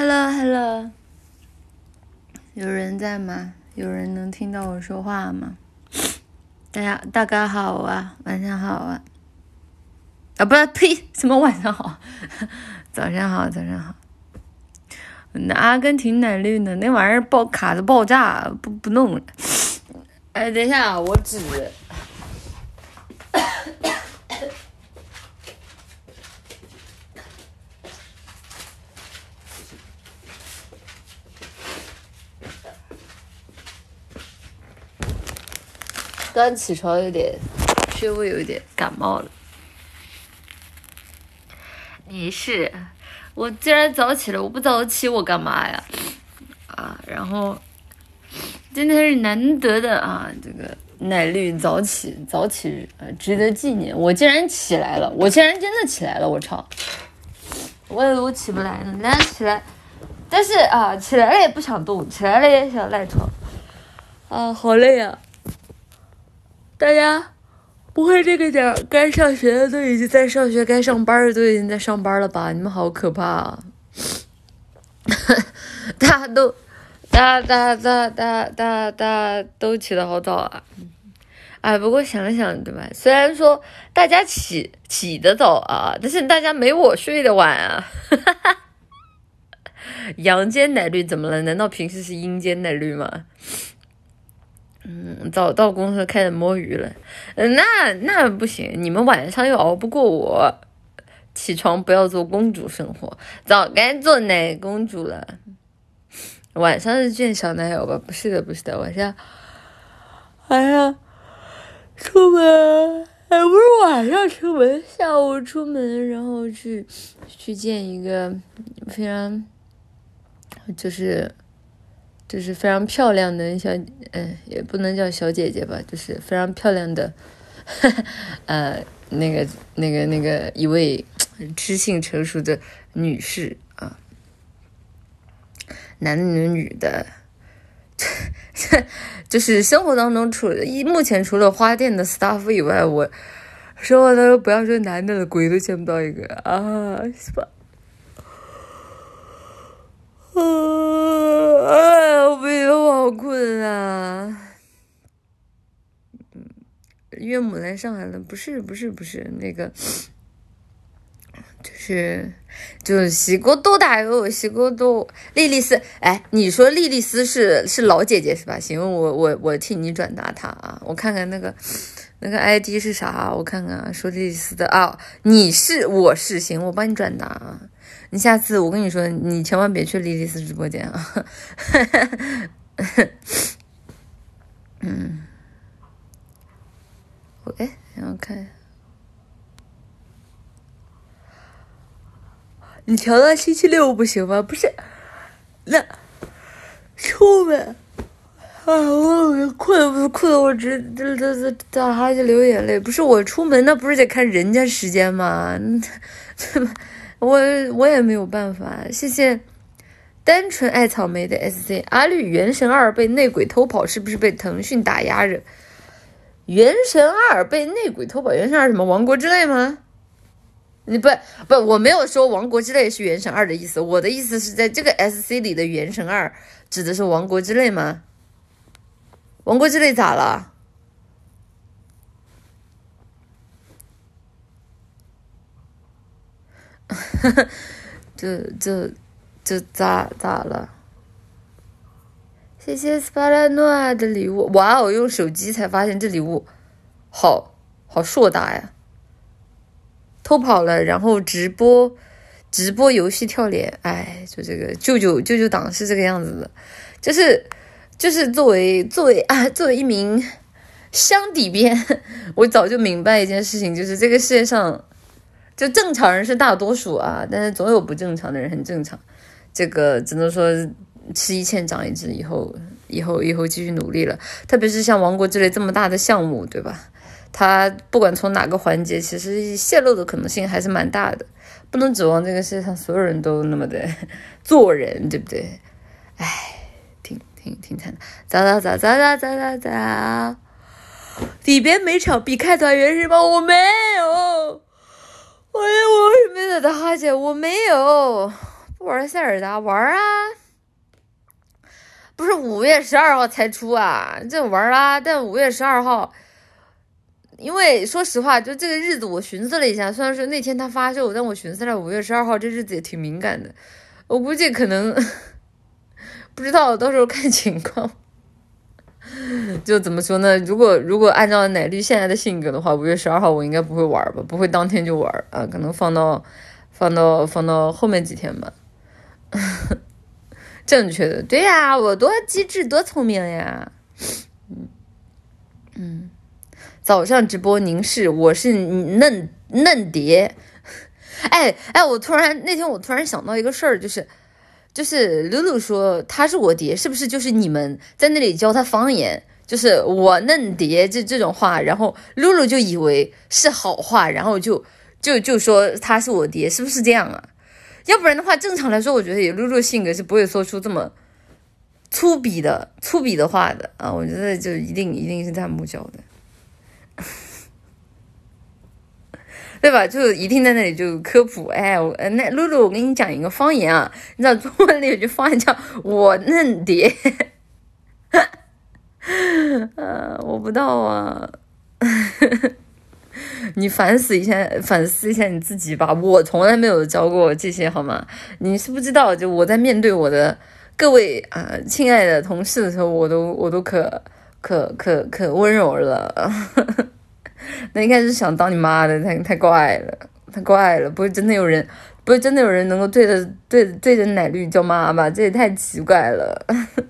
Hello，有人在吗？有人能听到我说话吗？大家好啊，晚上好啊！啊，不是，呸，什么晚上好？早上好。那阿根廷奶绿呢？那玩意儿卡着爆炸，不弄了。哎，等一下，我纸。刚起床有点穴位，有点感冒了。你是我既然早起了，我不早起我干嘛呀？然后今天是难得的这个奶绿早起日，值得纪念。我竟然起来了，我竟然真的起来了，我操！我以为我起不来呢，那起来，但是起来了也不想动，起来了也想赖床，好累啊！大家不会这个点该上学的都已经在上学，该上班的都已经在上班了吧？你们好可怕啊！大家都起得好早啊！不过想了想，对吧？虽然说大家起得早但是大家没我睡得晚啊！阳间奶绿怎么了？难道平时是阴间奶绿吗？早到公司开始摸鱼了，那不行，你们晚上又熬不过我，起床不要做公主生活，早该做奶公主了。晚上是见小男友吧？不是的，晚上出门，不是晚上出门，下午出门，然后去见一个非常就是非常漂亮的也不能叫小姐姐吧，就是非常漂亮的，那个一位知性成熟的女士男的女的，就是生活当中目前除了花店的 staff 以外，我生活当中不要说男的了，鬼都见不到一个是吧？我不行，我好困啊！岳母来上海了？不是那个，就是西锅多大哟，西锅多莉莉丝。哎，你说莉莉丝是老姐姐是吧？行，我替你转达她我看看那个 ID 是啥？我看看说莉莉丝的我是行，我帮你转达你下次我跟你说，你千万别去莉莉丝直播间然后看，你调到星期六不行吗？不是，那出门我困，我直打哈欠流眼泪。不是我出门，那不是得看人家时间吗？我也没有办法。谢谢单纯爱草莓的 SC。阿绿原神2被内鬼偷跑，是不是被腾讯打压着？原神2被内鬼偷跑，原神2什么王国之泪吗？你不，我没有说王国之泪是原神2的意思，我的意思是在这个 SC 里的原神2指的是王国之泪吗？王国之泪咋了？这咋了？谢谢斯巴拉诺亚的礼物。哇哦，用手机才发现这礼物好硕大呀！偷跑了，然后直播游戏跳脸，就这个舅舅党是这个样子的，就是作为一名乡底边，我早就明白一件事情，就是这个世界上就正常人是大多数但是总有不正常的人，很正常。这个只能说吃一堑长一智，以后继续努力了。特别是像王国之类这么大的项目，对吧？他不管从哪个环节，其实泄露的可能性还是蛮大的，不能指望这个世界上所有人都那么的做人，对不对？挺惨的。咋？里边每场必开团圆是吗？我没有，我为什么在打哈欠？我没有， 玩塞尔达玩啊，不是5月12号才出啊，这玩啊，但5月12号。因为说实话，就这个日子我寻思了一下，虽然说那天它发售，但我寻思了5月12号这日子也挺敏感的，我估计可能不知道，到时候看情况。就怎么说呢？如果按照奶绿现在的性格的话，5月12号我应该不会玩吧，不会当天就玩啊，可能放到后面几天吧。正确的，对呀，我多机智多聪明呀。早上直播凝视，我是嫩蝶。哎，那天我突然想到一个事儿，就是露露说她是我蝶，是不是就是你们在那里教她方言，就是我嫩蝶这种话，然后露露就以为是好话，然后就说她是我蝶，是不是这样啊？要不然的话，正常来说，我觉得以露露性格是不会说出这么粗鄙的话的啊！我觉得就一定是弹幕教的。对吧？就一定在那里就科普。哎，那露露，我跟你讲一个方言啊，你知道中文里有句方言叫我嫩蝶。我不知道啊。你反思一下你自己吧。我从来没有教过这些，好吗？你是不知道，就我在面对我的各位亲爱的同事的时候，我都可温柔了。那应该是想当你妈的，太怪了，不会真的有人能够对着奶绿叫妈吧？这也太奇怪了。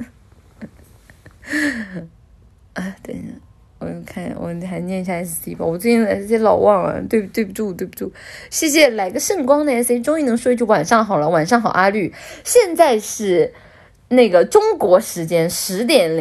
等一下，我看我还念一下 SC 吧，我最近的 SC 老忘了，对不住。谢谢来个圣光的 SC， 终于能说一句晚上好了，晚上好阿绿。现在是那个中国时间10点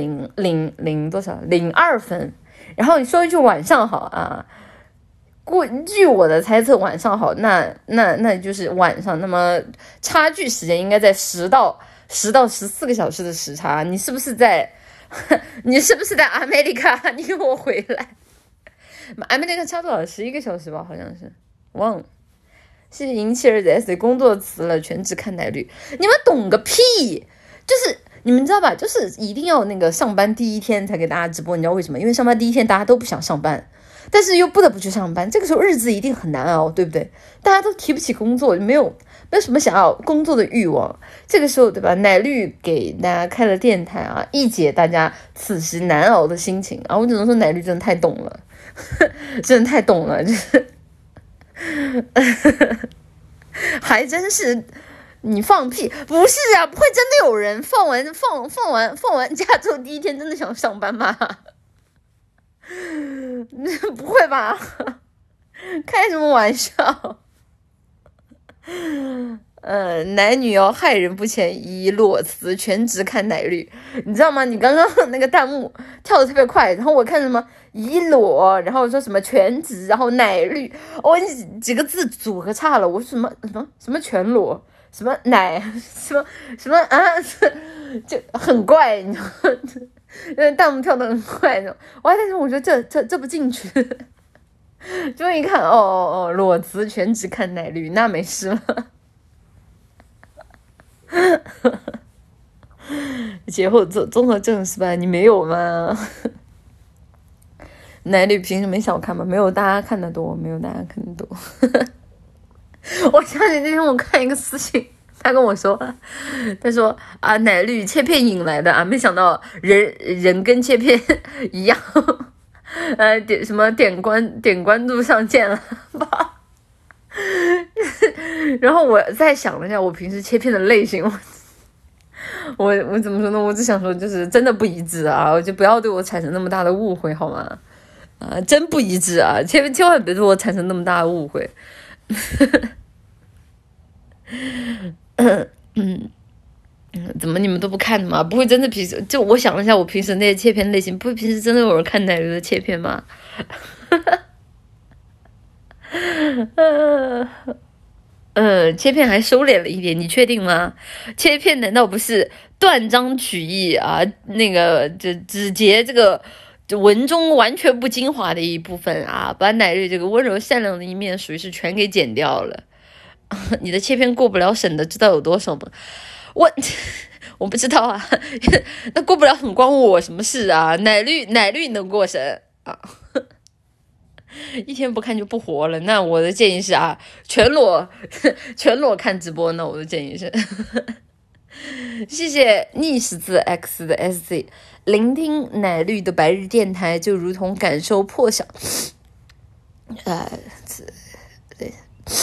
02分。然后你说一句晚上好啊，据我的猜测，晚上好，那就是晚上，那么差距时间应该在10到14个小时的时差。你是不是在阿美利卡？你给我回来！阿美利卡差多少？11个小时吧，好像是，忘了。谢谢银气儿的 S 工作辞了，全职看奶绿。你们懂个屁！就是你们知道吧？就是一定要那个上班第一天才给大家直播，你知道为什么？因为上班第一天大家都不想上班，但是又不得不去上班，这个时候日子一定很难熬，对不对？大家都提不起工作，没有什么想要工作的欲望。这个时候，对吧？奶绿给大家开了电台啊，一解大家此时难熬的心情啊！我只能说奶绿真的太懂了，真的太懂了，就是还真是。你放屁！不是啊，不会真的有人放完假之后第一天真的想上班吗？不会吧？开什么玩笑？男女要害人不浅，以裸辞全职看奶绿，你知道吗？你刚刚那个弹幕跳的特别快，然后我看什么以裸，然后说什么全职，然后奶绿，几个字组合差了，我说什么全裸。什么奶什么啊，就很怪，你知道吗？弹幕跳得很快，我还在说，我觉得这不进去。终于一看，裸辞全职看奶绿，那没事了。节后综合症是吧？你没有吗？奶绿凭什么小看吗？没有大家看得多，我想起那天我看一个私信，他跟我说，他说啊，奶绿切片引来的啊，没想到人跟切片一样，点关注上见了吧。然后我再想了一下，我平时切片的类型，我怎么说呢？我只想说，就是真的不一致啊，我就不要对我产生那么大的误会好吗？真不一致啊，千万别对我产生那么大的误会。怎么你们都不看吗？不会真的平时就我想了一下，我平时那些切片类型，不会平时真的有人看奶绿的切片吗？切片还收敛了一点，你确定吗？切片难道不是断章取义啊？那个只截这个文中完全不精华的一部分啊，把奶绿这个温柔善良的一面属于是全给剪掉了。 你的切片过不了审的，知道有多少吗？我不知道啊，那过不了审关我什么事啊？奶绿能过审啊？一天不看就不活了。那我的建议是啊，全裸看直播。那我的建议是，谢谢逆十字 X 的 SC， 聆听奶绿的白日电台，就如同感受破晓。对。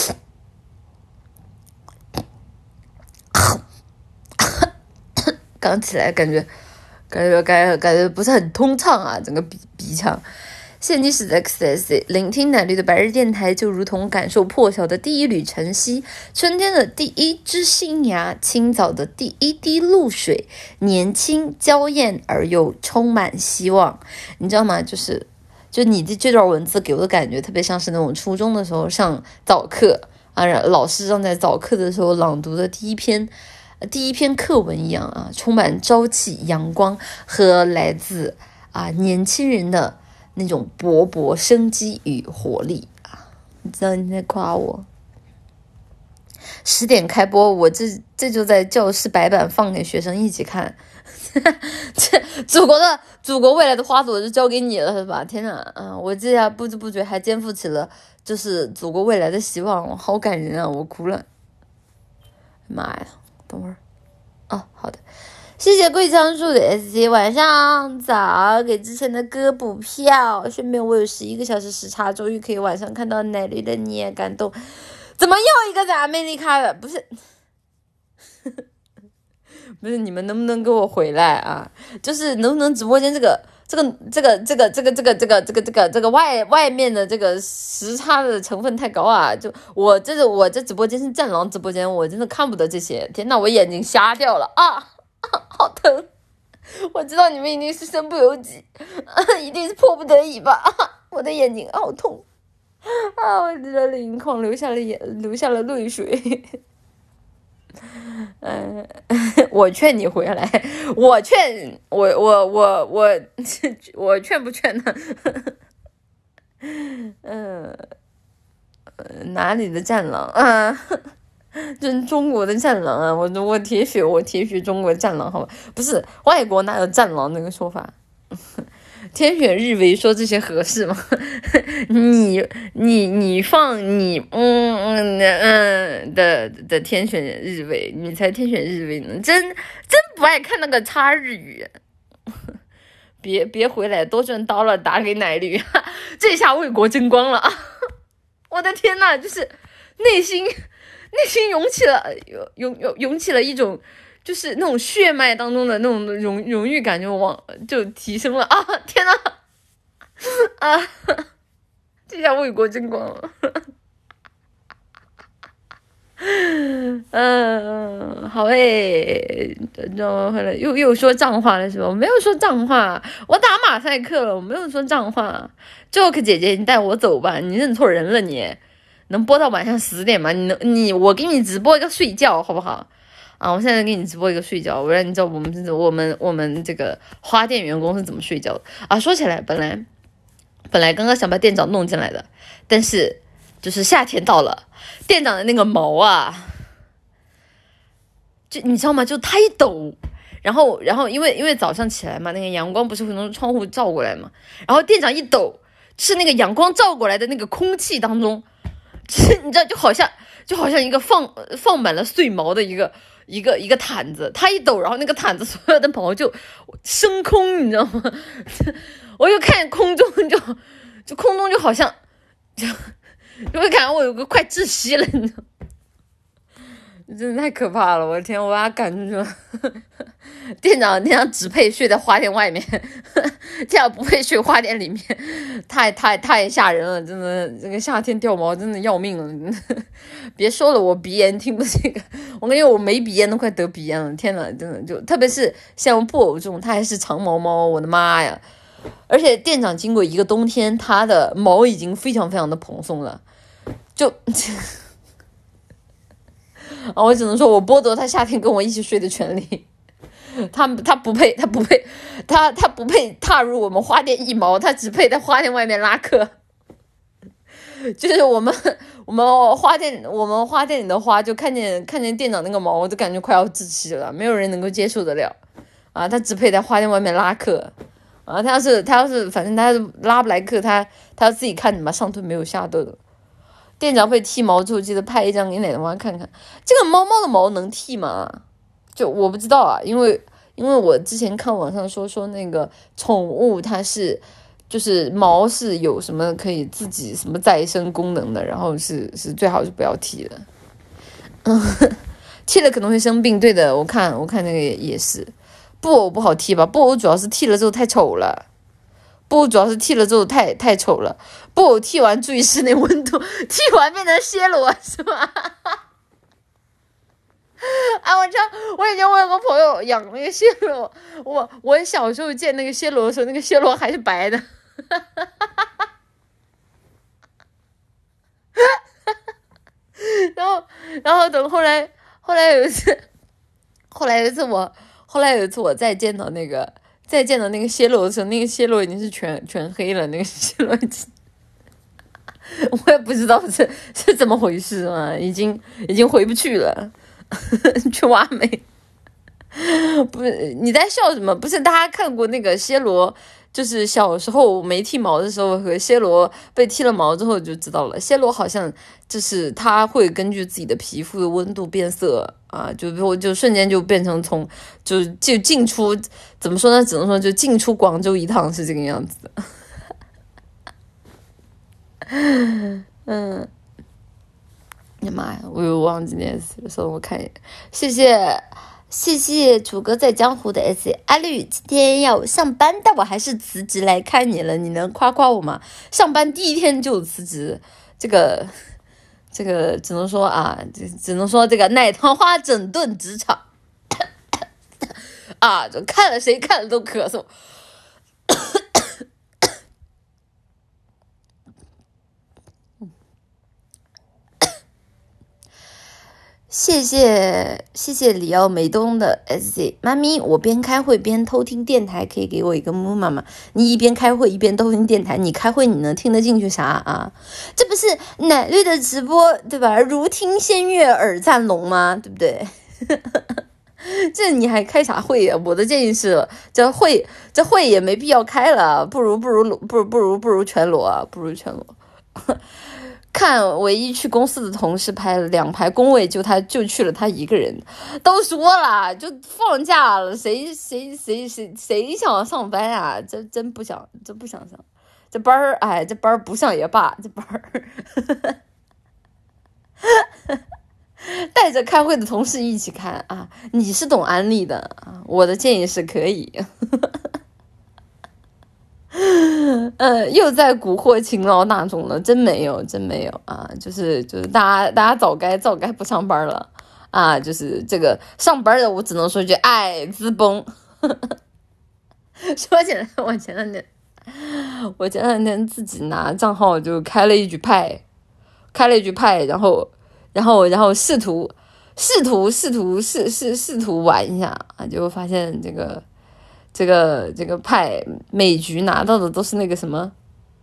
刚起来感觉不是很通畅啊，整个鼻腔。谢谢你是 XS， 聆听奶绿的白日电台，就如同感受破晓的第一缕晨曦，春天的第一枝新芽，清早的第一滴露水，年轻娇艳而又充满希望。你知道吗？就你这段文字给我的感觉特别像是那种初中的时候上早课啊，老师让在早课的时候朗读的第一篇课文一样啊，充满朝气、阳光和来自年轻人的那种勃勃生机与活力啊！你知道你在夸我？10点开播，我这就在教室白板放给学生一起看。这祖国未来的花朵就交给你了，是吧？天哪，我这下不知不觉还肩负起了就是祖国未来的希望，好感人啊！我哭了，妈呀！等会儿，好的，谢谢桂香树的 SC， 晚上早，给之前的歌补票，顺便我有11个小时时差，终于可以晚上看到奶绿的你也感动。怎么又一个在魅力开了？不是不是，你们能不能给我回来啊？就是能不能直播间这个外面的这个时差的成分太高啊！就我这直播间是战狼直播间，我真的看不得这些。天哪，我眼睛瞎掉了啊！好疼！我知道你们一定是身不由己，一定是迫不得已吧？我的眼睛好痛啊！我热泪盈眶，流下了泪水。我劝你回来，我劝不劝呢？哪里的战狼啊？这中国的战狼啊！我铁血中国战狼，好吧？不是外国哪有战狼那个说法？天选日为说这些合适吗？你放你的天选日为，你才天选日为呢，真不爱看那个差日语。别回来，多赚刀了，打给奶绿，这下为国争光了啊！我的天呐，就是内心涌起了一种。就是那种血脉当中的那种荣誉感就提升了啊！天哪，啊，这下为国争光了。好诶，回来又说脏话了是吧？我没有说脏话，我打马赛克了，我没有说脏话。Joke 姐姐，你带我走吧，你认错人了你。能播到晚上10点吗？我给你直播一个睡觉好不好？我现在给你直播一个睡觉，我让你知道我们这个花店员工是怎么睡觉的啊！说起来，本来刚刚想把店长弄进来的，但是就是夏天到了，店长的那个毛啊，就你知道吗？就他一抖，然后因为早上起来嘛，那个阳光不是会从窗户照过来嘛，然后店长一抖，是那个阳光照过来的那个空气当中，你知道，就好像一个放满了碎毛的一个毯子，它一抖，然后那个毯子所有的毛就升空，你知道吗？我就看空中就空中就好像就会感觉我有个快窒息了，你知道吗？真的太可怕了！我的天，我把他赶出去了。店长只配睡在花店外面，店长不配睡花店里面，太吓人了！真的，这个夏天掉毛真的要命了。别说了，我鼻炎听不这个，我感觉我没鼻炎都快得鼻炎了。天哪，真的就特别是像布偶这种，它还是长毛猫，我的妈呀！而且店长经过一个冬天，它的毛已经非常非常的蓬松了，就。我只能说，我剥夺他夏天跟我一起睡的权利。他不配踏入我们花店一毛，他只配在花店外面拉客。 就是我们花店里的花，就看见店长那个毛，我就感觉快要窒息了，没有人能够接受得了啊！他只配在花店外面拉客啊！他要是反正他拉不来客，他要自己看着嘛，上顿没有下顿的。店长被剃毛之后，记得拍一张给奶奶妈看看。这个猫的毛能剃吗？就我不知道啊，因为我之前看网上说那个宠物它是就是毛是有什么可以自己什么再生功能的，然后是最好是不要剃的。剃了可能会生病。对的，我看那个也是。布偶不好剃吧？布偶主要是剃了之后太丑了。布偶主要是剃了之后太丑了。布偶剃完注意室内温度，剃完变成暹罗是吧？啊，我以前我有个朋友养那个暹罗，我小时候见那个暹罗的时候，那个暹罗还是白的。然后等后来有一次我再见到那个暹罗的时候，那个暹罗已经是全黑了，那个暹罗已经。我也不知道是怎么回事啊，已经回不去了。去挖煤。不是你在笑什么？不是大家看过那个暹罗，就是小时候没剃毛的时候和暹罗被剃了毛之后就知道了。暹罗好像就是它会根据自己的皮肤的温度变色啊，就瞬间就变成就进出，怎么说呢？只能说就进出广州一趟是这个样子的。呀妈呀，我又忘记那件事了，我看一眼。谢谢楚哥在江湖的 S 阿绿，今天要上班，但我还是辞职来看你了，你能夸夸我吗？上班第一天就辞职，这个只能说啊，只能说这个奶糖花整顿职场啊，就谁看了都咳嗽。谢谢里奥美东的 SC 妈咪，我边开会边偷听电台，可以给我一个木妈妈？你一边开会一边偷听电台，你开会你能听得进去啥啊？这不是奶绿的直播对吧？如听仙乐耳暂聋吗？对不对？这你还开啥会呀？我的建议是，这会也没必要开了，不如全裸，不如全裸。看唯一去公司的同事排了2排工位，就去了他一个人。都说了，就放假了，谁想上班啊？真不想上。这班儿，哎，这班儿不上也罢，这班儿。带着开会的同事一起看啊！你是懂安利的啊，我的建议是可以。又在蛊惑勤劳大众了，真没有啊！就是大家早该不上班了啊！就是这个上班的，我只能说一句，哎，自崩。说起来，我前两天自己拿账号就开了一局派，然后试图玩一下啊，结果发现这个派每局拿到的都是那个什么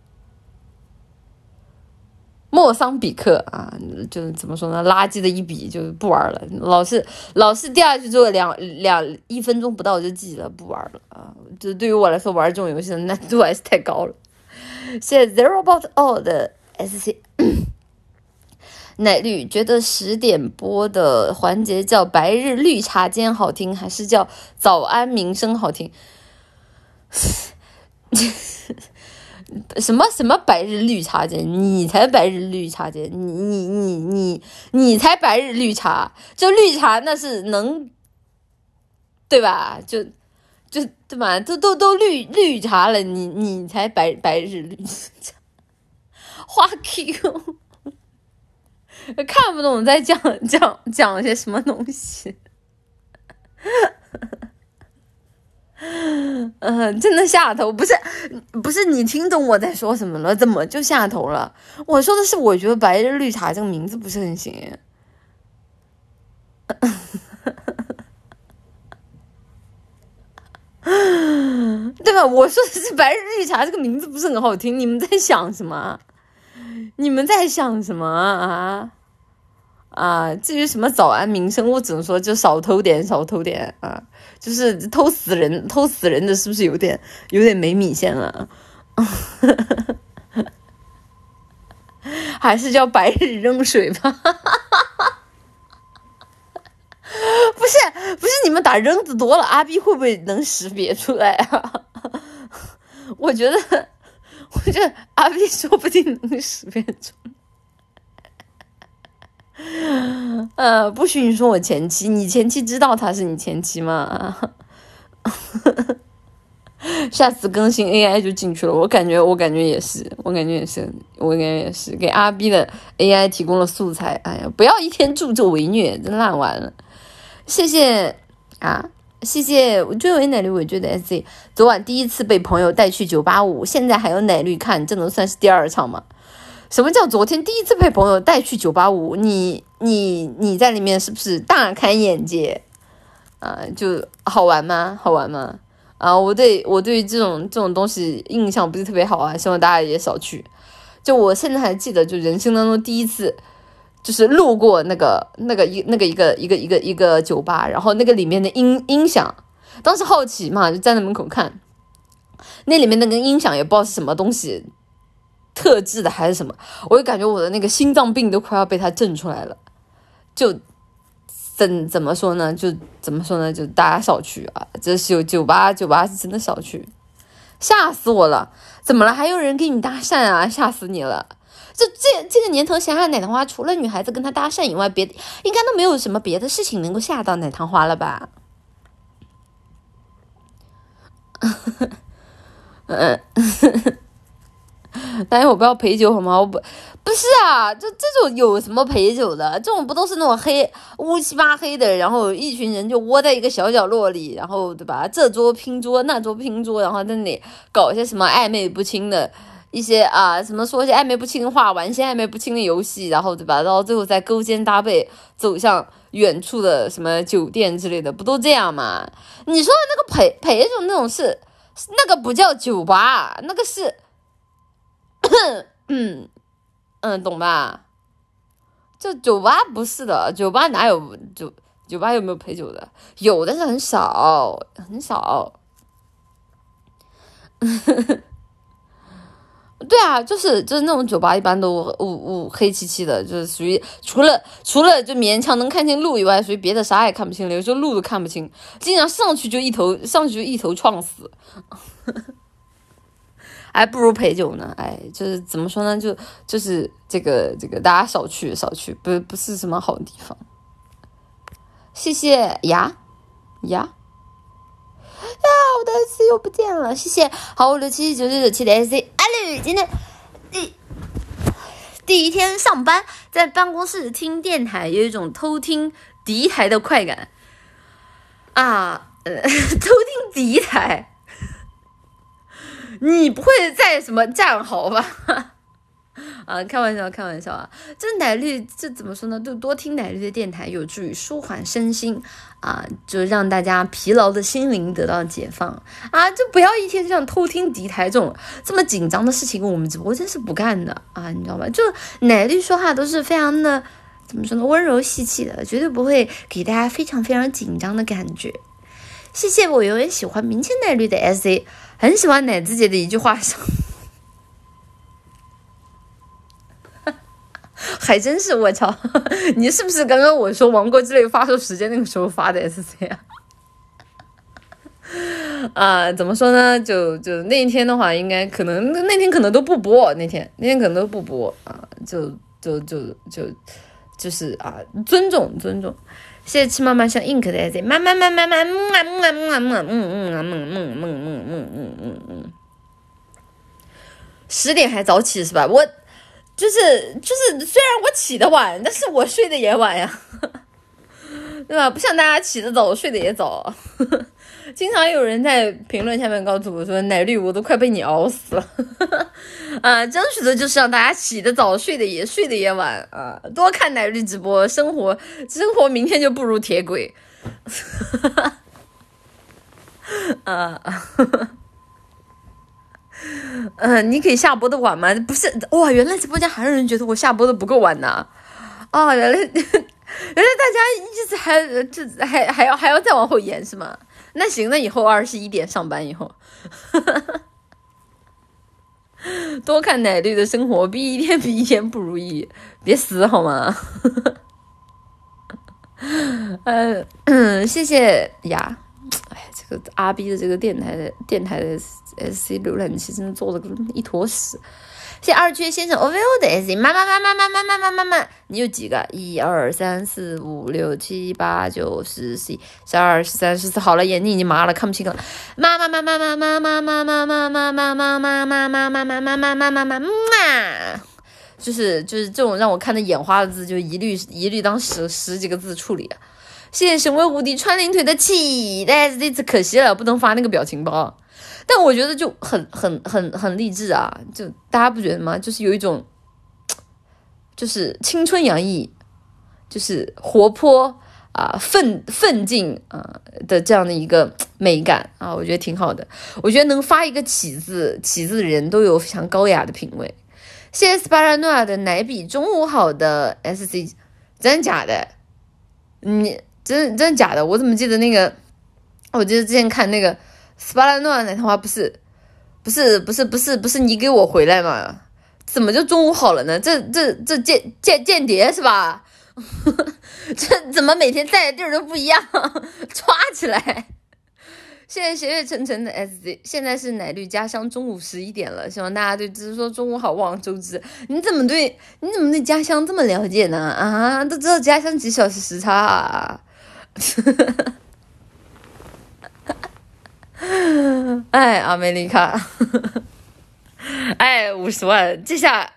莫桑比克啊，就是怎么说呢，垃圾的一笔，就不玩了。老是掉下去之后1分钟不到就记了，不玩了啊。就对于我来说，玩这种游戏的难度还是太高了。谢谢 Zero About All 的 SC。奶绿觉得10点播的环节叫白日绿茶间好听，还是叫早安民生好听？什么白日绿茶间？你才白日绿茶间，你才白日绿茶，就绿茶那是能，对吧？就对吧？都绿茶了，你才白日绿茶，花 Q。看不懂在讲些什么东西。真的下头，不是你听懂我在说什么了？怎么就下头了？我说的是，我觉得白日绿茶这个名字不是很行。对吧？我说的是白日绿茶这个名字不是很好听，你们在想什么？ 你们在想什么啊？至于什么早安名声，我只能说就少偷点啊！就是偷死人的，是不是有点没米线了？还是叫白日扔水吧？不是，你们打扔子多了，阿 B 会不会能识别出来啊？我觉得阿 B 说不定能识别出来。不许你说我前妻，你前妻知道他是你前妻吗？下次更新 AI 就进去了，我感觉也是给阿 B 的 AI 提供了素材。哎呀，不要一天助纣为虐，真烂完了。谢谢我最为奶绿尾追的 SC， 昨晚第一次被朋友带去985，现在还有奶绿看，这能算是第二场吗？什么叫昨天第一次被朋友带去985？你在里面是不是大开眼界啊？就好玩吗？我对这种东西印象不是特别好啊，希望大家也少去。就我现在还记得，就人生当中第一次，就是路过那个一个酒吧，然后那个里面的音响，当时好奇嘛，就站在门口看，那里面那个音响也不知道是什么东西特制的还是什么，我就感觉我的那个心脏病都快要被它震出来了。就怎么说呢？就大家少去啊！这是有酒吧是真的少去，吓死我了！怎么了？还有人给你搭讪啊？吓死你了！这个年头，想想奶糖花，除了女孩子跟他搭讪以外，别的应该都没有什么别的事情能够吓到奶糖花了吧？大家我不要陪酒好吗？不是啊，就这种有什么陪酒的？这种不都是那种乌漆八黑的，然后一群人就窝在一个小角落里，然后对吧？这桌拼桌，那桌拼桌，然后在那里搞一些什么暧昧不清的一些什么说一些暧昧不清的话，玩一些暧昧不清的游戏，然后对吧？然后最后再勾肩搭背走向远处的什么酒店之类的，不都这样吗？你说的那个陪酒那种事，那个不叫酒吧，那个是。懂吧？就酒吧不是的，酒吧哪有酒吧有没有陪酒的？有，但是很少。对啊，就是那种酒吧一般都黑漆漆的，就是属于除了就勉强能看清路以外，属于别的啥也看不清了，有时候路都看不清，经常上去就一头撞死。还不如陪酒呢，就是怎么说呢，就是这个大家少去，不是什么好地方。谢谢呀，我的 SC 又不见了，谢谢好5679997的 SC 阿绿，今天第一天上班，在办公室听电台，有一种偷听敌台的快感偷听敌台。你不会在什么战壕吧？开玩笑啊！这奶绿这怎么说呢？就多听奶绿的电台，有助于舒缓身心就让大家疲劳的心灵得到解放就不要一天这样偷听敌台这种这么紧张的事情，我们直播真是不干的你知道吧？就奶绿说话都是非常的怎么说呢，温柔细气的，绝对不会给大家非常非常紧张的感觉。谢谢我永远喜欢明天奶绿的 SC， 很喜欢奶子姐的一句话上。还真是，我操！你是不是刚刚我说王国之泪发售时间那个时候发的 SC 怎么说呢？就那一天的话，应该可能那天可能都不播，那天可能都不播就是尊重。谢谢吃妈妈像 ink 的 SC， 妈妈10点还早起是吧？我就是虽然我起得晚，但是我睡得也晚呀，对吧？不像大家起得早，我睡得也早。经常有人在评论下面告诉我说：“奶绿，我都快被你熬死了。”争取的就是让大家起得早，睡得也晚多看奶绿直播，生活明天就步入铁轨。 你可以下播的晚吗？不是，哇，原来直播间还有人觉得我下播的不够晚呢。哦，原来大家一直还要再往后延是吗？那行，那以后21点上班以后，多看奶绿的生活，比一天比一天不如意，别死好吗？谢谢呀。哎，这个阿 B 的这个电台的 SC 浏览器真的做的跟一坨屎。谢谢二缺先生 OVO 的 SC 妈，你有几个？1、2、3、4、5、6、7、8、9、10、11、12、13、14。好了，眼睛已经麻了，看不清了。妈，就是这种让我看的眼花的字，就一律当十几个字处理。谢谢神威无敌穿领腿的期待，这次可惜了，不能发那个表情包。但我觉得就很励志啊！就大家不觉得吗？就是有一种，就是青春洋溢，就是活泼啊、奋进啊的这样的一个美感啊，我觉得挺好的。我觉得能发一个起字的人都有非常高雅的品味。谢谢斯巴拉诺亚的奶比中午好的 SC， 真的假的？你真的假的？我怎么记得那个？我记得之前看那个。斯巴拉诺那套话不是你给我回来嘛？怎么就中午好了呢？这间谍是吧？这怎么每天在的地儿都不一样？抓起来！现在斜月沉沉的 SZ， 现在是奶绿家乡中午11点了，希望大家对只是说中午好望周知。你怎么对家乡这么了解呢？啊，都知道家乡几小时时差啊！哎，阿梅丽卡，哎，50万，这下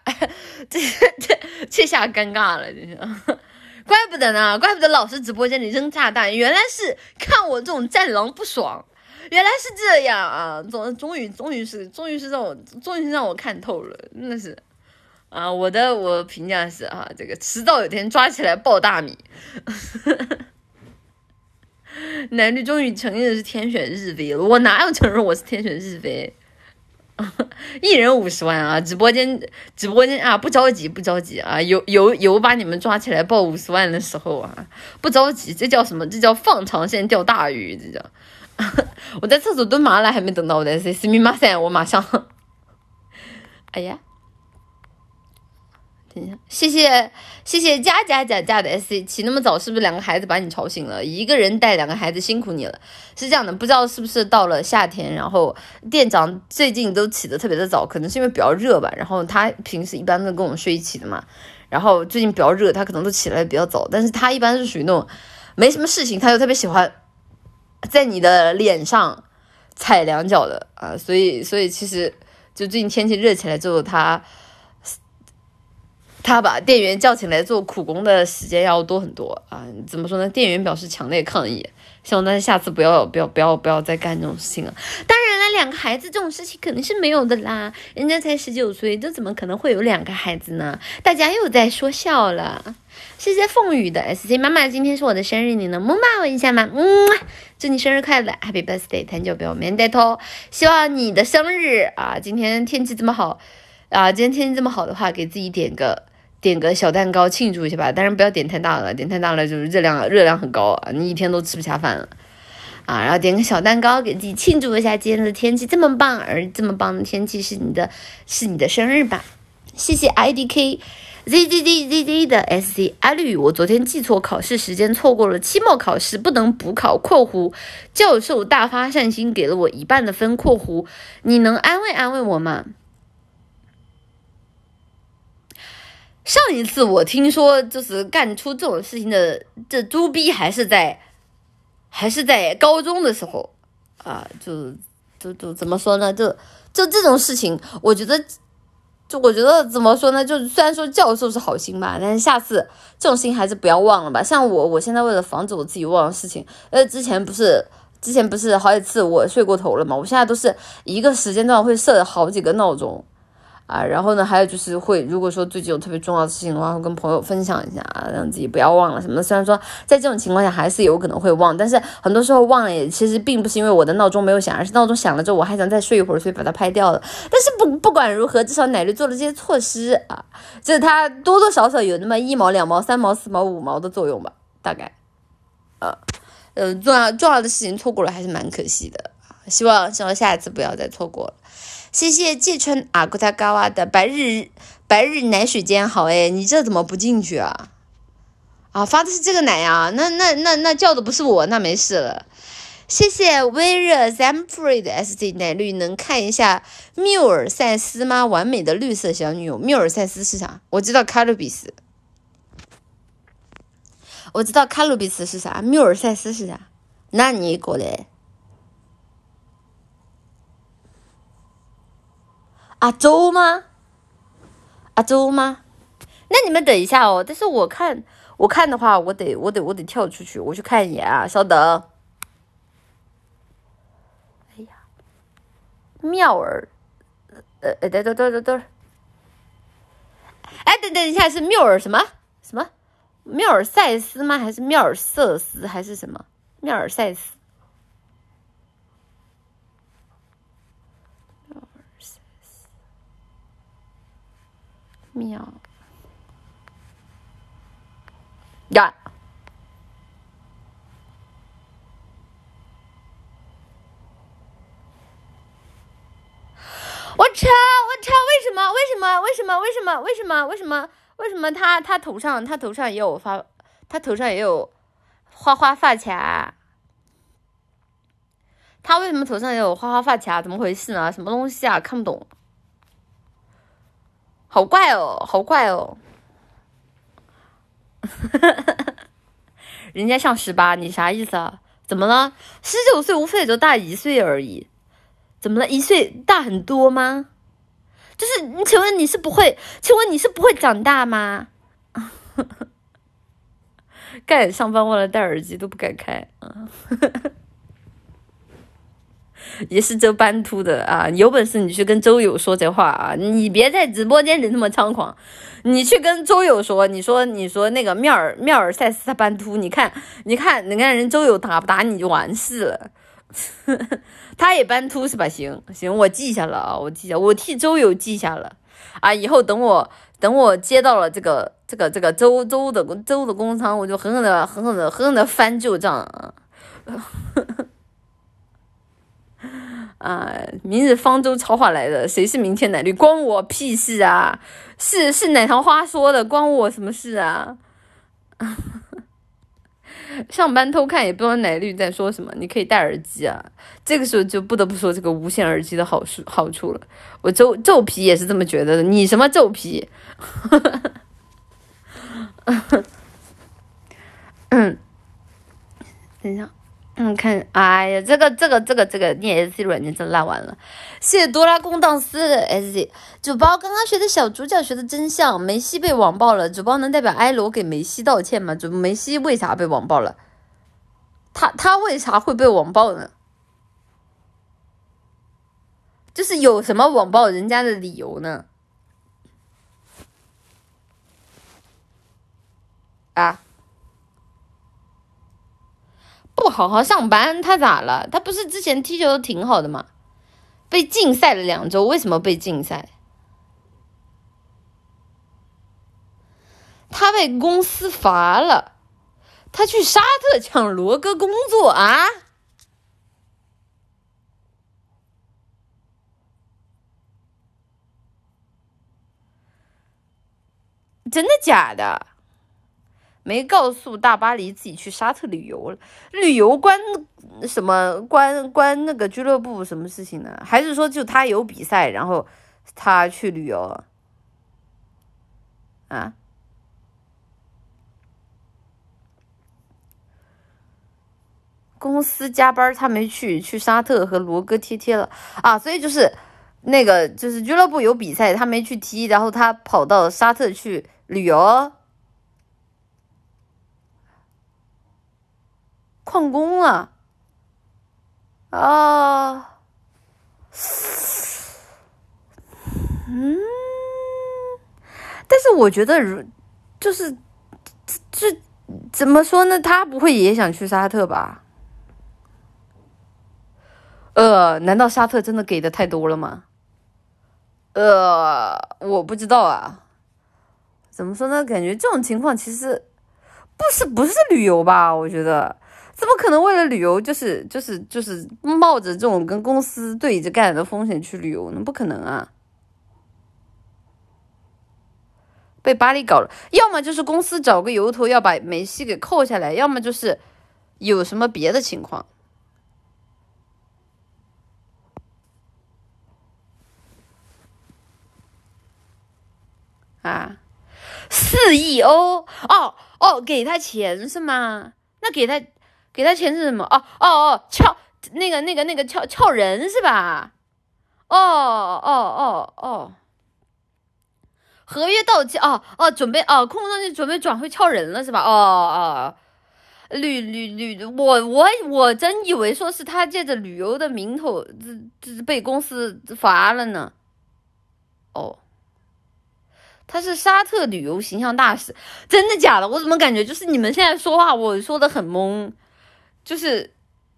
尴尬了，这是，怪不得呢，怪不得老是直播间里扔炸弹，原来是看我这种战狼不爽，原来是这样啊！终于是让我看透了，真的是啊！我评价是啊，这个迟早有天抓起来爆大米。奶绿终于承认是天选日妃了，我哪有承认我是天选日妃？一人50万啊！直播间啊，不着急啊，有把你们抓起来报50万的时候啊，不着急，这叫什么？这叫放长线钓大鱼，这叫。我在厕所蹲麻了，还没等到我的 C 密码3，我马上。哎呀！谢谢加的 SC 起那么早，是不是2个孩子把你吵醒了？一个人带2个孩子辛苦你了。是这样的，不知道是不是到了夏天，然后店长最近都起得特别的早，可能是因为比较热吧。然后他平时一般都跟我们睡一起的嘛，然后最近比较热，他可能都起来比较早。但是他一般是属于那种没什么事情，他就特别喜欢在你的脸上踩2脚的啊。所以其实就最近天气热起来之后，他把店员叫起来做苦工的时间要多很多啊！怎么说呢？店员表示强烈抗议，希望大家下次不要再干这种事情了。当然了，2个孩子这种事情肯定是没有的啦，人家才19岁，这怎么可能会有2个孩子呢？大家又在说笑了。谢谢凤雨的 SC 妈妈，今天是我的生日，你能么骂我一下吗？祝你生日快乐 ，Happy Birthday， 弹酒表面带头。希望你的生日啊，今天天气这么好啊，今天天气这么好的话，给自己点个小蛋糕庆祝一下吧，但是不要点太大了，点太大了就是热量很高啊，你一天都吃不下饭了啊。然后点个小蛋糕给自己庆祝一下，今天的天气这么棒，而这么棒的天气是你的生日吧。谢谢 IDK ZZZZZ 的 SC 阿绿，我昨天记错考试时间，错过了期末考试，不能补考（括弧教授大发善心给了我1半的分）（括弧你能安慰我吗？）上一次我听说就是干出这种事情的这猪逼还是在高中的时候啊，就怎么说呢？就这种事情，我觉得怎么说呢？就虽然说教授是好心吧，但是下次这种事情还是不要忘了吧。像我现在为了防止我自己忘的事情，之前不是好几次我睡过头了嘛，我现在都是一个时间段会设好几个闹钟。 啊。然后呢，还有就是会，如果说最近有特别重要的事情的话，会跟朋友分享一下，让自己不要忘了什么的。虽然说在这种情况下还是有可能会忘，但是很多时候忘了也其实并不是因为我的闹钟没有响，而是闹钟响了之后我还想再睡一会儿，所以把它拍掉了。但是不管如何，至少奶绿做了这些措施啊，就是它多多少少有那么1毛2毛3毛4毛5毛的作用吧，大概。重要的事情错过了还是蛮可惜的，希望下一次不要再错过了。谢谢芥川阿古塔嘎瓦的白日奶水间，好哎，你这怎么不进去啊？啊，发的是这个奶啊，那叫的不是我，那没事了。谢谢微热 Zamfree 的 ST 奶绿，能看一下缪尔塞斯吗？完美的绿色小女友，缪尔塞斯是啥？我知道卡路比斯。我知道卡路比斯是啥，缪尔塞斯是啥？那你过来阿周吗？阿周吗？那你们等一下哦。但是我看的话，我得跳出去，我去看一眼啊，稍等。哎呀，妙儿，等，哎，等一下，是缪尔什么？缪尔塞斯吗？还是缪尔瑟斯？还是什么？缪尔塞斯。妙呀！我操！为什么他头上也有花花发卡？他为什么头上也有花花发卡？怎么回事呢？什么东西啊？看不懂。好怪哦！人家像18，你啥意思啊？怎么了？19岁无非也就大1岁而已，怎么了？1岁大很多吗？就是请问你是不会长大吗？干上班忘了戴耳机都不敢开啊！也是这斑秃的啊！有本事你去跟周友说这话啊！你别在直播间里那么猖狂，你去跟周友说，你说那个缪尔塞斯他斑秃，你看人周友打不打你就完事了。他也斑秃是吧？行，我记下了啊，我替周友记下了啊！以后等我接到了这个周的工仓，我就狠狠的翻旧账啊！啊！明日方舟超话来的，谁是明天奶绿？关我屁事啊！是奶糖花说的，关我什么事啊？上班偷看也不知道奶绿在说什么，你可以戴耳机啊。这个时候就不得不说这个无线耳机的好处了。我皱皮也是这么觉得的，你什么皱皮？等一下。看，哎呀，这个念 SC 软件真烂完了。谢谢多拉贡当斯的 SC 主播刚刚学的小主角学的真像，梅西被网暴了，主播能代表埃罗给梅西道歉吗？梅西为啥被网暴了？他为啥会被网暴呢？就是有什么网暴人家的理由呢？啊？不好好上班，他咋了？他不是之前踢球都挺好的吗？被禁赛了2周，为什么被禁赛？他被公司罚了，他去沙特抢罗哥工作啊？真的假的？没告诉大巴黎自己去沙特旅游了，旅游关什么关那个俱乐部什么事情呢？还是说就他有比赛，然后他去旅游啊？公司加班他没去沙特和罗哥贴了啊，所以就是那个就是俱乐部有比赛他没去踢，然后他跑到沙特去旅游。旷工了啊， 是我觉得就是这怎么说呢？他不会也想去沙特吧？难道沙特真的给的太多了吗？我不知道啊。怎么说呢？感觉这种情况其实不是旅游吧？我觉得怎么可能为了旅游就是冒着这种跟公司对着干的风险去旅游呢？不可能啊！被巴黎搞了，要么就是公司找个由头要把梅西给扣下来，要么就是有什么别的情况啊。4亿欧，给他钱是吗？那给他钱是什么？撬人是吧？合约到期准备空中就准备转会撬人了是吧？我真以为说是他借着旅游的名头，这被公司罚了呢。他是沙特旅游形象大使，真的假的？我怎么感觉就是你们现在说话，我说的很懵，就是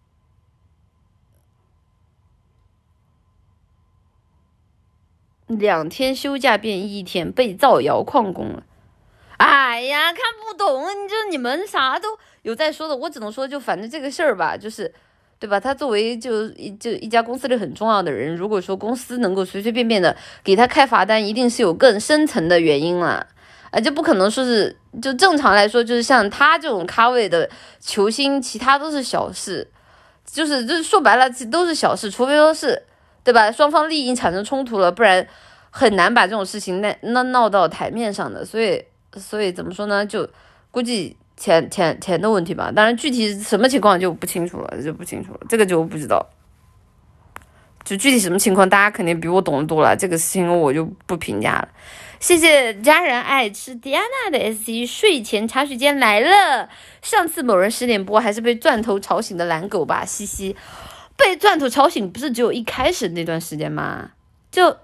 2天休假变1天，被造谣旷工了。哎呀，看不懂，你们啥都有在说的，我只能说，就反正这个事儿吧，就是，对吧？他作为就一家公司里很重要的人，如果说公司能够随随便便的给他开罚单，一定是有更深层的原因啦。就不可能说是就正常来说，就是像他这种咖位的球星，其他都是小事，就是说白了，都是小事，除非说是，对吧？双方利益产生冲突了，不然很难把这种事情闹到台面上的。所以怎么说呢？就估计钱的问题吧。当然具体什么情况就不清楚了，这个就不知道。就具体什么情况，大家肯定比我懂得多了，这个事情我就不评价了。谢谢家人爱吃 Diana 的 SC 睡前茶水间来了。上次某人10点播还是被钻头吵醒的懒狗吧，嘻嘻。被钻头吵醒不是只有一开始那段时间吗？就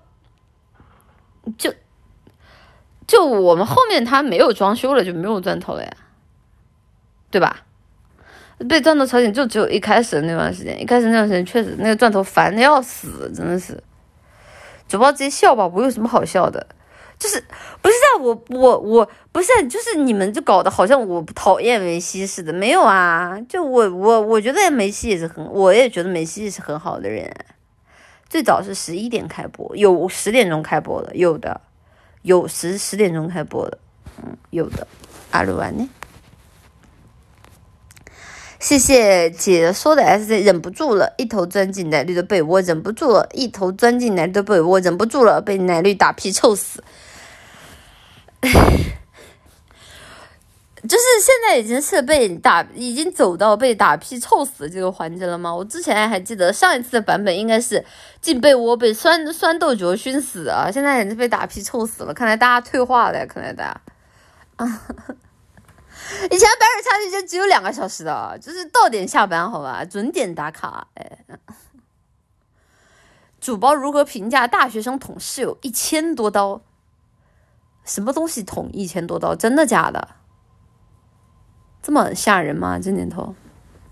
我们后面他没有装修了，就没有钻头了呀，对吧？被钻头吵醒就只有一开始的那段时间，一开始那段时间确实那个钻头烦的要死，真的是。主播直接笑吧，我有什么好笑的？就是不是啊，我不是，就是你们就搞得好像我不讨厌梅西似的，没有啊，就我觉得梅西也是我也觉得梅西是很好的人。最早是11点开播，有10点钟开播的，有的有10点钟开播的，有的。阿鲁完呢？谢谢解说的 SC， 忍不住了，一头钻进奶绿的被窝，忍不住了，一头钻进奶绿的被窝，忍不住了，被奶绿打屁臭死。就是现在已经是已经走到被打屁臭死这个环节了吗？我之前还记得上一次的版本应该是进被窝被酸豆角熏死啊，现在也是被打屁臭死了。看来大家退化了，看来大家以前白日茶水间只有2个小时的，就是到点下班好吧，准点打卡。主播如何评价大学生捅室友1000多刀？什么东西捅1000多刀？真的假的？这么吓人吗？这年头？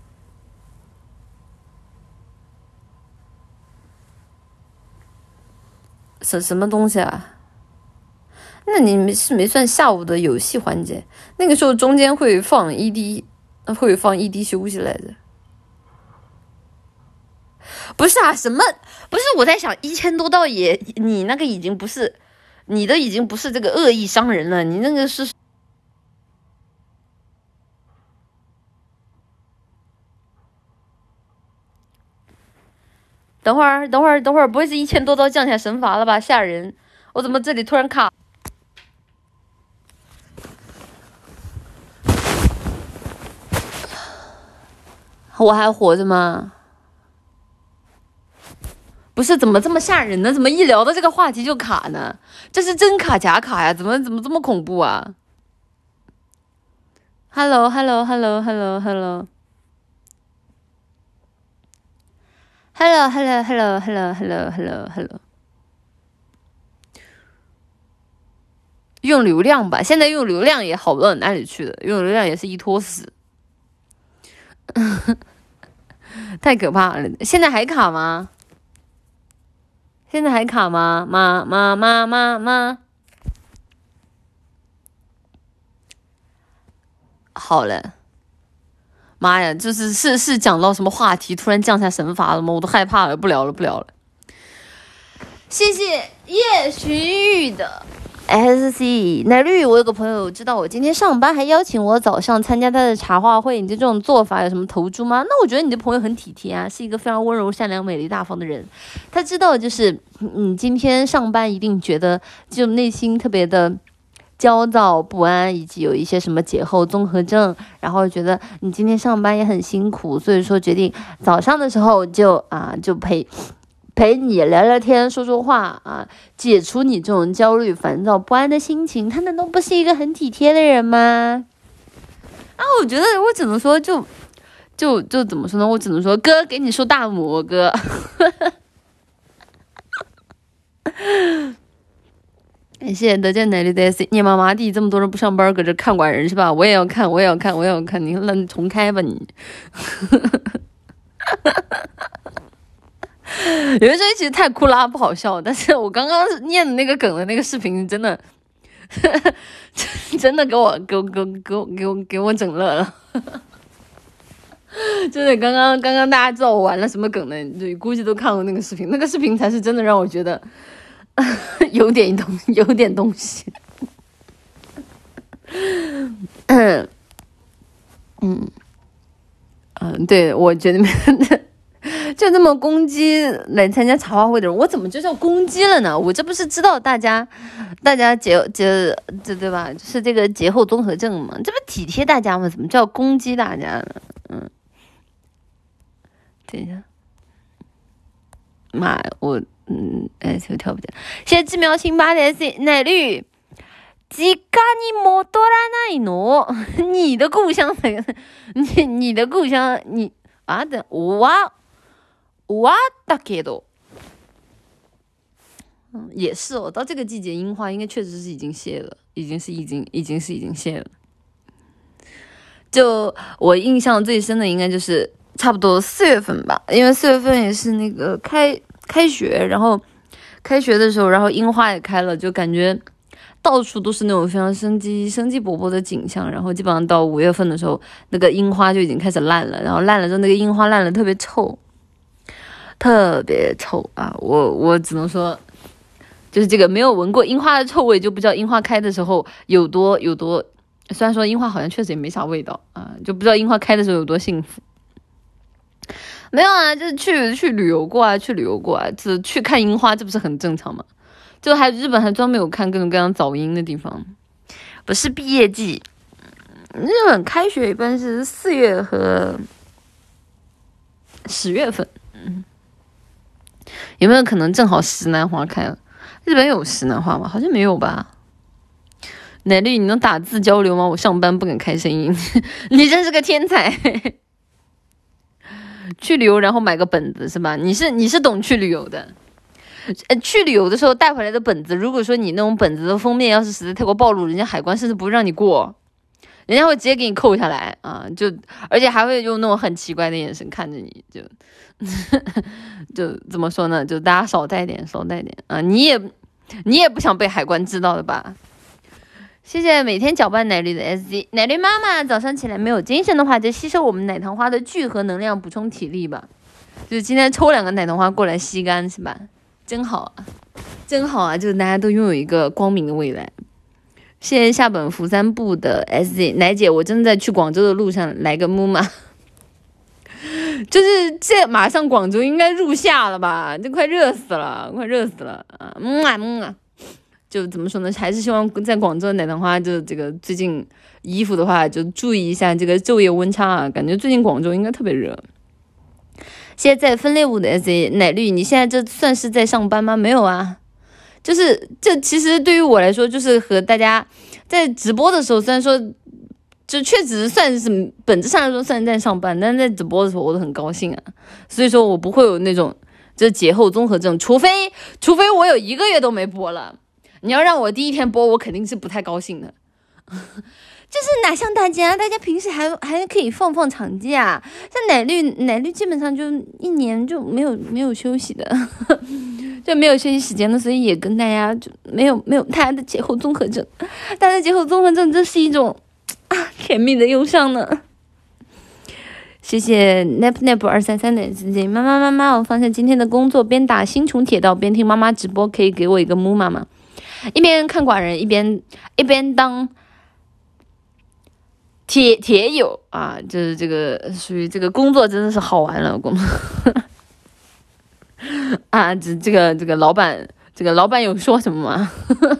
什么东西啊？那你没算下午的游戏环节？那个时候中间会放 ED 休息来着。不是啊，什么？不是我在想1000多刀也，你那个已经不是你的，已经不是这个恶意伤人了，你那个是。等会儿，不会是1000多刀降下神罚了吧？吓人！我怎么这里突然卡？我还活着吗？不是，怎么这么吓人呢？怎么一聊到这个话题就卡呢？这是真卡假卡呀？怎么这么恐怖啊 ？Hello。 用流量吧，现在用流量也好不到哪里去的，用流量也是一坨屎，太可怕了。现在还卡吗？现在还卡吗？妈，好了，妈呀，是讲到什么话题突然降下神罚了吗？我都害怕了，不聊了。谢谢叶徐玉的 SC 奶绿，我有个朋友知道我今天上班，还邀请我早上参加他的茶话会。你这种做法有什么投注吗？那我觉得你的朋友很体贴啊，是一个非常温柔、善良、美丽、大方的人。他知道就是你今天上班一定觉得就内心特别的焦躁不安，以及有一些什么节后综合症，然后觉得你今天上班也很辛苦，所以说决定早上的时候就陪你聊聊天，说说话啊，解除你这种焦虑、烦躁、不安的心情。他难道不是一个很体贴的人吗？啊，我觉得我只能说就怎么说呢？我只能说哥给你竖大拇哥。谢谢德建奶绿的 S， 你妈妈地这么多人不上班，搁这看管人是吧？我也要看，你让重开吧你。有的时候其实太酷啦，不好笑。但是我刚刚念的那个梗的那个视频，真的，真的给我整乐了。真的，刚刚大家知道我玩了什么梗呢？就估计都看过那个视频，那个视频才是真的让我觉得有点东西。对，我觉得就这么攻击来参加茶话会的人，我怎么就叫攻击了呢？我这不是知道大家这对吧？就是这个节后综合症嘛，这不体贴大家吗？怎么叫攻击大家呢？等一下，妈，我这个跳不掉。谢谢志苗辛巴的 S 奶绿。実家に戻らないの？你的故乡你的故乡終わったけど，也是哦。到这个季节，樱花应该确实是已经谢了，已经谢了。就我印象最深的，应该就是差不多4月份吧，因为4月份也是那个开学，然后开学的时候，然后樱花也开了，就感觉到处都是那种非常生机勃勃的景象。然后基本上到5月份的时候，那个樱花就已经开始烂了，然后烂了之后，那个樱花烂了特别臭啊！我只能说，就是这个没有闻过樱花的臭味，就不知道樱花开的时候有多。虽然说樱花好像确实也没啥味道啊，就不知道樱花开的时候有多幸福。没有啊，就是去旅游过啊，这去看樱花，这不是很正常吗？就日本还专门有看各种各样早樱的地方。不是毕业季，日本开学一般是4月和10月份。有没有可能正好石楠花开了？日本有石楠花吗？好像没有吧。奶绿，你能打字交流吗？我上班不敢开声音。你真是个天才。去旅游然后买个本子是吧？你是懂去旅游的。去旅游的时候带回来的本子，如果说你那种本子的封面要是实在太过暴露，人家海关甚至不会让你过，人家会直接给你扣下来啊！而且还会用那种很奇怪的眼神看着你，就怎么说呢？就大家少带点啊！你也不想被海关知道的吧？谢谢每天搅拌奶绿的 SZ 奶绿妈妈，早上起来没有精神的话，就吸收我们奶糖花的聚合能量，补充体力吧。就是今天抽2个奶糖花过来吸干是吧？真好啊！就是大家都拥有一个光明的未来。谢谢下本扶三部的 SZ 奶姐，我真的在去广州的路上来个木马。就是这马上广州应该入夏了吧？这快热死了啊！就怎么说呢？还是希望在广州的奶糖花，就这个最近衣服的话，就注意一下这个昼夜温差啊！感觉最近广州应该特别热。现在在分类舞的 S 奶绿，你现在这算是在上班吗？没有啊，就是这其实对于我来说，就是和大家在直播的时候，虽然说就确实算是本质上来说算是在上班，但是在直播的时候我都很高兴啊，所以说我不会有那种这节后综合症，除非我有1个月都没播了。 你要让我第一天播，我肯定是不太高兴的。就是哪像大家平时还可以放长假，像奶绿基本上就一年就没有休息的，就没有休息时间的，所以也跟大家就没有他的节后综合症，他的节后综合症这是一种甜蜜的忧伤呢。谢谢 nap233的资金，妈，我放下今天的工作，边打星穹铁道边听妈妈直播，可以给我一个木妈吗？一边看寡人，一边当铁友啊，就是这个属于这个工作真的是好玩了，工作啊，这个老板有说什么吗？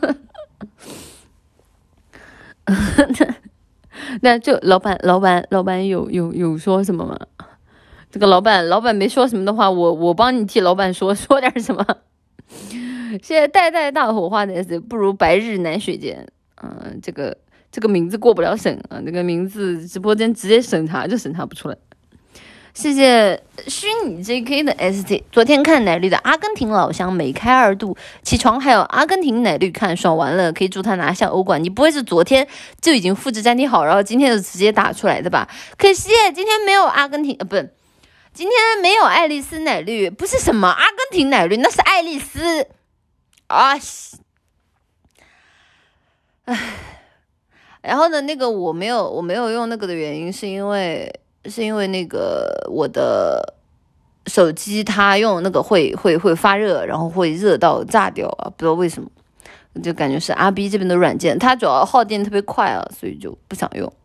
那就老板有说什么吗？这个老板没说什么的话，我帮你替老板说点什么。现在代大火花的 S 不如白日南水间，这个名字过不了审啊，这个名字直播间直接审查不出来。谢谢虚拟 JK 的 ST， 昨天看奶绿的阿根廷老乡梅开二度，起床还有阿根廷奶绿看，爽完了，可以祝他拿下欧冠。你不会是昨天就已经复制粘贴好，然后今天就直接打出来的吧？可惜今天没有阿根廷，今天没有爱丽丝奶绿，不是什么阿根廷奶绿，那是爱丽丝啊！唉，然后呢，那个我没有用那个的原因是因为那个我的手机它用那个会发热，然后会热到炸掉啊，不知道为什么，就感觉是阿 B 这边的软件，它主要耗电特别快啊，所以就不想用。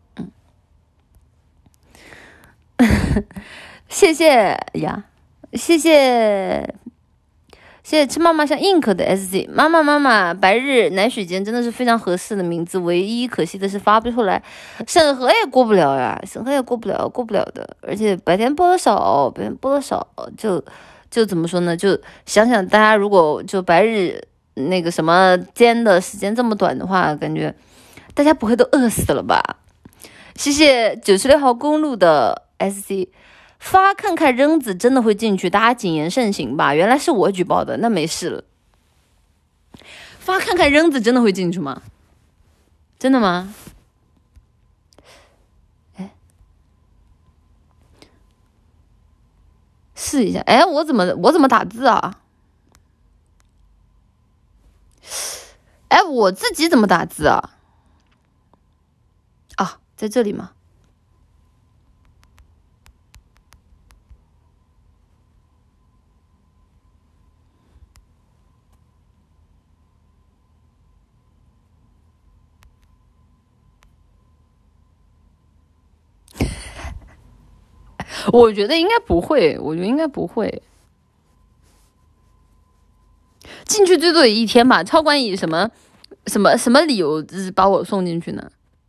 谢谢呀，谢谢吃妈妈像 ink 的 SC 妈妈白日奶水间真的是非常合适的名字，唯一可惜的是发不出来，审核也过不了呀，过不了的，而且白天播的少，就怎么说呢？就想想大家如果就白日那个什么间的时间这么短的话，感觉大家不会都饿死了吧？谢谢96号公路的 SC。发看看扔子真的会进去，大家谨言慎行吧。原来是我举报的，那没事了。发看看扔子真的会进去吗？真的吗？哎，试一下。哎，我怎么打字啊？哎，我自己怎么打字啊？啊，在这里吗？我觉得应该不会，进去最多也1天吧。超管以什么理由把我送进去呢？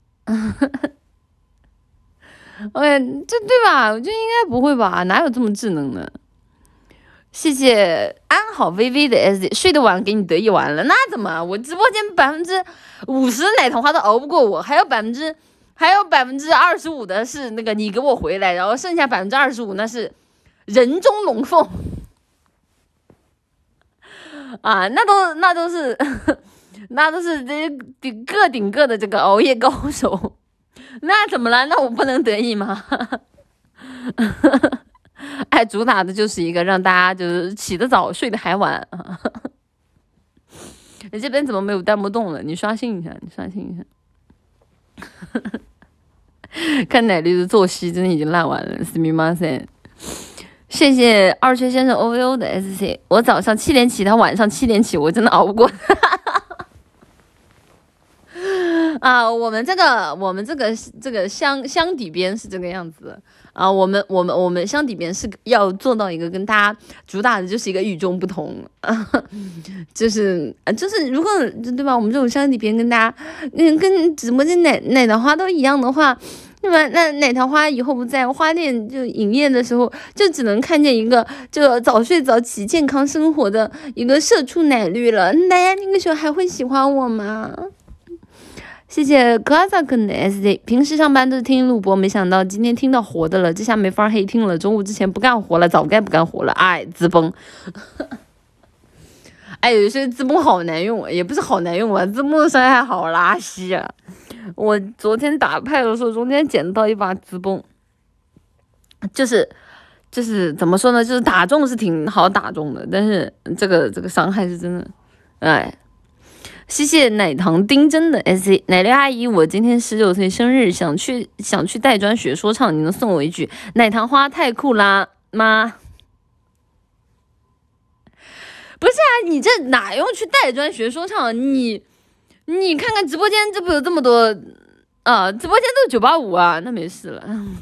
哎，这对吧？我觉得应该不会吧？哪有这么智能的？谢谢安好微微的 S， 睡得晚给你得意完了，那怎么？我直播间50%奶糖花都熬不过我，还有25%的是那个你给我回来，然后剩下25%那是人中龙凤啊，那都是这个顶个的这个熬夜高手，那怎么了？那我不能得意吗？哎，主打的就是一个让大家就是起得早睡得还晚。你这边怎么没有弹幕动了？你刷新一下。看奶绿的作息真的已经烂完了，すみません。谢谢二缺先生 OVO 的 SC， 我早上7点起，他晚上7点起，我真的熬不过。啊，我们这个箱底边是这个样子啊，我们箱底边是要做到一个跟大家主打的就是一个与众不同，就是如果对吧，我们这种箱底边跟大家跟直播间奶糖花都一样的话，对吧？那奶糖花以后不在花店就营业的时候，就只能看见一个就早睡早起、健康生活的一个社畜奶绿了。大家那个时候还会喜欢我吗？谢谢格萨肯的 SD， 平时上班都是听录播，没想到今天听到活的了，这下没法黑听了。中午之前不干活了，早该不干活了，哎，自崩。 哎，有些字幕好难用，也不是好难用吧，字幕的伤害好拉稀啊！我昨天打派的时候，中间捡到一把字幕，就是怎么说呢？就是打中是挺好打中的，但是这个伤害是真的，哎。谢谢奶糖丁真的 SC 奶酪阿姨，我今天19岁生日，想去大专学说唱，你能送我一句奶糖花太酷啦吗？不是啊，你这哪用去大专学说唱？你看看直播间，这不有这么多啊？直播间都是985啊，那没事了。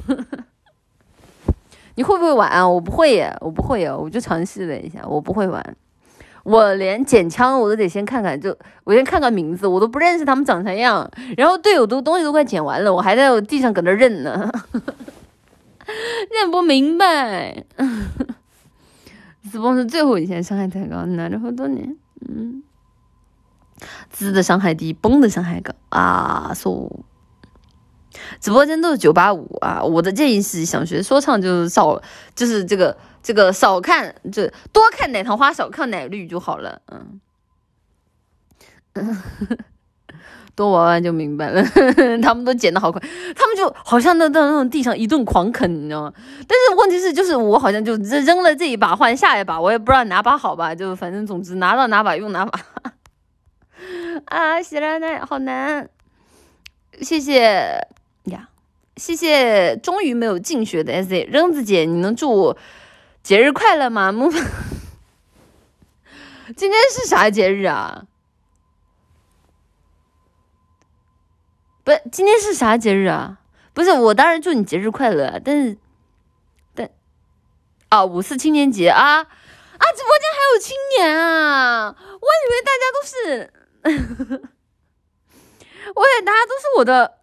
你会不会玩啊？我不会耶，我就尝试了一下，我不会玩。我连捡枪我都得先看看，我先看看名字，我都不认识他们长啥样。然后队友东西都快捡完了，我还在我地上搁那认呢，认不明白。死亡是最后一线，伤害太高，拿了好多年。滋的伤害低，崩的伤害高啊！直播间都是985啊！我的建议是，想学说唱就是这个少看，就多看奶糖花，少看奶绿就好了。多玩玩就明白了。他们都捡得好快，他们就好像那种地上一顿狂啃，你知道吗？但是问题是，就是我好像就扔了这一把换下一把，我也不知道哪把好吧，就反正总之拿到哪把用哪把。啊，喜来奶好难，谢谢呀，谢谢终于没有进学的 SA 扔子姐，你能祝我节日快乐吗？今天是啥节日啊？不是，今天是啥节日啊？不是，我当然祝你节日快乐，但54青年节啊！直播间还有青年啊！我以为大家都是，我以为大家都是我的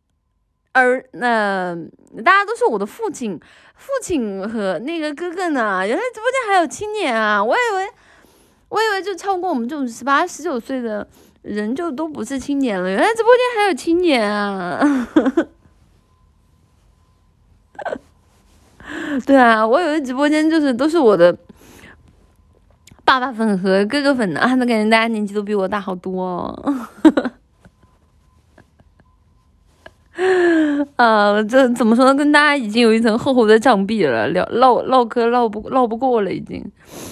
大家都是我的父亲和那个哥哥呢。原来直播间还有青年啊！我以为就超过我们这种18、19岁的人就都不是青年了。原来直播间还有青年啊！对啊，我以为直播间就是都是我的爸爸粉和哥哥粉呢，那感觉大家年纪都比我大好多哦。这怎么说呢？跟大家已经有一层厚厚的障壁了，唠嗑唠不过了，已经。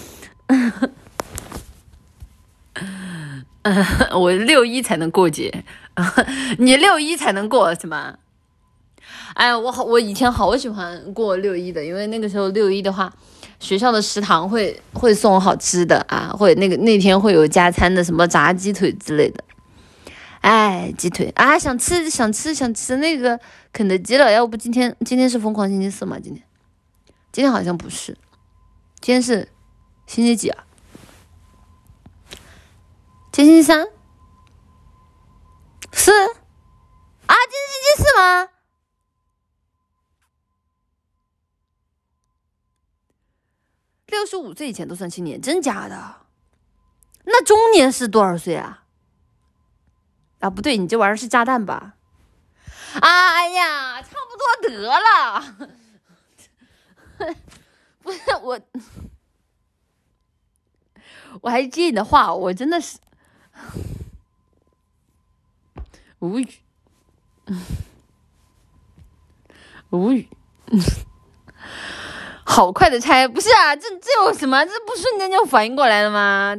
我6·1才能过节，你6·1才能过是吗？哎，我以前好喜欢过6·1的，因为那个时候6·1的话，学校的食堂会送好吃的啊，会那天会有加餐的，什么炸鸡腿之类的。哎，鸡腿啊，想吃那个肯德基了。要不今天是疯狂星期四吗？今天好像不是，今天是星期几啊？今天星期3？是啊，今天星期4吗？65岁以前都算青年，真假的？那中年是多少岁啊？不对，你这玩意儿是炸弹吧？哎呀，差不多得了。不是我还接你的话，我真的是无语，无语。好快的拆，不是啊？这有什么？这不瞬间就反应过来了吗？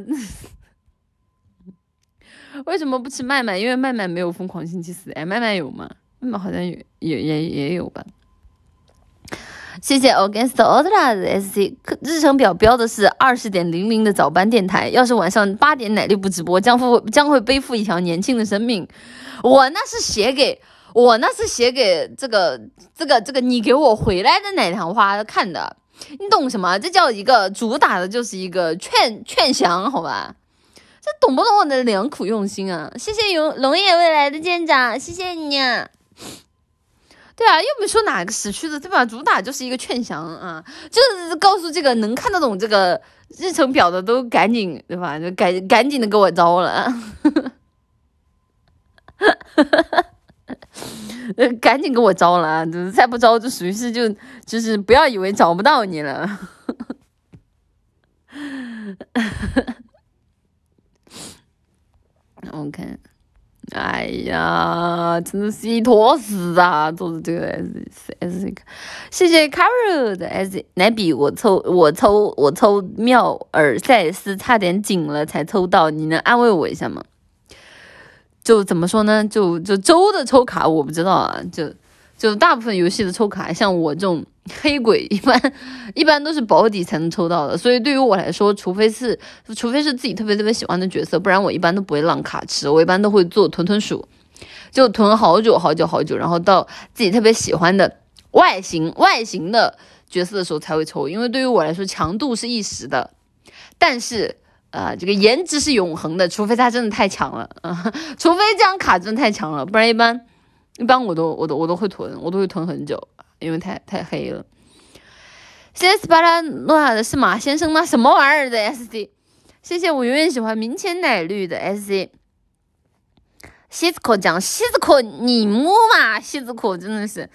为什么不吃麦麦？因为麦麦没有疯狂星期四。哎，麦麦有吗？麦麦好像也有吧。谢谢 Against Ultra 的 SC 日程表标的是20:00的早班电台，要是晚上8点奶绿不直播，将会背负一条年轻的生命。我那是写给这个你给我回来的奶糖花看的，你懂什么？这叫一个主打的就是一个劝降，好吧？这懂不懂我的良苦用心啊？谢谢龙野未来的舰长，谢谢你啊！对啊，又没说哪个时区的，对吧？主打就是一个劝降啊，就是告诉这个能看得懂这个日程表的都赶紧，对吧？就赶紧的给我招了，赶紧给我招了啊！就是再不招，就属于是就是不要以为找不到你了。 好看。哎呀，真的是一坨屎啊！做的这个 S， 谢谢 Carol 的 S， 来比我抽妙尔赛斯差点紧了才抽到，你能安慰我一下吗？就怎么说呢？就周的抽卡我不知道啊，就大部分游戏的抽卡，像我这种黑鬼一般都是保底才能抽到的，所以对于我来说，除非是自己特别喜欢的角色，不然我一般都不会浪卡吃，我一般都会做屯鼠，就囤好久，然后到自己特别喜欢的外形的角色的时候才会抽，因为对于我来说强度是一时的，但是这个颜值是永恒的，除非他真的太强了除非这张卡真的太强了，不然一般我都会囤，我都会囤很久，因为太黑了。谢谢斯巴达诺亚的是马先生吗？什么玩意儿的 SC？ 谢谢我永远喜欢明前奶绿的 SC。西子口讲西子口你摸嘛，西子口真的是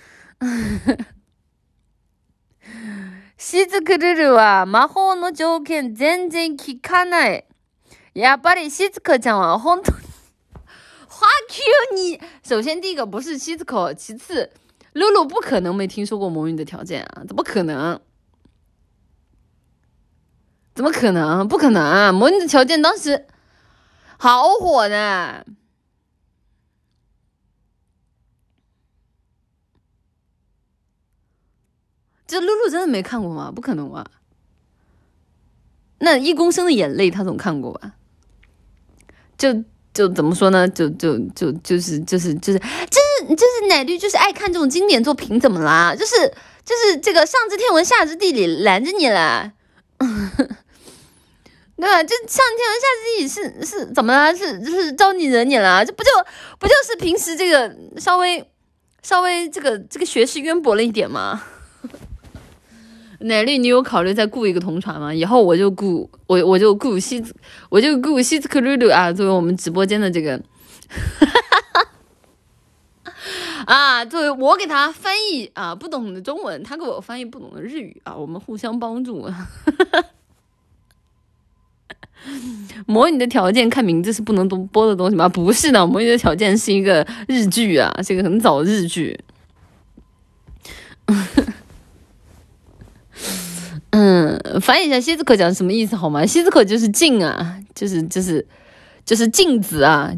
西子口ルルは魔法の条件全然聞かない。やっぱり西子ちゃんは本当に花 Q 你，首先第一个不是西子口，其次露露不可能没听说过魔女的条件啊，怎么可能？不可能！魔女的条件当时好火呢。这露露真的没看过吗？不可能吧？那1公升的眼泪他总看过吧？就怎么说呢？就是奶绿就是爱看这种经典作品，怎么啦？就是这个上知天文下知地理拦着你了，对吧？这上天文下知地理是怎么了？是招你惹你了？这不就是平时这个稍微这个学识渊博了一点吗？奶绿，你有考虑再雇一个同传吗？以后我就雇西子克露露啊，作为我们直播间的这个啊，作为我给他翻译啊不懂的中文，他给我翻译不懂的日语啊，我们互相帮助。魔女的条件看名字是不能播的东西吗？不是的，魔女的条件是一个日剧啊，是一个很早的日剧。翻译一下西子口讲什么意思好吗？西子口就是镜啊，就是镜子啊，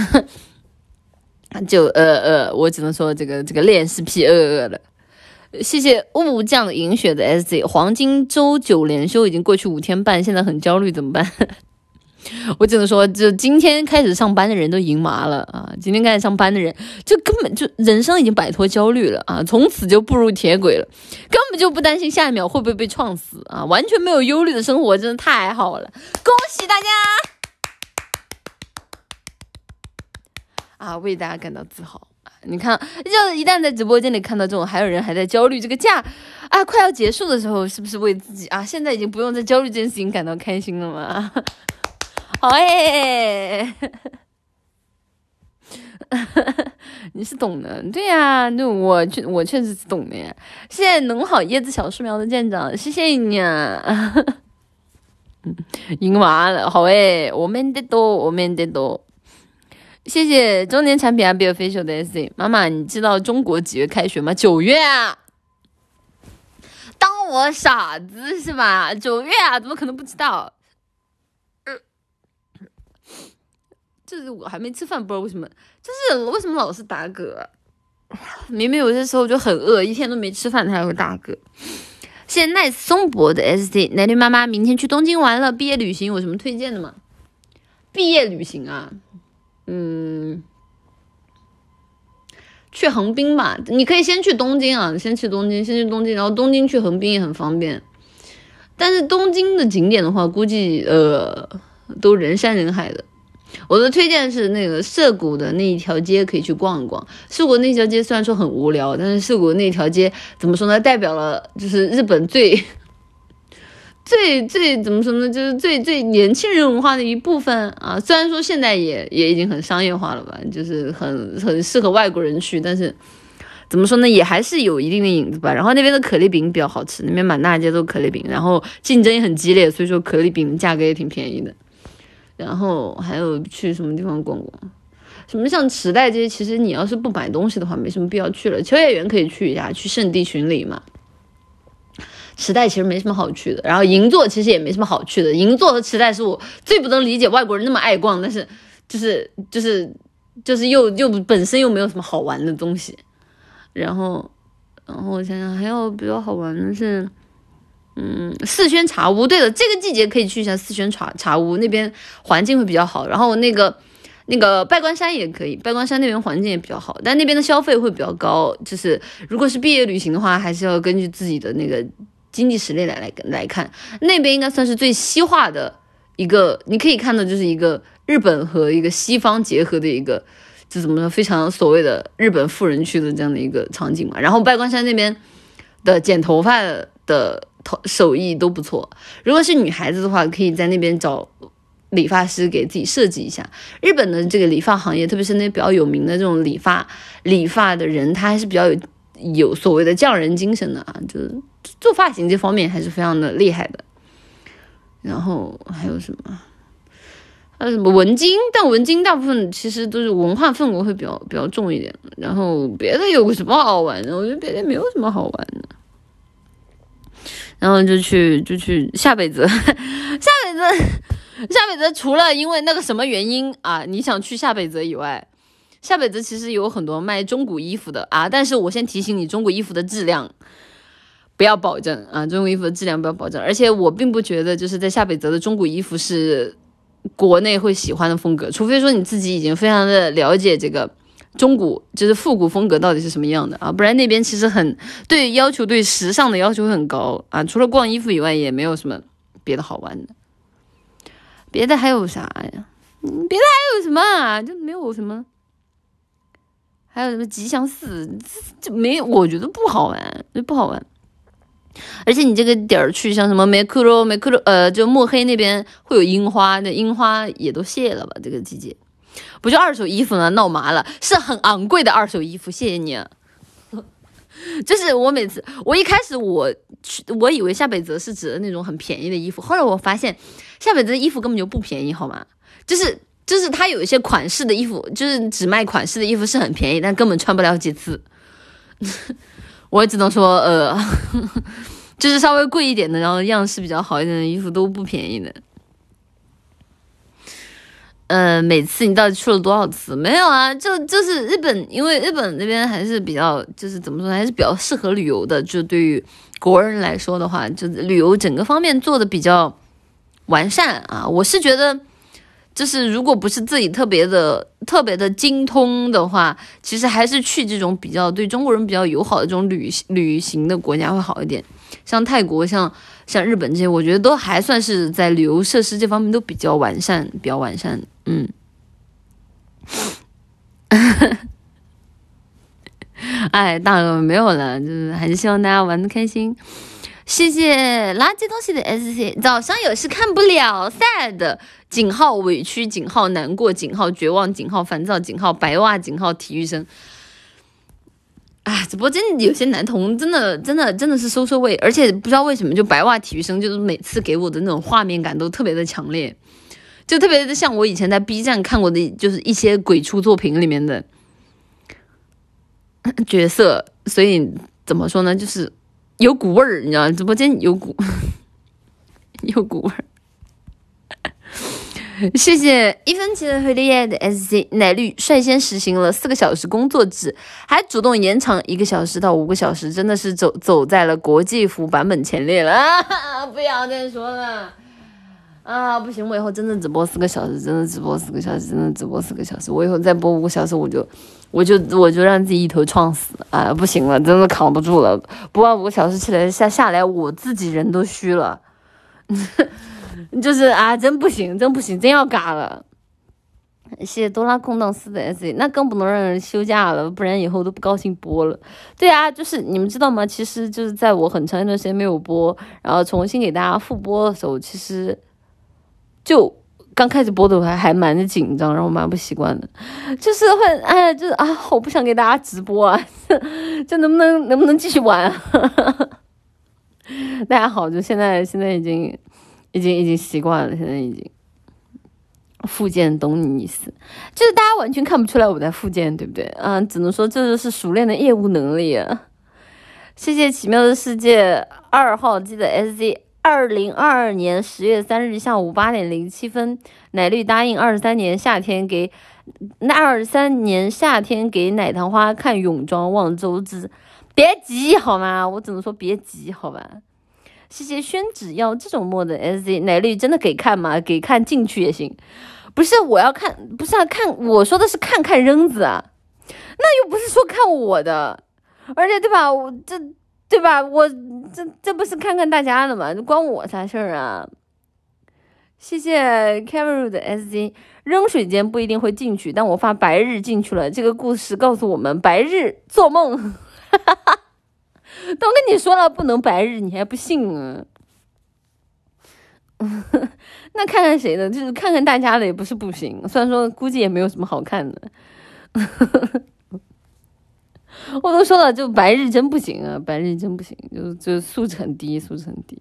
我只能说这个恋是 P 了。谢谢雾降银雪的 SZ， 黄金周9连休已经过去5天半，现在很焦虑，怎么办？我只能说，就今天开始上班的人都赢麻了啊！今天开始上班的人，就根本就人生已经摆脱焦虑了啊，从此就步入铁轨了，根本就不担心下一秒会不会被撞死啊，完全没有忧虑的生活，真的太好了，恭喜大家！啊，为大家感到自豪。你看，就一旦在直播间里看到这种，还有人还在焦虑这个假啊快要结束的时候，是不是为自己啊现在已经不用再焦虑这件事情感到开心了吗？好你是懂的，对呀，那我确实是懂的呀。谢谢农好椰子小树苗的舰长，谢谢你啊。赢麻了，好我们得多。谢谢周年产品Happy Official的 SC 妈妈，你知道中国几月开学吗？9月啊。当我傻子是吧？9月啊，怎么可能不知道？就是我还没吃饭，不知道为什么，就是为什么老是打嗝？明明有些时候就很饿，一天都没吃饭，他还会打嗝。谢谢 Nice 松柏的 SC 奶绿妈妈，明天去东京玩了，毕业旅行有什么推荐的吗？毕业旅行啊，去横滨吧，你可以先去东京啊，先去东京，然后东京去横滨也很方便。但是东京的景点的话，估计都人山人海的。我的推荐是那个涩谷的那一条街可以去逛一逛。涩谷那条街虽然说很无聊，但是涩谷那条街怎么说呢？代表了就是日本最怎么说呢？就是最年轻人文化的一部分啊。虽然说现在也已经很商业化了吧，就是很适合外国人去，但是怎么说呢？也还是有一定的影子吧。然后那边的可丽饼比较好吃，那边满大街都可丽饼，然后竞争也很激烈，所以说可丽饼的价格也挺便宜的。 然后还有去什么地方逛逛，什么像池袋这些，其实你要是不买东西的话，没什么必要去了。秋叶原可以去一下，去圣地巡礼嘛。池袋其实没什么好去的，然后银座其实也没什么好去的。银座和池袋是我最不能理解外国人那么爱逛，但是就是又本身又没有什么好玩的东西。然后我想想还有比较好玩的是，四轩茶屋。对了，这个季节可以去一下四轩茶屋，那边环境会比较好。然后那个拜关山也可以，拜关山那边环境也比较好，但那边的消费会比较高。就是如果是毕业旅行的话，还是要根据自己的那个经济实力来看。那边应该算是最西化的一个，你可以看到就是一个日本和一个西方结合的一个，就怎么说，非常所谓的日本富人区的这样的一个场景嘛。然后拜关山那边的剪头发的手艺都不错，如果是女孩子的话，可以在那边找理发师给自己设计一下。日本的这个理发行业，特别是那比较有名的这种理发的人，他还是比较有所谓的匠人精神的啊，就是做发型这方面还是非常的厉害的。然后还有什么？还有什么文京？但文京大部分其实都是文化氛围会比较重一点。然后别的有什么好玩的？我觉得别的没有什么好玩的。然后就去下北泽，下北泽除了因为那个什么原因啊，你想去下北泽以外，下北泽其实有很多卖中古衣服的啊，但是我先提醒你，中古衣服的质量不要保证啊，中古衣服的质量不要保证。而且我并不觉得就是在下北泽的中古衣服是国内会喜欢的风格，除非说你自己已经非常的了解这个中古就是复古风格到底是什么样的啊，不然那边其实对时尚的要求很高啊。除了逛衣服以外，也没有什么别的好玩的。别的还有啥呀？别的还有什么啊？就没有什么。还有什么吉祥寺，就没有，我觉得不好玩，不好玩。而且你这个点儿去，像什么梅库罗，就墨黑那边会有樱花，那樱花也都谢了吧？这个季节。不就二手衣服呢？闹麻了，是很昂贵的二手衣服，谢谢你啊。就是我一开始我以为下北泽是指的那种很便宜的衣服，后来我发现下北泽的衣服根本就不便宜，好吗？就是它有一些款式的衣服，就是只卖款式的衣服是很便宜，但根本穿不了几次。我也只能说就是稍微贵一点的，然后样式比较好一点的衣服都不便宜的。每次你到底去了多少次？没有啊，就是日本，因为日本那边还是比较，就是怎么说，还是比较适合旅游的。就对于国人来说的话，就是旅游整个方面做的比较完善啊。我是觉得，就是如果不是自己特别的精通的话，其实还是去这种比较对中国人比较友好的这种旅行的国家会好一点。像泰国，像日本这些，我觉得都还算是在旅游设施这方面都比较完善。哎，大鹅没有了，就是还是希望大家玩得开心。谢谢垃圾东西的 SC， 早上有事看不了 sad 井号委屈井号难过井号绝望井号烦躁井号白袜井号体育生。啊，直播间有些男同真的是收位，而且不知道为什么就白袜体育生就是每次给我的那种画面感都特别的强烈，就特别的像我以前在 B 站看过的就是一些鬼畜作品里面的角色，所以怎么说呢，就是有股味儿，你知道，直播间有股味儿。谢谢1分钱回力的 SC 奶绿率先实行了4个小时工作制，还主动延长1个小时到5个小时，真的是走在了国际服版本前列了啊！不要再说了啊！不行，我以后真的直播4个小时，真的直播4个小时，真的直播4个小时。我以后再播5个小时，我就让自己一头撞死啊！不行了，真的扛不住了，播完5个小时起来下来，我自己人都虚了。就是啊，真不行，真要嘎了。谢谢多拉空档4的 S， 那更不能让人休假了，不然以后都不高兴播了。对啊，就是你们知道吗？其实就是在我很长一段时间没有播，然后重新给大家复播的时候，其实就刚开始播的还蛮的紧张，然后蛮不习惯的，就是会就是啊，好不想给大家直播啊，就能不能继续玩啊？大家好，就现在已经习惯了，现在已经复健，懂你意思，就是大家完全看不出来我在复健，对不对？只能说这就是熟练的业务能力啊。谢谢奇妙的世界2号机的 SZ。2022年10月3日下午8点07分，奶绿答应23年夏天给奶糖花看泳装望周知，别急好吗？我只能说别急好吧。谢谢宣纸要这种墨的 SZ， 奶绿真的给看吗？给看进去也行，不是我要看，不是看，我说的是看看扔子啊，那又不是说看我的，而且对吧？对吧？我这不是看看大家的吗？关我啥事儿啊？谢谢 Cameron 的 SZ， 扔水间不一定会进去，但我发白日进去了。这个故事告诉我们，白日做梦。都跟你说了不能白日，你还不信啊？那看看谁的，就是看看大家的也不是不行。虽然说估计也没有什么好看的。我都说了，就白日真不行啊，白日真不行，就素质很低，素质很低。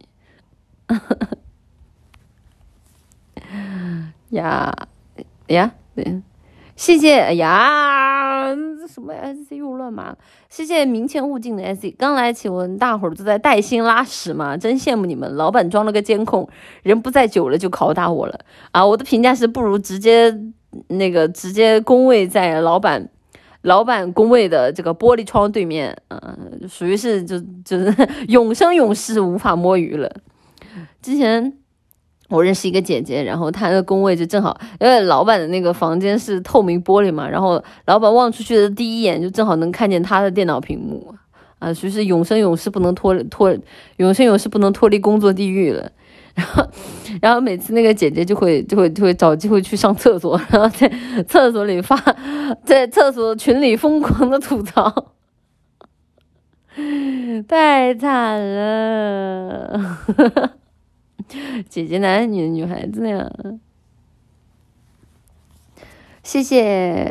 对，谢谢什么 SC 又乱码了。谢谢明前勿近的 SC。刚来请问大伙儿都在带薪拉屎吗？真羡慕你们，老板装了个监控，人不在久了就拷打我了啊！我的评价是不如直接工位在老板工位的这个玻璃窗对面，属于是就是永生永世无法摸鱼了。之前我认识一个姐姐，然后她的工位就正好，因为老板的那个房间是透明玻璃嘛，然后老板望出去的第一眼就正好能看见她的电脑屏幕啊，属于是永生永世不能脱离工作地狱了。然后每次那个姐姐就会找机会去上厕所，然后在厕所里在厕所群里疯狂的吐槽，太惨了。姐姐男女孩子呀。谢谢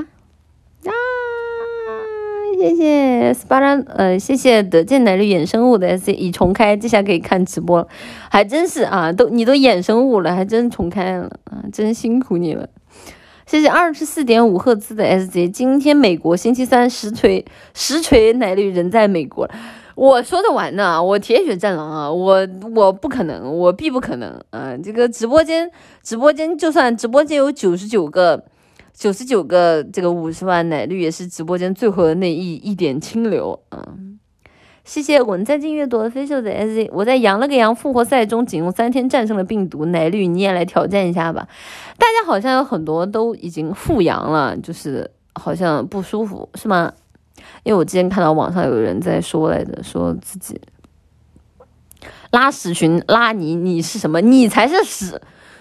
谢谢 SPA 谢谢得见奶绿衍生物的 SC 已重开，这下可以看直播了，还真是啊，你都衍生物了，还真重开了啊，真辛苦你了。谢谢24.5赫兹的 SC， 今天美国星期三实锤奶绿人在美国。我说得完呢，我铁血战狼啊，我不可能，我必不可能啊！这个直播间就算直播间有99个这个50万奶绿，也是直播间最后的那一点清流啊！谢谢稳在近月朵的飞秀的 SZ， 我在羊了个羊复活赛中仅用3天战胜了病毒，奶绿你也来挑战一下吧！大家好像有很多都已经复阳了，就是好像不舒服是吗？因为我之前看到网上有人在说来着，说自己拉屎群拉你是什么？你才是屎！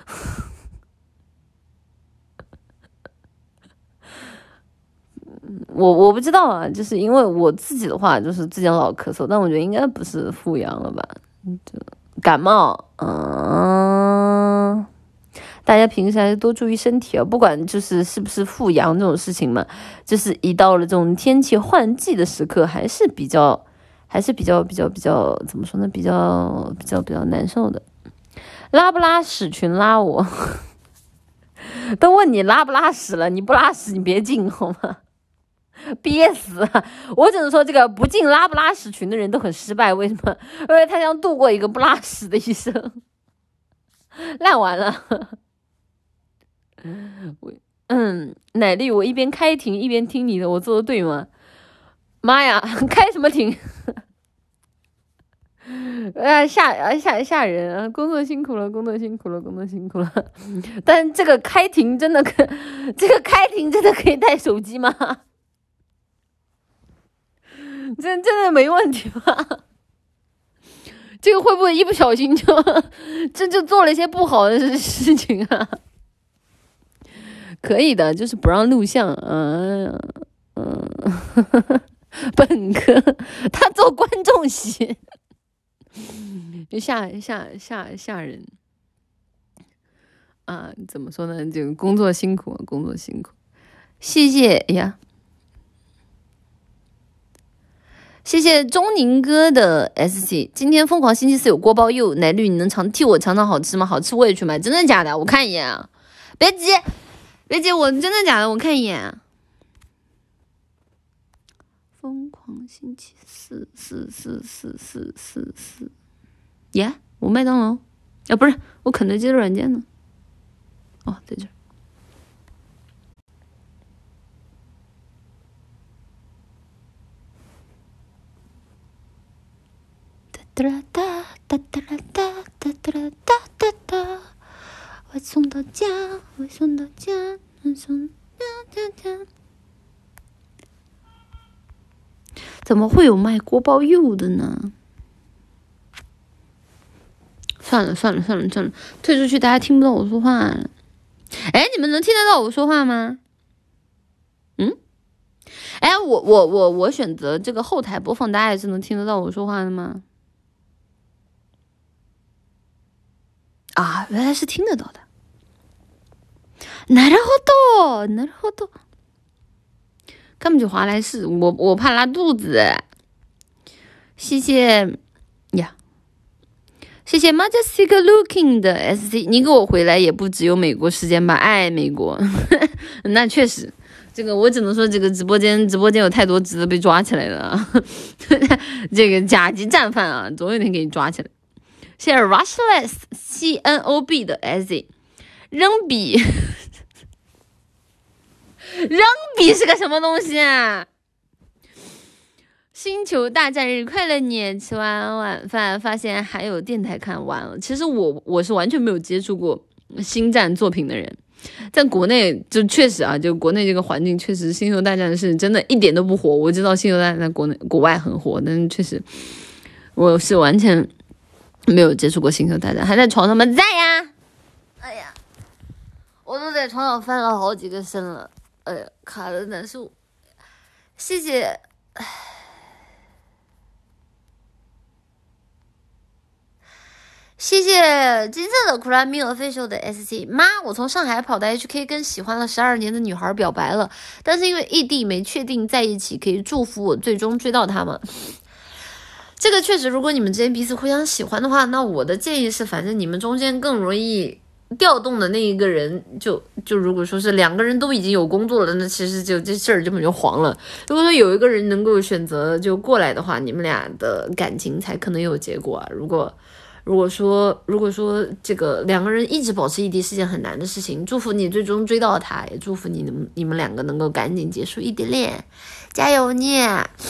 我不知道啊，就是因为我自己的话，就是之前老咳嗽，但我觉得应该不是复阳了吧，就感冒。大家平时还是多注意身体啊，不管就是是不是复阳这种事情嘛，就是一到了这种天气换季的时刻，还是比较怎么说呢，比较难受的。拉不拉屎群拉我，都问你拉不拉屎了，你不拉屎你别进好吗？憋死啊！我只能说这个不进拉不拉屎群的人都很失败，为什么？因为他想度过一个不拉屎的一生，烂完了。奶绿，我一边开庭一边听你的，我做的对吗？妈呀，开什么庭？吓人啊！工作辛苦了。但这个开庭真的可以带手机吗？真的没问题吧？这个会不会一不小心就做了一些不好的事情啊？可以的，就是不让录像。本科他做观众席，吓人啊！怎么说呢？这个工作辛苦。谢谢呀，谢谢钟宁哥的 SC。今天疯狂星期四有锅包肉，奶绿你能替我尝尝好吃吗？好吃我也去买，真的假的？我看一眼啊。 别急，别急，我真的假的？我看一眼。疯狂星期四4444444，耶！我麦当劳啊，不是我肯德基的软件呢。哦，在这儿。哒哒哒哒哒哒哒哒哒哒哒，我送到家，我送到家，我送到家。怎么会有卖锅包肉的呢？算了，退出去大家听不到我说话。哎，你们能听得到我说话吗？哎，我选择这个后台播放，大家也是能听得到我说话的吗？啊，原来是听得到的。なるほど。根本就华莱士，我怕拉肚子。谢谢呀，谢谢 Majestic Looking 的 SC， 你给我回来也不只有美国时间吧？哎，美国，那确实，这个我只能说这个直播间有太多值得被抓起来了，这个甲级战犯啊，总有一天给你抓起来。谢谢 Rushless CNOB 的 SC， 扔笔。扔笔是个什么东西啊？星球大战日快乐你！吃完晚饭发现还有电台看完了。其实我是完全没有接触过星战作品的人，在国内就确实啊，就国内这个环境确实星球大战是真的一点都不火。我知道星球大战在国外很火，但是确实我是完全没有接触过星球大战。还在床上吗？在呀！哎呀，我都在床上翻了好几个身了。哎呀，卡的难受。谢谢，谢谢金色的 Kurami Official 的 SC 妈，我从上海跑到 HK 跟喜欢了12年的女孩表白了，但是因为异地没确定在一起，可以祝福我最终追到她吗？这个确实，如果你们之间彼此互相喜欢的话，那我的建议是，反正你们中间更容易调动的那一个人就如果说是2个人都已经有工作了，那其实就这事儿根本就黄了。如果说有一个人能够选择就过来的话，你们俩的感情才可能有结果啊。如果说这个2个人一直保持异地是件很难的事情，祝福你最终追到他，也祝福你们2个能够赶紧结束异地恋，加油你！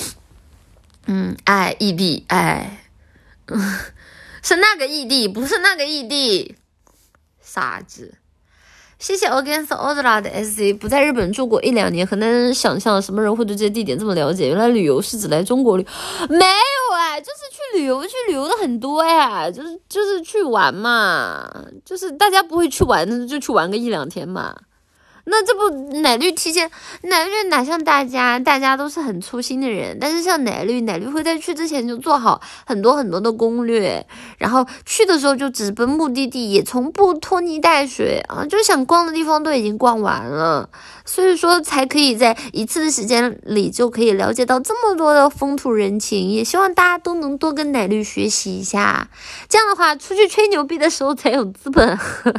哎，异地，哎，是那个异地，不是那个异地。傻子，谢谢 Against Odra 的 SC， 不在日本住过1-2年，很难想象什么人会对这些地点这么了解。原来旅游是指来中国旅，没有哎，就是去旅游的很多呀，就是去玩嘛，就是大家不会去玩，就去玩个1-2天嘛。那这不奶绿提前，奶绿哪像大家都是很粗心的人，但是像奶绿会在去之前就做好很多的攻略，然后去的时候就直奔目的地，也从不拖泥带水啊，就想逛的地方都已经逛完了，所以说才可以在一次的时间里就可以了解到这么多的风土人情，也希望大家都能多跟奶绿学习一下，这样的话出去吹牛逼的时候才有资本。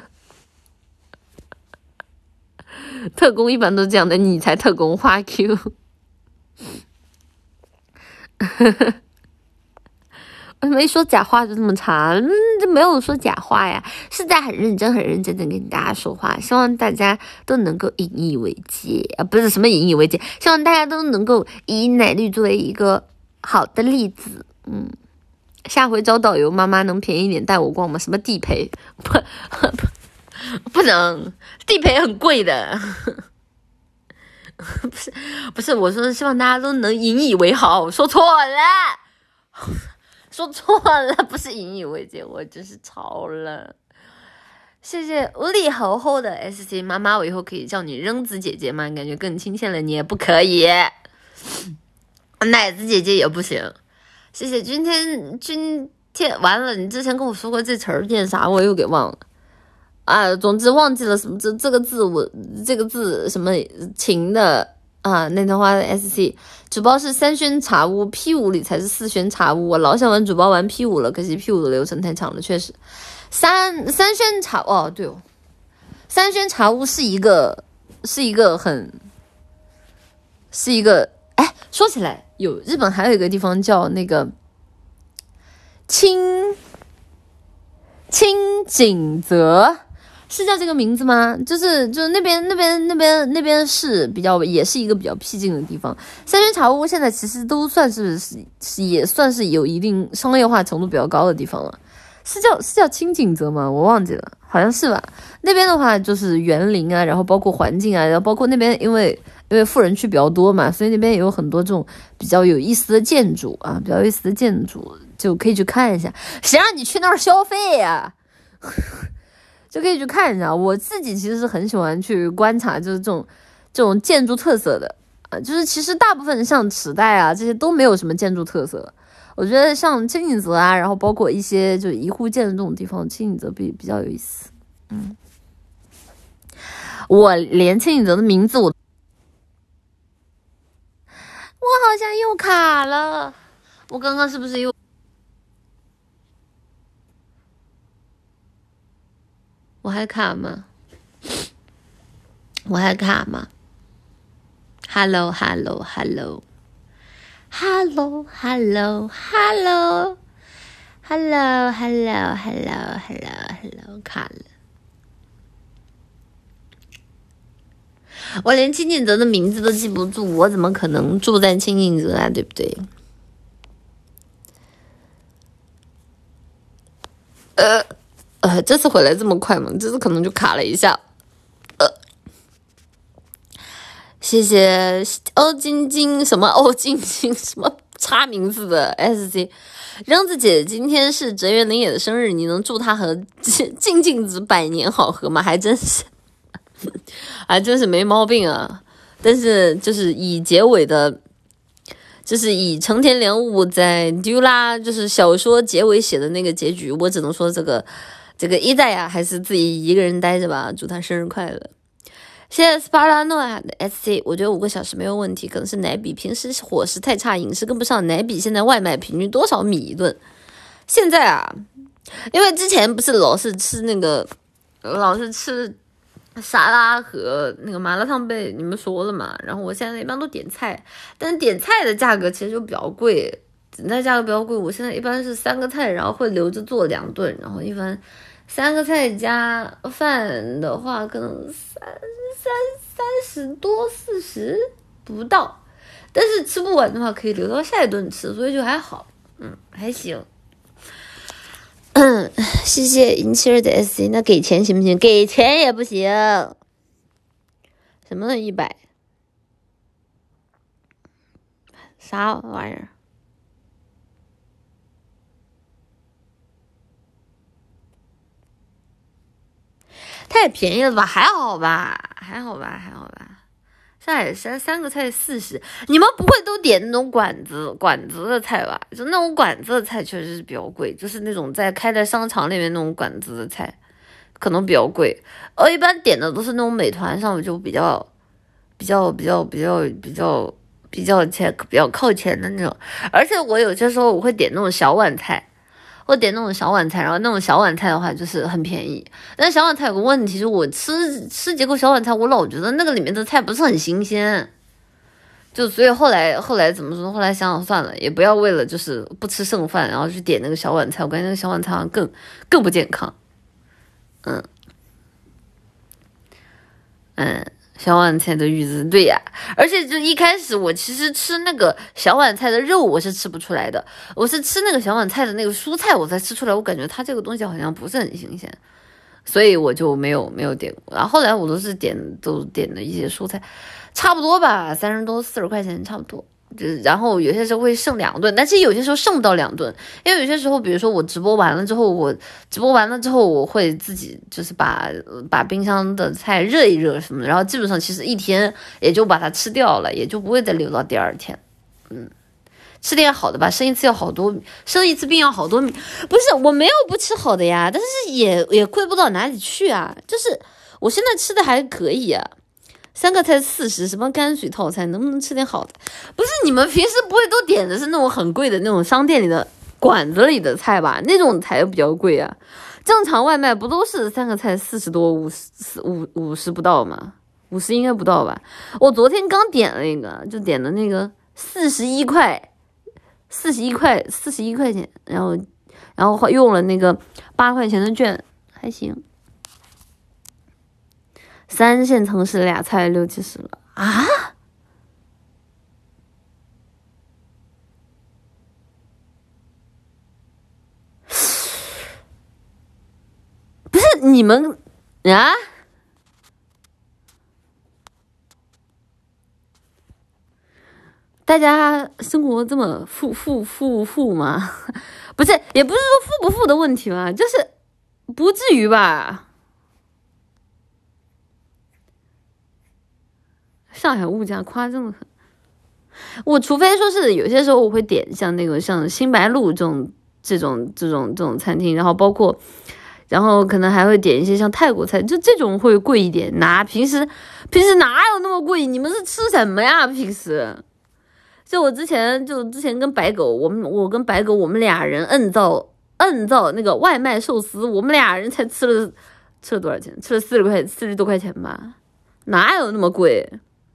特工一般都这样的，你才特工花 Q。我没说假话就这么长，这没有说假话呀，是在很认真的跟大家说话，希望大家都能够引以为戒啊，不是什么引以为戒，希望大家都能够以奶绿作为一个好的例子。下回找导游，妈妈能便宜点带我逛吗？什么地陪？不能，地陪很贵的。不是，我说希望大家都能引以为豪，说错了，不是引以为戒，我真是超了。谢谢无力猴猴的 SC 妈妈，我以后可以叫你扔子姐姐吗？感觉更亲切了，你也不可以，奶子姐姐也不行。谢谢今天完了，你之前跟我说过这词儿念啥，我又给忘了。总之忘记了什么这个字什么情的啊，那条花的 SC 主包是3轩茶屋 P5 里才是4轩茶屋，我老想玩主包玩 P5 了，可惜 P5 的流程太长了，确实三轩茶对哦， 三轩茶屋是一个哎，说起来日本还有一个地方叫那个清景泽，是叫这个名字吗？就是那边是也是一个比较僻静的地方。三轩茶屋现在其实都算也算是有一定商业化程度比较高的地方了。是叫清景泽吗？我忘记了，好像是吧。那边的话就是园林啊，然后包括环境啊，然后包括那边因为富人区比较多嘛，所以那边也有很多这种比较有意思的建筑啊，就可以去看一下。谁让你去那儿消费呀？就可以去看一下。我自己其实是很喜欢去观察，就是这种建筑特色的啊，就是其实大部分像池袋啊这些都没有什么建筑特色。我觉得像清景泽啊，然后包括一些就一户建的这种地方，清景泽比较有意思。我连清景泽的名字我好像又卡了，我刚刚是不是又？我还卡吗？Hello hello hello hello hello hello hello hello hello hello 卡了。我连清景泽的名字都记不住，我怎么可能住在清景泽啊？对不对？这次回来这么快吗？这次可能就卡了一下。谢谢欧晶晶什么差名字的 SC。扔子姐今天是泽原绫也的生日，你能祝她和静静子百年好合吗？还真是没毛病啊。但是就是以结尾的，就是以成田良悟在丢拉就是小说结尾写的那个结局，我只能说这个一代呀，还是自己一个人待着吧。祝他生日快乐。谢谢斯巴拉诺亚的 SC， 我觉得5个小时没有问题，可能是奶比平时伙食太差，饮食跟不上。奶比现在外卖平均多少米一顿？现在啊，因为之前不是老是吃沙拉和那个麻辣烫被你们说了嘛，然后我现在一般都点菜，但是点菜的价格其实就比较贵，点菜价格比较贵。我现在一般是3个菜，然后会留着做2顿，然后一般3个菜加饭的话，可能30多40不到，但是吃不完的话可以留到下一顿吃，所以就还好，还行。谢谢银七儿的 SC， 那给钱行不行？给钱也不行。什么100？啥玩意儿？太便宜了吧？还好吧。上海山3个菜40，你们不会都点那种馆子的菜吧？就那种馆子的菜确实是比较贵，就是那种开在商场里面那种馆子的菜，可能比较贵。我一般点的都是那种美团上就比较靠前的那种，而且我有些时候我会点那种小碗菜。然后那种小碗菜的话就是很便宜，但是小碗菜有个问题，就是我吃几口小碗菜，我老觉得那个里面的菜不是很新鲜，就所以后来怎么说呢？后来想算了，也不要为了就是不吃剩饭，然后去点那个小碗菜，我感觉那个小碗菜好像更不健康。小碗菜的玉子，对呀，而且就一开始我其实吃那个小碗菜的肉我是吃不出来的，我是吃那个小碗菜的那个蔬菜我才吃出来，我感觉它这个东西好像不是很新鲜，所以我就没有点过。然后后来我都点的一些蔬菜，差不多吧，30多40块钱差不多。然后有些时候会剩2顿，但是有些时候剩不到2顿，因为有些时候比如说我直播完了之后我会自己就是把冰箱的菜热一热什么的，然后基本上其实一天也就把它吃掉了，也就不会再留到第2天。吃点好的吧，生一次病要好多米，不是我没有不吃好的呀，但是也贵不到哪里去啊，就是我现在吃的还可以啊。3个菜40，什么泔水套餐，能不能吃点好的？不是你们平时不会都点的是那种很贵的那种商店里的馆子里的菜吧？那种才比较贵啊。 正常外卖不都是3个菜40多50不到吗？50应该不到吧？我昨天刚点了一个，就点的那个41块钱，然后用了那个8块钱的券，还行。3线城市俩菜60-70了啊！不是你们啊？大家生活这么富吗？不是，也不是说富不富的问题嘛，就是不至于吧。上海物价夸张的很，我除非说是有些时候我会点像新白鹿这种餐厅，然后可能还会点一些像泰国菜，就这种会贵一点。平时哪有那么贵？你们是吃什么呀？平时？就我之前跟白狗，我跟白狗我们俩人摁造那个外卖寿司，我们俩人才吃了多少钱？吃了40多块钱吧？哪有那么贵？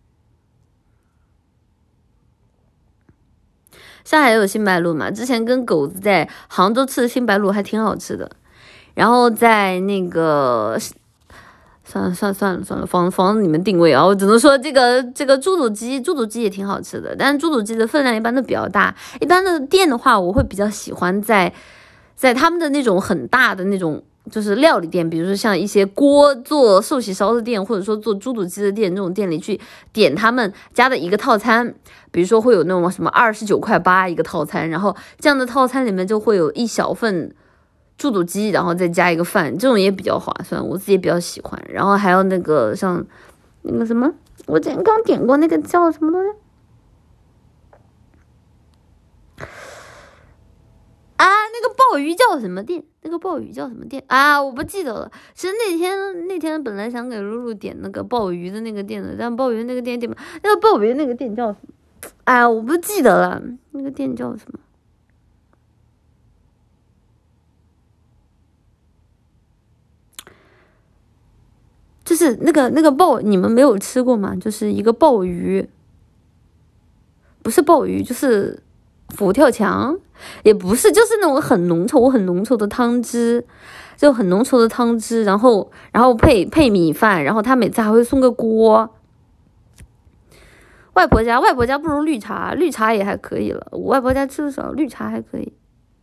上海有新白鹿嘛？之前跟狗子在杭州吃的新白鹿还挺好吃的。然后在那个算了，防你们定位啊！我只能说这个猪肚鸡也挺好吃的，但是猪肚鸡的分量一般都比较大。一般的店的话，我会比较喜欢在他们的那种很大的那种就是料理店，比如说像一些锅做寿喜烧的店，或者说做猪肚鸡的店，这种店里去点他们家的一个套餐。比如说会有那种什么29.8块一个套餐，然后这样的套餐里面就会有一小份猪肚鸡，然后再加一个饭，这种也比较划算，我自己也比较喜欢。然后还有那个像那个什么，我之前刚点过那个叫什么东西啊？那个鲍鱼叫什么店？啊？我不记得了。其实那天本来想给露露点那个鲍鱼的那个店的，但鲍鱼那个店那个鲍鱼那个店叫什么？哎，我不记得了，那个店叫什么？就是那个鲍，你们没有吃过吗？就是一个鲍鱼，不是鲍鱼，就是佛跳墙，也不是，就是那种很浓稠的汤汁，然后配米饭，然后他每次还会送个锅。外婆家不如绿茶也还可以了，我外婆家吃的少，绿茶还可以。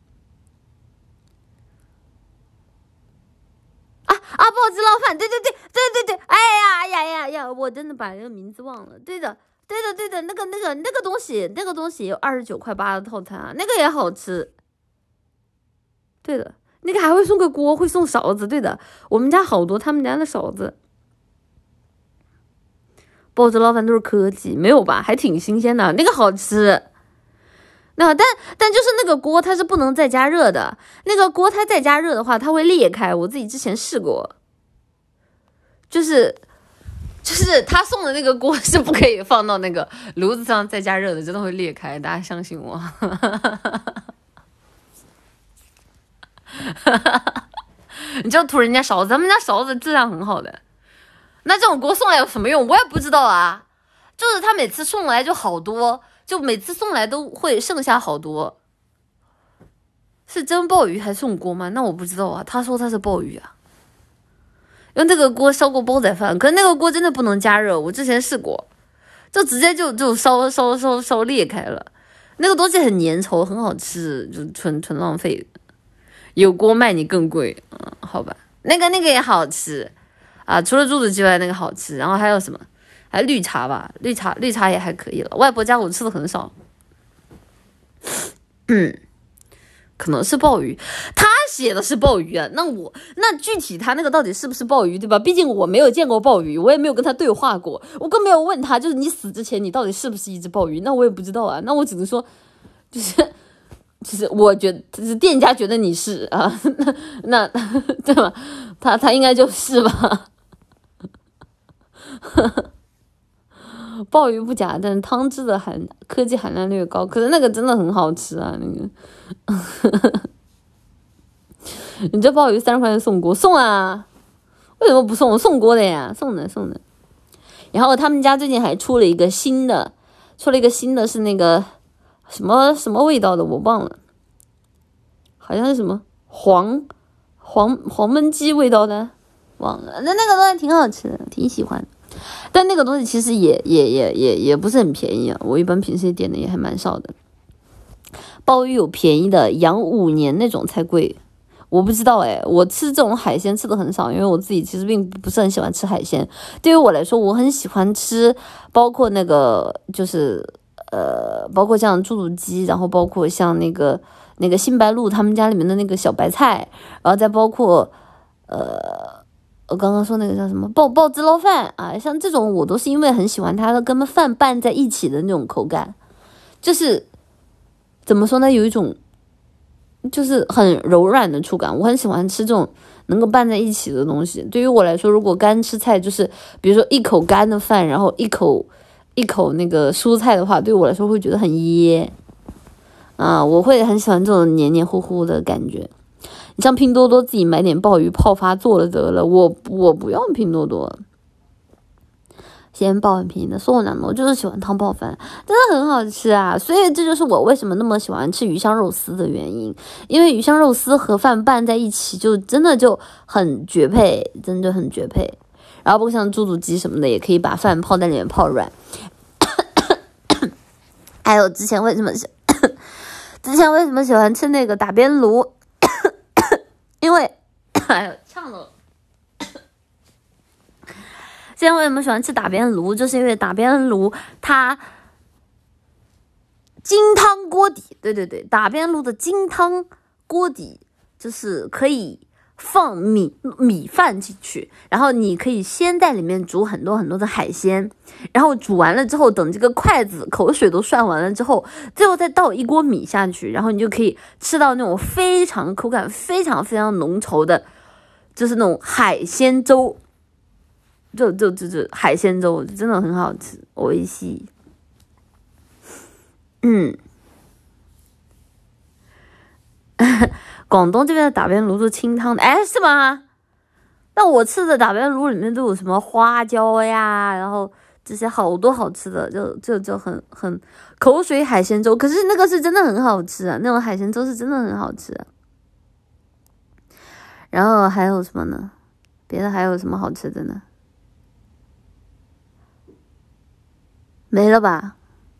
鲍汁捞饭，对，哎呀，我真的把那个名字忘了。对的，那个东西有29.8块的套餐啊，那个也好吃。对的，那个还会送个锅，会送勺子。对的，我们家好多他们家的勺子。鲍汁捞饭都是科技，没有吧？还挺新鲜的，那个好吃。但就是那个锅它是不能再加热的，那个锅它再加热的话它会裂开，我自己之前试过，就是他送的那个锅是不可以放到那个炉子上再加热的，真的会裂开，大家相信我。你就图人家勺子，他们家勺子质量很好的，那这种锅送来有什么用？我也不知道啊，就是他每次送来就好多。就每次送来都会剩下好多，是真鲍鱼还送锅吗？那我不知道啊。他说他是鲍鱼啊，用那个锅烧过煲仔饭，可是那个锅真的不能加热，我之前试过，就直接就烧裂开了。那个东西很粘稠，很好吃，就纯浪费。有锅卖你更贵，好吧。那个也好吃啊，除了猪肚鸡外，那个好吃。然后还有什么？还绿茶吧，绿茶也还可以了。外婆家我吃的很少，可能是鲍鱼，他写的是鲍鱼啊。那具体他那个到底是不是鲍鱼，对吧？毕竟我没有见过鲍鱼，我也没有跟他对话过，我更没有问他，就是你死之前你到底是不是一只鲍鱼？那我也不知道啊。那我只能说，就是我觉得，就是店家觉得你是啊，那对吧？他应该就是吧。鲍鱼不假，但是汤汁的科技含量略高，可是那个真的很好吃啊，那个你这鲍鱼30块钱送锅，送啊？为什么不送？送锅的呀，送的。然后他们家最近还出了一个新的是那个什么味道的，我忘了，好像是什么黄焖鸡味道的，忘了。那个东西挺好吃的，挺喜欢的。但那个东西其实也不是很便宜啊，我一般平时点的也还蛮少的。鲍鱼有便宜的，养5年那种才贵。我不知道我吃这种海鲜吃的很少，因为我自己其实并不是很喜欢吃海鲜。对于我来说，我很喜欢吃，包括那个就是包括像猪肚鸡，然后包括像那个新白鹿他们家里面的那个小白菜，然后再包括我刚刚说那个叫什么爆汁捞饭啊，像这种我都是因为很喜欢它跟饭拌在一起的那种口感，就是怎么说呢，有一种就是很柔软的触感，我很喜欢吃这种能够拌在一起的东西。对于我来说，如果干吃菜，就是比如说一口干的饭，然后一口那个蔬菜的话，对我来说会觉得很噎啊，我会很喜欢这种黏黏糊糊的感觉。你像拼多多自己买点鲍鱼泡发做了得了，我不用拼多多。鲜鲍很便宜的，送我2个，我就是喜欢汤泡饭，真的很好吃啊！所以这就是我为什么那么喜欢吃鱼香肉丝的原因，因为鱼香肉丝和饭拌在一起就真的就很绝配，真的很绝配。然后包括像猪肚鸡什么的，也可以把饭泡在里面泡软。还有之前为什么喜欢吃那个打边炉？因为哎呦呛了。现在为什么喜欢吃打边炉，就是因为打边炉它金汤锅底，对，打边炉的金汤锅底就是可以放米饭进去，然后你可以先在里面煮很多很多的海鲜，然后煮完了之后，等这个筷子口水都涮完了之后，最后再倒一锅米下去，然后你就可以吃到那种口感非常非常浓稠的，就是那种海鲜粥。就海鲜粥真的很好吃，美味しい。广东这边的打边炉是清汤的，是吗？那我吃的打边炉里面都有什么花椒呀，然后这些好多好吃的，就很口水海鲜粥，可是那个是真的很好吃啊，那种海鲜粥是真的很好吃啊。然后还有什么呢？别的还有什么好吃的呢？没了吧？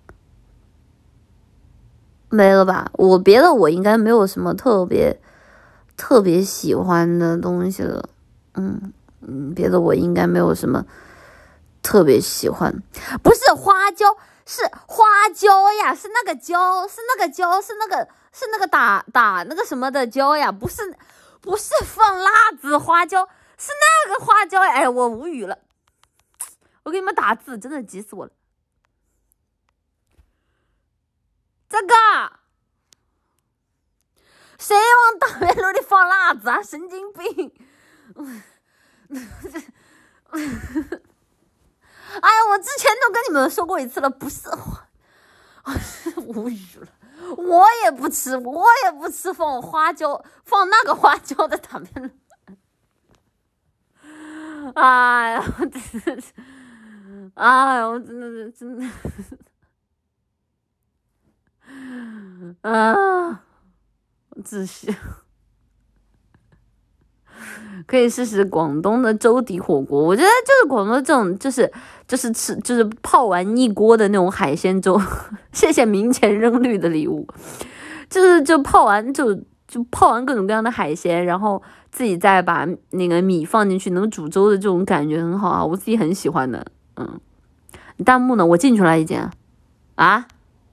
我别的我应该没有什么特别喜欢的东西了。别的我应该没有什么特别喜欢。不是花椒，是花椒呀，是那个椒，是那个打那个什么的椒呀，不是放辣子花椒，是那个花椒呀。我无语了，我给你们打字，真的急死我了。这个谁往打边炉里放辣子啊？神经病！哎呀，我之前都跟你们说过一次了，不是，无语了。我也不吃放花椒，放那个花椒的打边炉。哎呀，我真的是，哎呀，我真的。啊，窒息。可以试试广东的粥底火锅，我觉得就是广东这种就是泡完一锅的那种海鲜粥。谢谢明前扔绿的礼物，就泡完泡完各种各样的海鲜，然后自己再把那个米放进去，能煮粥的这种感觉很好啊，我自己很喜欢的。弹幕呢？我进去了已经啊。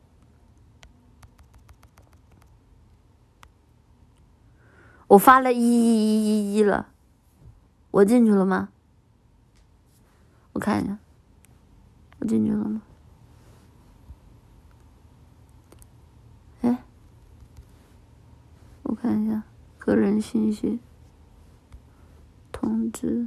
我发了111了，我进去了吗？我看一下，我进去了吗？我看一下个人信息通知。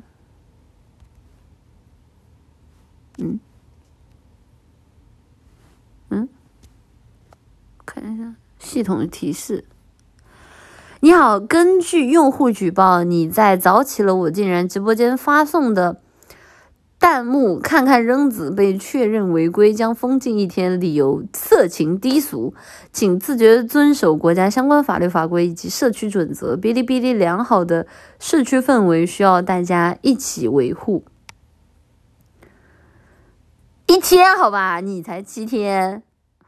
看一下系统提示。你好，根据用户举报，你在早起了我竟然直播间发送的弹幕看看扔子被确认违规，将封禁1天，理由色情低俗，请自觉遵守国家相关法律法规以及社区准则。哔哩哔哩良好的社区氛围需要大家一起维护。1天好吧，你才7天。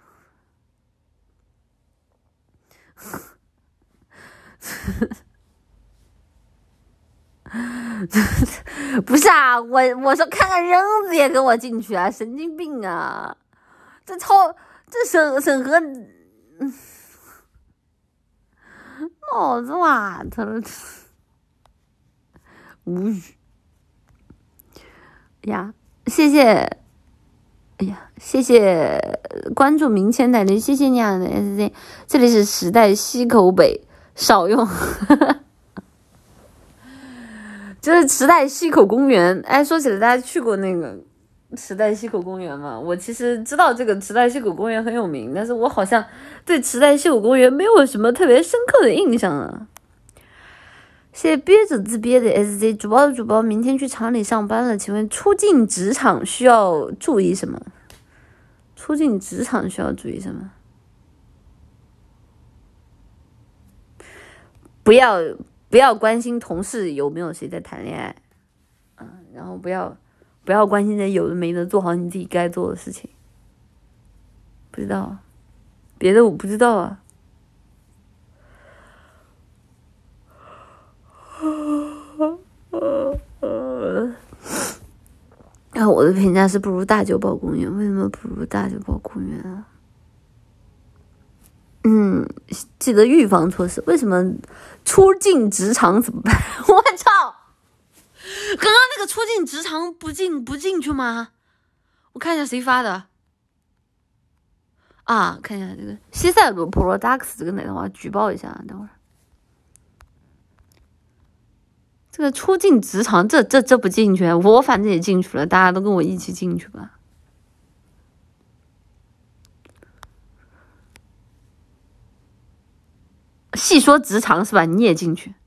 不是啊，我说看看扔子也跟我进去啊，神经病啊！这审核，脑子瓦特了，无语呀！谢谢，哎呀，谢谢关注明前奶奶，谢谢你啊 SZ， 这里是时代西口北，少用。就是池袋西口公园，哎，说起来，大家去过那个池袋西口公园吗？我其实知道这个池袋西口公园很有名，但是我好像对池袋西口公园没有什么特别深刻的印象啊。谢谢憋着自憋的 SZ 主播的主播，明天去厂里上班了，请问出境职场需要注意什么？出境职场需要注意什么？不要关心同事有没有谁在谈恋爱，然后不要关心这有的没的，做好你自己该做的事情。不知道，别的我不知道啊。我的评价是不如大久保公园，为什么不如大久保公园啊？记得预防措施。为什么出境职场怎么办？我操！刚刚那个出境职场不进去吗？我看一下谁发的啊？看一下这个西塞罗 Products 这个奶头，我要举报一下。等会儿，这个出境职场这不进去，我反正也进去了，大家都跟我一起进去吧。细说职场是吧？你也进去。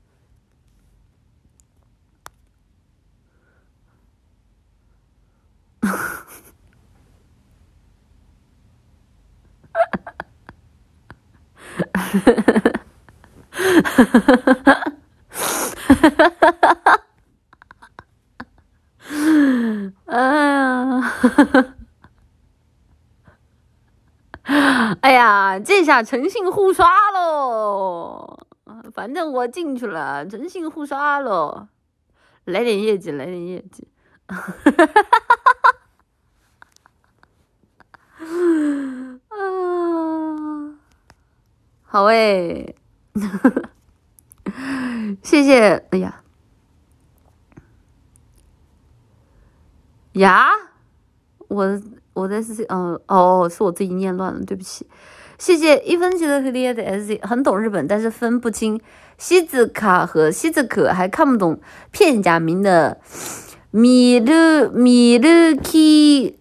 哎呀，这下诚信互刷喽！反正我进去了，诚信互刷喽！来点业绩，来点业绩！好诶，谢谢。哎呀呀，我在是是我自己念乱了，对不起。谢谢1分钱的和利的 SZ， 很懂日本，但是分不清西子卡和西子可，还看不懂片假名的米鲁基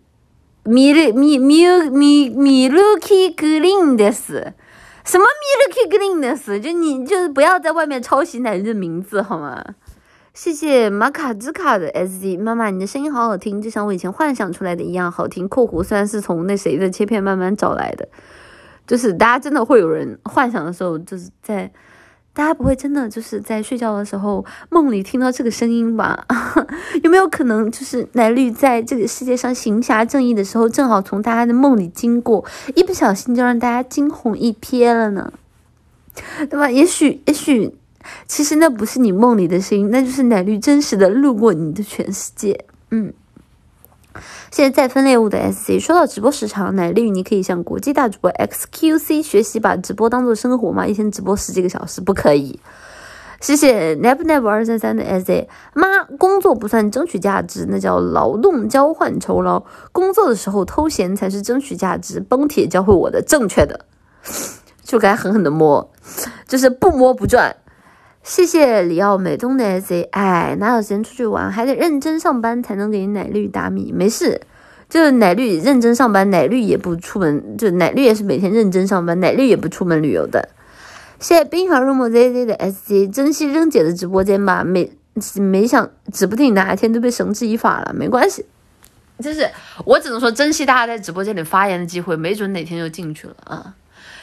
green 的死，什么米鲁基 green 的死？你就是不要在外面抄袭奶奶的名字好吗？谢谢马卡兹卡的 SZ 妈妈，你的声音好好听，就像我以前幻想出来的一样好听。括弧虽然是从那谁的切片慢慢找来的，就是大家真的会有人幻想的时候，就是在大家不会真的就是在睡觉的时候梦里听到这个声音吧？有没有可能就是奶绿在这个世界上行侠正义的时候，正好从大家的梦里经过，一不小心就让大家惊鸿一瞥了呢？对吧？也许其实那不是你梦里的声音，那就是奶绿真实的路过你的全世界。现在再分类物的 SC， 说到直播时长，奶绿你可以向国际大主播 XQC 学习，把直播当做生活吗？一天直播10几个小时不可以。谢谢 nap233的 SC 妈，工作不算争取价值，那叫劳动交换酬劳，工作的时候偷闲才是争取价值。崩铁教会我的正确的，就该狠狠的摸，就是不摸不赚。谢谢里奥美东的 SC， 哎，哪有时间出去玩，还得认真上班才能给奶绿打米。没事，就是奶绿认真上班，奶绿也不出门，就奶绿也是每天认真上班，奶绿也不出门旅游的。 谢谢冰小入魔 ZZ 的 SC， 珍惜扔姐的直播间吧，没想指不定哪一天都被绳之以法了，没关系，就是我只能说珍惜大家在直播间里发言的机会，没准哪天就进去了啊，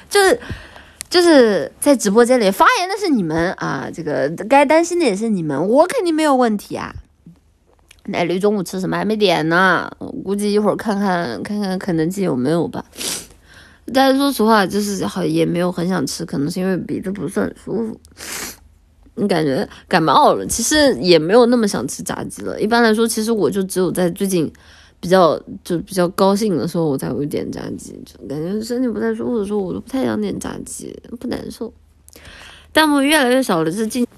就是在直播间里发言的是你们啊，这个该担心的也是你们，我肯定没有问题啊。奶驴中午吃什么还没点呢，我估计一会儿看看肯德基有没有吧。但是说实话，就是好也没有很想吃，可能是因为鼻子不是很舒服。你感觉感冒了，其实也没有那么想吃炸鸡了。一般来说，其实我就只有在最近比较高兴的时候，我才会点炸鸡。就感觉身体不太舒服的时候，我都不太想点炸鸡，不难受。弹幕越来越少了，这近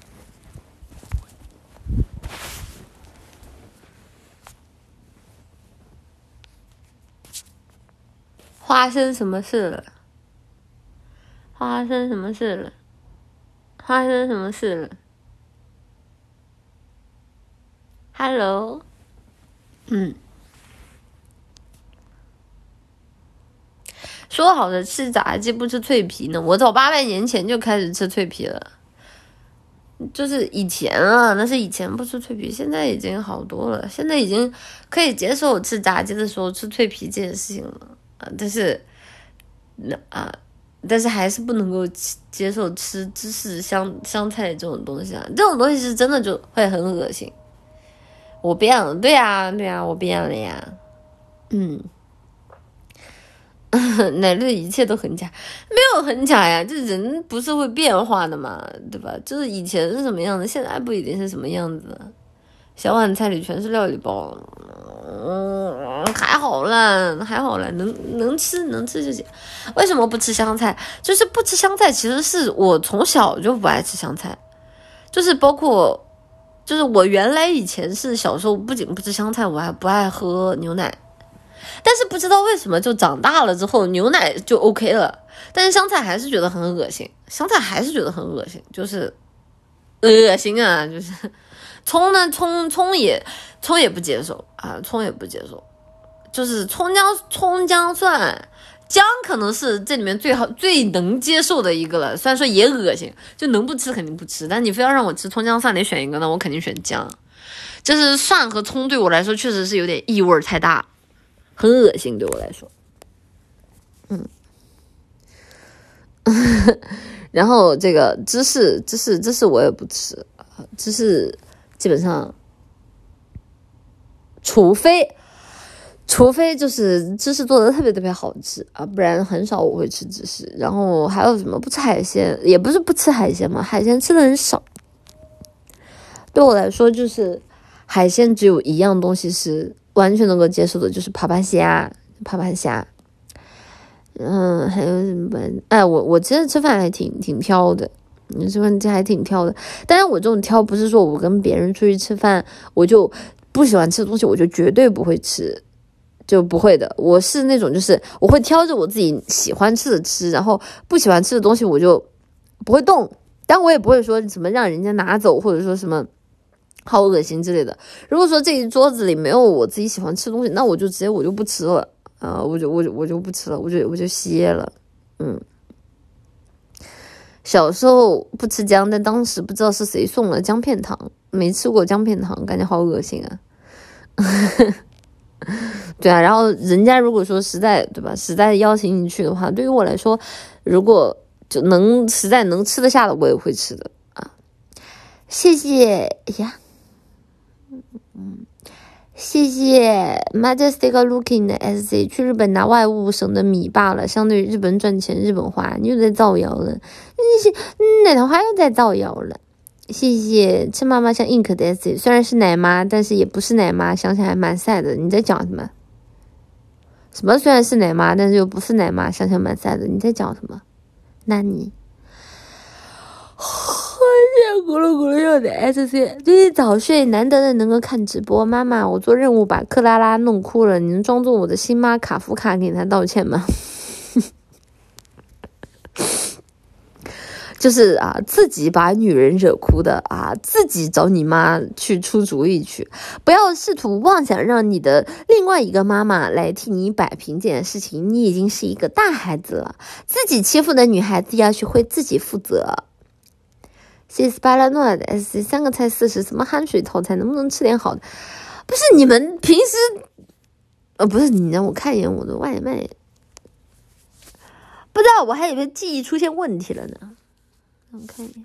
发生什么事了？发生什么事了？发生什么事了 ？Hello， 说好的吃炸鸡不吃脆皮呢？我早800年前就开始吃脆皮了，就是以前啊，那是以前不吃脆皮，现在已经好多了，现在已经可以接受吃炸鸡的时候吃脆皮这件事情了啊，但是还是不能够接受吃芝士香菜这种东西啊，这种东西是真的就会很恶心。我变了，对呀，我变了呀。奶绿的一切都很假，没有很假呀，这人不是会变化的嘛，对吧？就是以前是什么样子，现在不一定是什么样子。小碗菜里全是料理包，还好啦，能吃就行。为什么不吃香菜？就是不吃香菜，其实是我从小就不爱吃香菜，就是包括，就是我原来以前是小时候不仅不吃香菜，我还不爱喝牛奶，但是不知道为什么就长大了之后牛奶就 OK 了，但是香菜还是觉得很恶心，就是恶心啊，就是。葱呢？葱也不接受啊，葱也不接受，就是葱姜蒜姜可能是这里面最能接受的一个了，虽然说也恶心，就能不吃肯定不吃，但你非要让我吃葱姜蒜，你选一个呢，我肯定选姜。就是蒜和葱对我来说确实是有点异味太大，很恶心对我来说。然后这个芝士我也不吃，芝士基本上，除非就是芝士做的特别好吃啊，不然很少我会吃芝士。然后还有什么不吃海鲜，也不是不吃海鲜嘛，海鲜吃的很少。对我来说，就是海鲜只有一样东西是完全能够接受的，就是爬爬虾。还有什么？哎，我其实吃饭还挺挑的。吃饭还挺挑的，但是我这种挑不是说我跟别人出去吃饭我就不喜欢吃的东西我就绝对不会吃，就不会的。我是那种就是我会挑着我自己喜欢吃的吃，然后不喜欢吃的东西我就不会动，但我也不会说什么让人家拿走或者说什么好恶心之类的。如果说这一桌子里没有我自己喜欢吃的东西，那我就直接我就不吃了啊，我就不吃了，我就歇了。小时候不吃姜，但当时不知道是谁送了姜片糖，没吃过姜片糖，感觉好恶心啊。对啊，然后人家如果说实在对吧，实在邀请你去的话，对于我来说，如果就实在能吃得下的，我也会吃的啊。谢谢呀，谢谢 Majestic Looking 的 SC， 去日本拿外务省的米罢了，相对于日本赚钱，日本花，你又在造谣了，奶糖花又在造谣了。谢谢吃妈妈像 ink 的 SC， 虽然是奶妈，但是也不是奶妈，想起来蛮 sad 的。你在讲什么？什么虽然是奶妈，但是又不是奶妈，想起来蛮 sad 的。你在讲什么？那你？咕噜咕噜又的 SC， 最近早睡，难得的能够看直播。妈妈，我做任务把克拉拉弄哭了，你能装作我的新妈卡夫卡给她道歉吗？ 就是啊，自己把女人惹哭的啊，自己找你妈去出主意去，不要试图妄想让你的另外一个妈妈来替你摆平这件事情。你已经是一个大孩子了，自己欺负的女孩子要学会自己负责。谢谢斯巴拉诺的 SC 3个菜40，什么含水套餐，能不能吃点好的？不是你们平时，不是你让我看一眼我的外卖，不知道我还以为记忆出现问题了呢。我看一眼，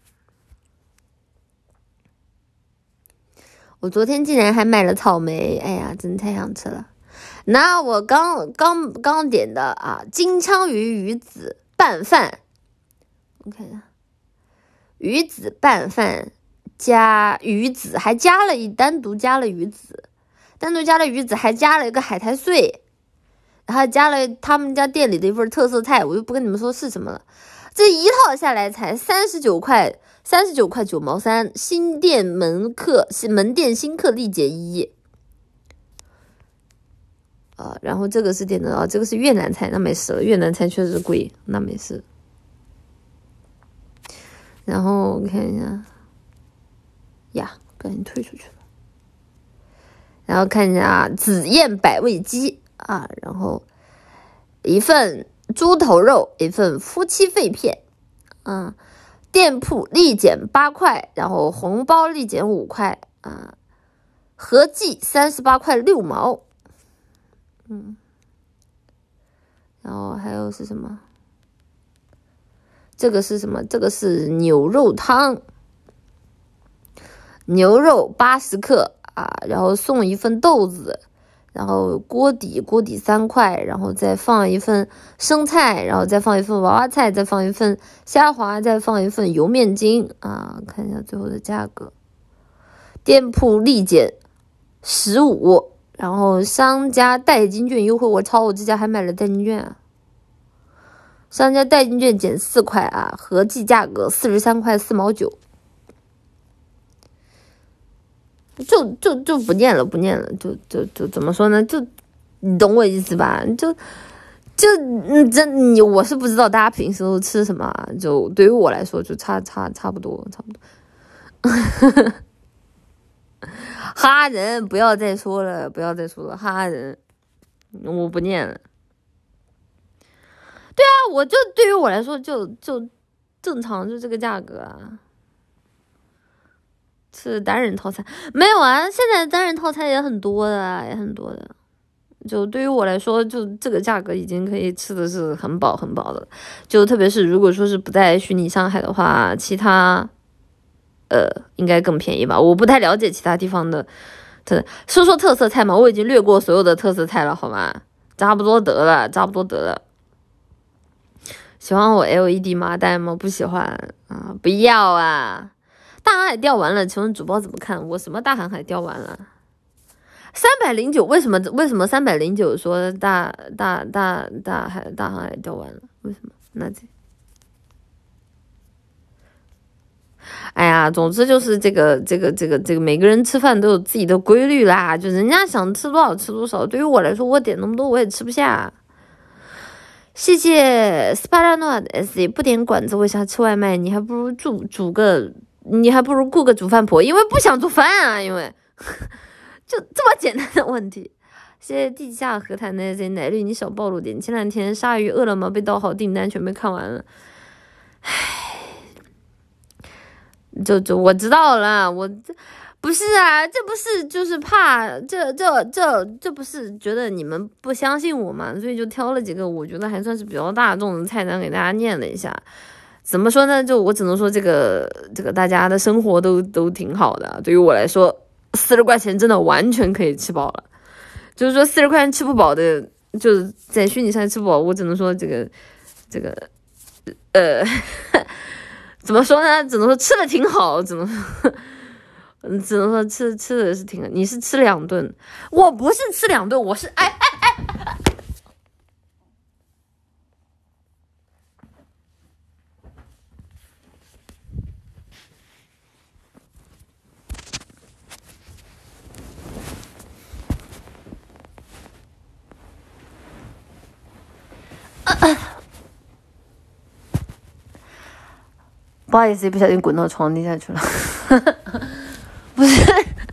我昨天竟然还买了草莓，哎呀，真太想吃了。那我刚点的啊，金枪鱼子拌饭，我看一下，鱼子拌饭加鱼子，还加了单独加了鱼子，还加了一个海苔碎，然后加了他们家店里的一份特色菜，我就不跟你们说是什么了。这一套下来才39块9毛3，新店门店新客立减1。然后这个是点的这个是越南菜，那没事了，越南菜确实贵，那没事。然后我看一下，呀，赶紧退出去了。然后看一下紫燕百味鸡啊，然后一份猪头肉，一份夫妻肺片，店铺立减8块，然后红包立减5块啊，合计38块6毛。然后还有是什么？这个是什么？这个是牛肉汤，牛肉80克啊，然后送一份豆子，然后锅底3块，然后再放一份生菜，然后再放一份娃娃菜，再放一份虾滑，再放一份油面筋啊。看一下最后的价格，店铺立减15，然后商家代金券优惠，我操，我这家还买了代金券啊！商家代金券减4块啊，合计价格43块4毛9。就不念了，就怎么说呢？就你懂我意思吧？我是不知道大家平时都吃什么啊，就对于我来说就差不多。哈人不要再说了，哈人，我不念了。对啊，对于我来说就正常，就这个价格啊。是单人套餐没有啊？现在单人套餐也很多的。就对于我来说，就这个价格已经可以吃的是很饱的。就特别是如果说是不在虚拟上海的话，其他应该更便宜吧？我不太了解其他地方的。说特色菜嘛，我已经略过所有的特色菜了，好吗？差不多得了。喜欢我 LED 麻袋吗？不喜欢啊，不要啊。大航海钓完了，请问主播怎么看？我什么大航海钓完了？309，为什么309说大航海钓完了？为什么？那这，哎呀，总之就是这个，每个人吃饭都有自己的规律啦，就人家想吃多少吃多少。对于我来说，我点那么多我也吃不下。谢谢斯巴拉诺的 SC， 不点馆子为啥吃外卖？你还不如雇个煮饭婆，因为不想做饭啊，因为就这么简单的问题。谢谢地下和谈的 SC 奶绿，你少暴露点。前2天鲨鱼饿了么被盗号订单全被看完了，唉，就我知道了，我不是啊，这不是就是怕这不是觉得你们不相信我嘛，所以就挑了几个我觉得还算是比较大众的菜单给大家念了一下。怎么说呢？就我只能说这个大家的生活都挺好的。对于我来说，40块钱真的完全可以吃饱了。就是说40块钱吃不饱的，就是在虚拟上吃不饱，我只能说这个怎么说呢？只能说吃的挺好，只能说吃的是挺。你是吃2顿，我不是吃2顿，我是哎。 不好意思，一不小心滚到床底下去了。不是，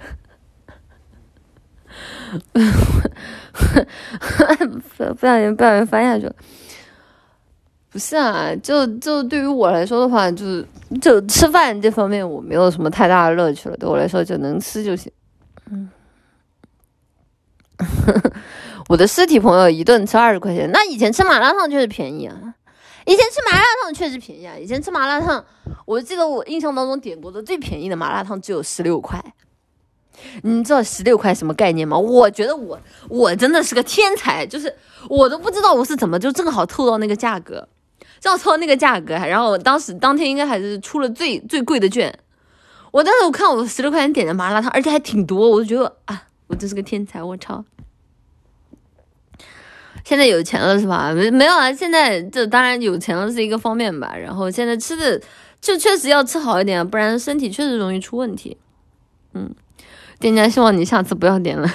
不小心翻下去了。不是啊，就对于我来说的话，就吃饭这方面我没有什么太大的乐趣了。对我来说，就能吃就行。我的尸体朋友一顿吃20块钱，那以前吃麻辣烫确实便宜啊。以前吃麻辣烫确实便宜啊！以前吃麻辣烫，我记得我印象当中点过的最便宜的麻辣烫只有16块。你知道16块什么概念吗？我觉得我真的是个天才，就是我都不知道我是怎么就正好凑到那个价格，然后我当天应该还是出了最贵的券。我当时我看我16块钱点的麻辣烫，而且还挺多，我就觉得啊，我真是个天才，我操！现在有钱了是吧？没有啊，现在这当然有钱了是一个方面吧，然后现在吃的就确实要吃好一点，不然身体确实容易出问题。店家希望你下次不要点了。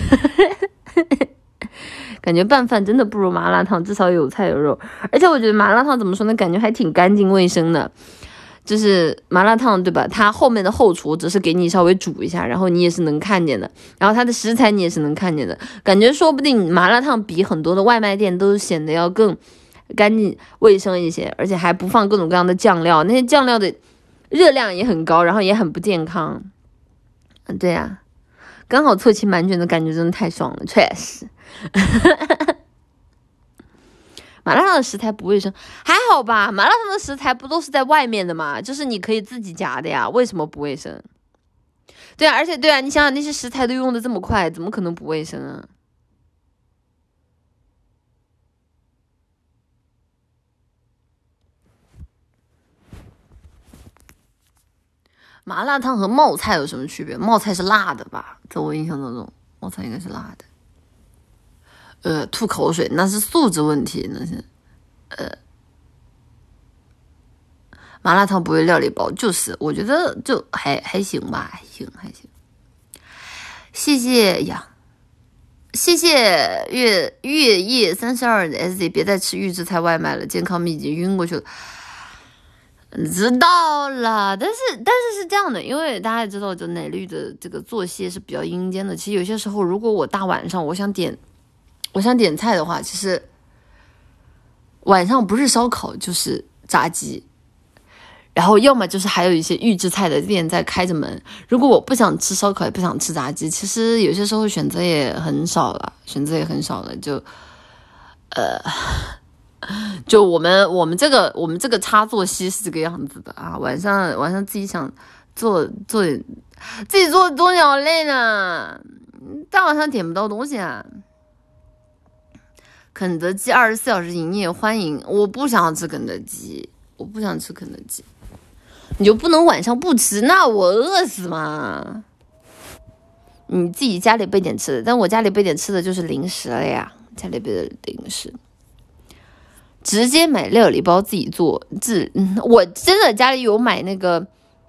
感觉拌饭真的不如麻辣烫，至少有菜有肉，而且我觉得麻辣烫怎么说呢，感觉还挺干净卫生的。就是麻辣烫对吧，它后面的后厨只是给你稍微煮一下，然后你也是能看见的，然后它的食材你也是能看见的，感觉说不定麻辣烫比很多的外卖店都显得要更干净卫生一些，而且还不放各种各样的酱料，那些酱料的热量也很高，然后也很不健康。对呀，刚好凑齐满卷的感觉真的太爽了，确实。麻辣烫的食材不卫生，还好吧？麻辣烫的食材不都是在外面的嘛，就是你可以自己夹的呀，为什么不卫生？对啊，而且对啊，你想想那些食材都用的这么快，怎么可能不卫生啊？麻辣烫和冒菜有什么区别？冒菜是辣的吧？在我印象当中，冒菜应该是辣的。吐口水那是素质问题，那是。麻辣烫不会料理包，就是我觉得就还行吧，还行。谢谢呀，谢谢月夜32的 SZ， 别再吃预制菜外卖了，健康秘籍晕过去了。知道了，但是是这样的，因为大家也知道，就奶绿的这个作息是比较阴间的。其实有些时候，如果我大晚上我想点菜的话，其实晚上不是烧烤就是炸鸡，然后要么就是还有一些预制菜的店在开着门。如果我不想吃烧烤，也不想吃炸鸡，其实有些时候选择也很少了，就我们这个插作息是这个样子的啊，晚上自己想做自己做多少累呢？大晚上点不到东西啊。肯德基24小时营业，欢迎。我不想吃肯德基，你就不能晚上不吃？那我饿死吗？你自己家里备点吃的，但我家里备点吃的就是零食了呀，家里备的零食。直接买料理包自己做，我真的家里有买那个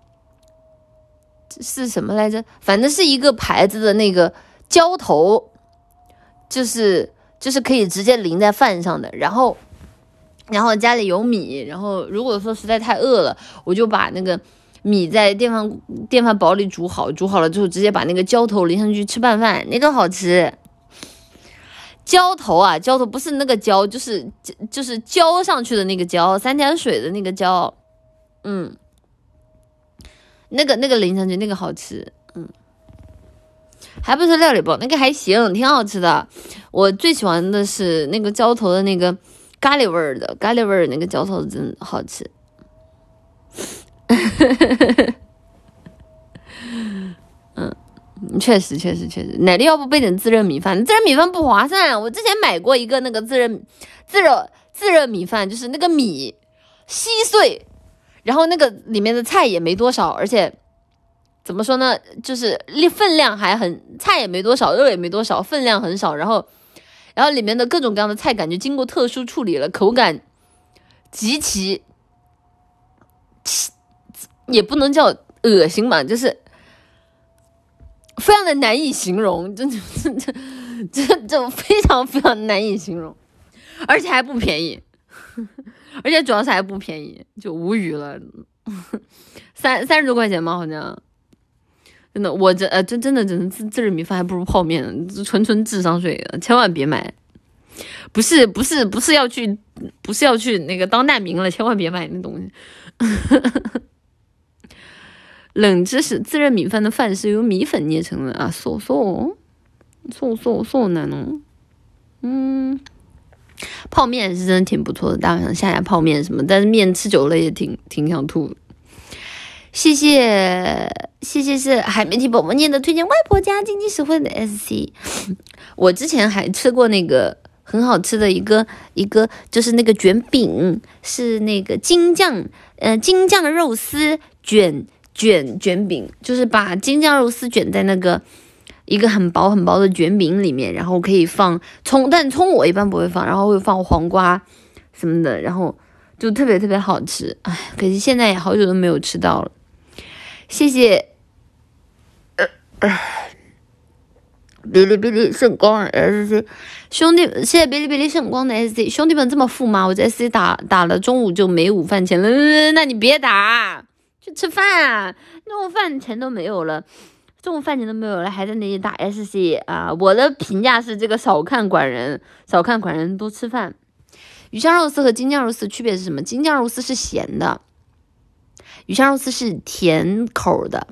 是什么来着？反正是一个牌子的那个浇头，就是可以直接淋在饭上的。然后家里有米，然后如果说实在太饿了，我就把那个米在电饭煲里煮好了之后，直接把那个浇头淋上去吃拌饭，那个好吃。浇头不是那个浇，就是浇上去的那个浇，3点水的那个浇，那个淋上去那个好吃，还不是料理包，那个还行，挺好吃的。我最喜欢的是那个浇头的那个咖喱味儿那个浇头真的好吃。确实，奶绿要不备点自热米饭，自热米饭不划算。我之前买过一个那个自热米饭，就是那个米稀碎，然后那个里面的菜也没多少，而且怎么说呢，就是分量菜也没多少，肉也没多少，分量很少，然后里面的各种各样的菜感觉经过特殊处理了，口感极其也不能叫恶心吧，就是非常的难以形容，这非常非常难以形容，而且还不便宜，而且主要是还不便宜，就无语了。 30多块钱吗？好像。真的，我真的自制米饭还不如泡面呢，纯智商税，千万别买。不是要去那个当难民了，千万别买那东西。冷知识：自热米饭的饭是由米粉捏成的啊，so难哦。泡面是真的挺不错的，大晚上下泡面什么，但是面吃久了也挺想吐的。谢谢是海绵体宝宝念的推荐外婆家经济实惠的 SC。我之前还吃过那个很好吃的一个就是那个卷饼，是那个京酱肉丝卷饼，就是把京酱肉丝卷在那个一个很薄的卷饼里面，然后可以放葱，但葱我一般不会放，然后会放黄瓜什么的，然后就特别好吃。哎，可惜现在也好久都没有吃到了。谢谢哔哩哔哩圣光 SC 兄弟，谢谢哔哩哔哩圣光的 SC 兄弟们，这么富吗？我在 SC 打了中午就没午饭钱了，那你别打，去吃饭啊，中午饭钱都没有了，还在那里打 SC 啊！我的评价是这个少看管人，多吃饭。鱼香肉丝和京酱肉丝区别是什么？京酱肉丝是咸的，鱼香肉丝是甜口的。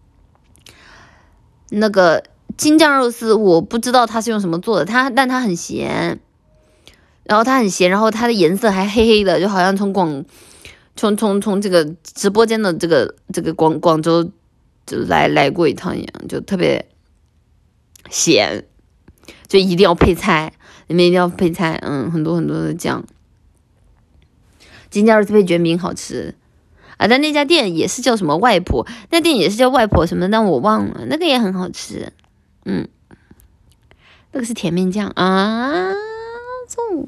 那个京酱肉丝我不知道它是用什么做的，但它很咸，然后它的颜色还黑黑的，就好像从这个直播间的这个广州就来过一趟一样，就特别咸，就一定要配菜，里面一定要配菜，很多的酱。京酱肉丝配卷饼好吃啊！但那家店也是叫什么外婆，那店也是叫外婆什么的，但我忘了，那个也很好吃。那个是甜面酱啊，送，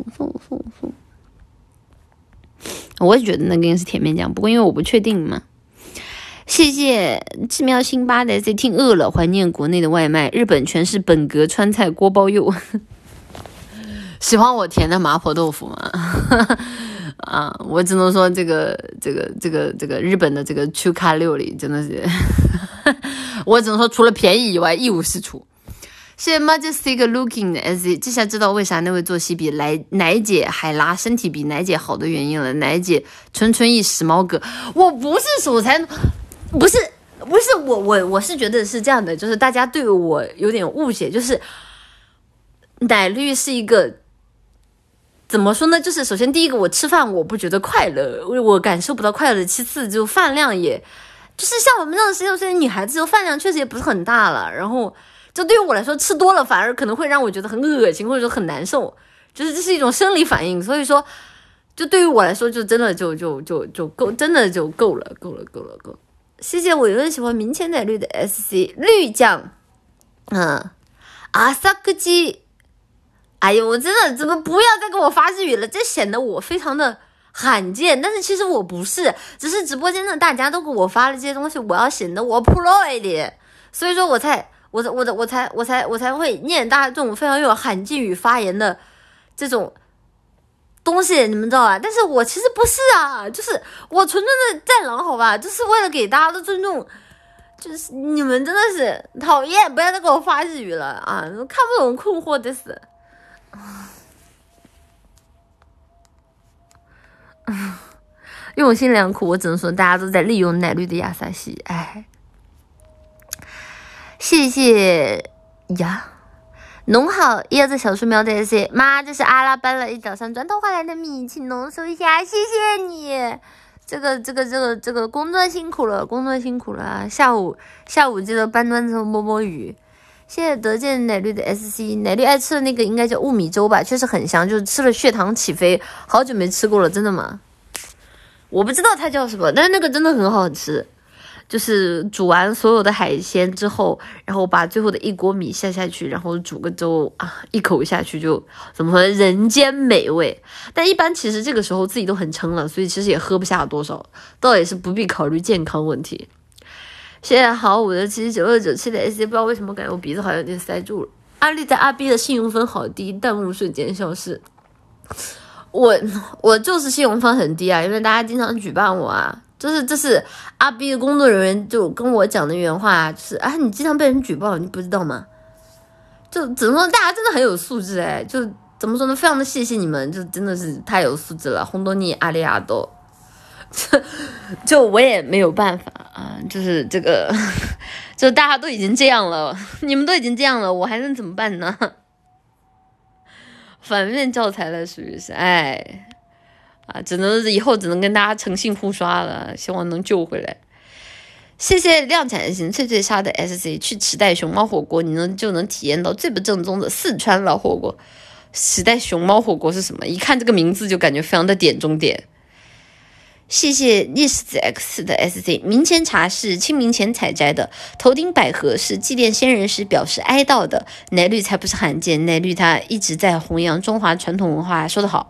我也觉得那个应该是甜面酱，不过因为我不确定嘛。谢谢奇妙辛巴的 SC 听饿了，怀念国内的外卖，日本全是本格川菜锅包肉。喜欢我甜的麻婆豆腐吗？啊，我只能说这个日本的这个中華料理真的是，我只能说除了便宜以外一无是处。谢谢 Majestic Looking 的 SC， 这下知道为啥那位作息比奶姐还拉，身体比奶姐好的原因了。奶姐纯一时髦哥，我不是手残，不是我是觉得是这样的，就是大家对我有点误解，就是奶绿是一个。怎么说呢？就是首先第一个，我吃饭我不觉得快乐，我感受不到快乐。其次，就饭量也，就是像我们这种16岁的女孩子，就饭量确实也不是很大了。然后，就对于我来说，吃多了反而可能会让我觉得很恶心，或者说很难受，就是这是一种生理反应。所以说，就对于我来说，就真的就够，真的就够了。谢谢我有人喜欢明前奶绿的 SC 绿酱，阿萨克基。哎呦，我真的怎么不要再跟我发日语了？这显得我非常的罕见，但是其实我不是，只是直播间的大家都给我发了这些东西，我要显得我 pro 一点，所以说我才会念大家这种非常有罕见语发言的这种东西，你们知道吧？但是我其实不是啊，就是我纯的战狼，好吧，就是为了给大家的尊重。就是你们真的是讨厌，不要再给我发日语了啊！看不懂困惑的死。用心良苦，我只能说大家都在利用奶绿的亚萨西。哎，谢谢呀，农好叶子小树苗的 SC 妈，这是阿拉搬了一早上砖头换来的米，请农收一下，谢谢你。这个工作辛苦了，啊！下午记得搬砖头摸鱼。谢谢德健奶绿的 SC， 奶绿爱吃的那个应该叫雾米粥吧，确实很香，就是吃了血糖起飞，好久没吃过了，真的吗？我不知道它叫什么，但是那个真的很好吃，就是煮完所有的海鲜之后，然后把最后的一锅米下去，然后煮个粥啊，一口下去就怎么说人间美味。但一般其实这个时候自己都很撑了，所以其实也喝不下多少，倒也是不必考虑健康问题。谢谢好我的779297的 SC， 不知道为什么感觉我鼻子好像有点塞住了。阿丽在阿 B 的信用分好低，弹幕瞬间消失。我就是信用分很低啊，因为大家经常举办我啊， 这是阿 B 的工作人员就跟我讲的原话，就是啊，你经常被人举报，你不知道吗？就只能说大家真的很有素质哎，就怎么说呢，非常的谢谢你们，就真的是太有素质了，红多尼阿里亚多，就我也没有办法啊，就是这个，就大家都已经这样了，你们都已经这样了，我还能怎么办呢？反面教材了，属于是，哎。以后只能跟大家诚信互刷了，希望能救回来。谢谢量产型脆脆鲨的 SC， 去池袋熊猫火锅，你就能体验到最不正宗的四川老火锅。池袋熊猫火锅是什么？一看这个名字就感觉非常的点中点。谢谢逆世子 X 的 SC， 明前茶是清明前采摘的，头顶百合是祭奠先人时表示哀悼的，奶绿才不是罕见，奶绿它一直在弘扬中华传统文化，说得好。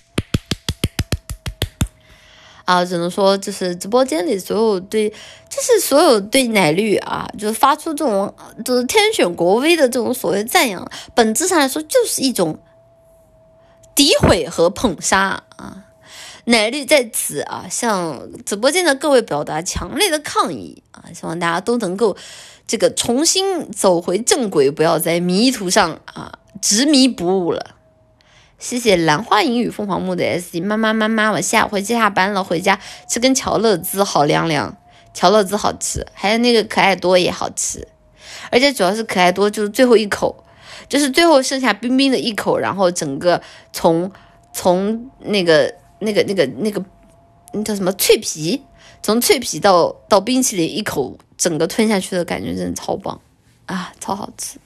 只能说就是直播间里所有对奶绿就是发出这种就是天选国威的这种所谓赞扬，本质上来说就是一种诋毁和捧杀啊。奶绿在此向直播间的各位表达强烈的抗议希望大家都能够这个重新走回正轨，不要在迷途上执迷不悟了。谢谢兰花银与凤凰木的 SC， 妈妈，我下班了，回家吃根乔乐兹，好凉凉。乔乐兹好吃，还有那个可爱多也好吃，而且主要是可爱多就是最后一口，就是最后剩下冰冰的一口，然后整个从那个叫什么脆皮，从脆皮到冰淇淋一口整个吞下去的感觉真的超棒超好吃。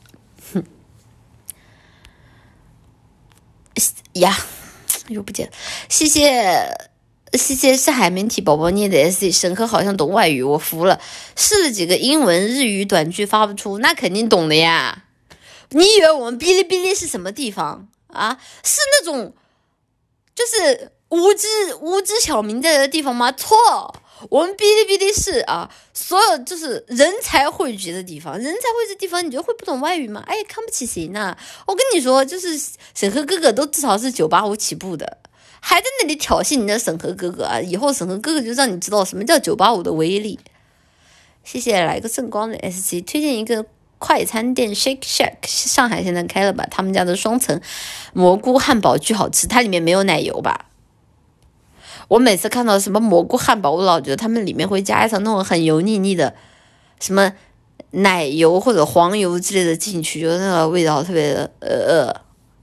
呀，又不见，谢谢是海绵体宝宝捏的 SC， 沈科好像懂外语，我服了，试了几个英文日语短句发不出，那肯定懂的呀。你以为我们哔哩哔哩是什么地方是那种就是无知小民在的地方吗？错，我们哔哩哔哩是所有就是人才汇聚的地方，人才汇聚的地方，你觉得会不懂外语吗？哎，看不起谁呢？我跟你说，就是审核哥哥都至少是985起步的，还在那里挑衅你的审核哥哥以后审核哥哥就让你知道什么叫985的威力。谢谢来个圣光的 SC， 推荐一个快餐店 Shake Shack， 上海现在开了吧？他们家的双层蘑菇汉堡巨好吃，它里面没有奶油吧？我每次看到什么蘑菇汉堡，我老觉得他们里面会加一层那种很油腻腻的什么奶油或者黄油之类的进去，就那个味道特别的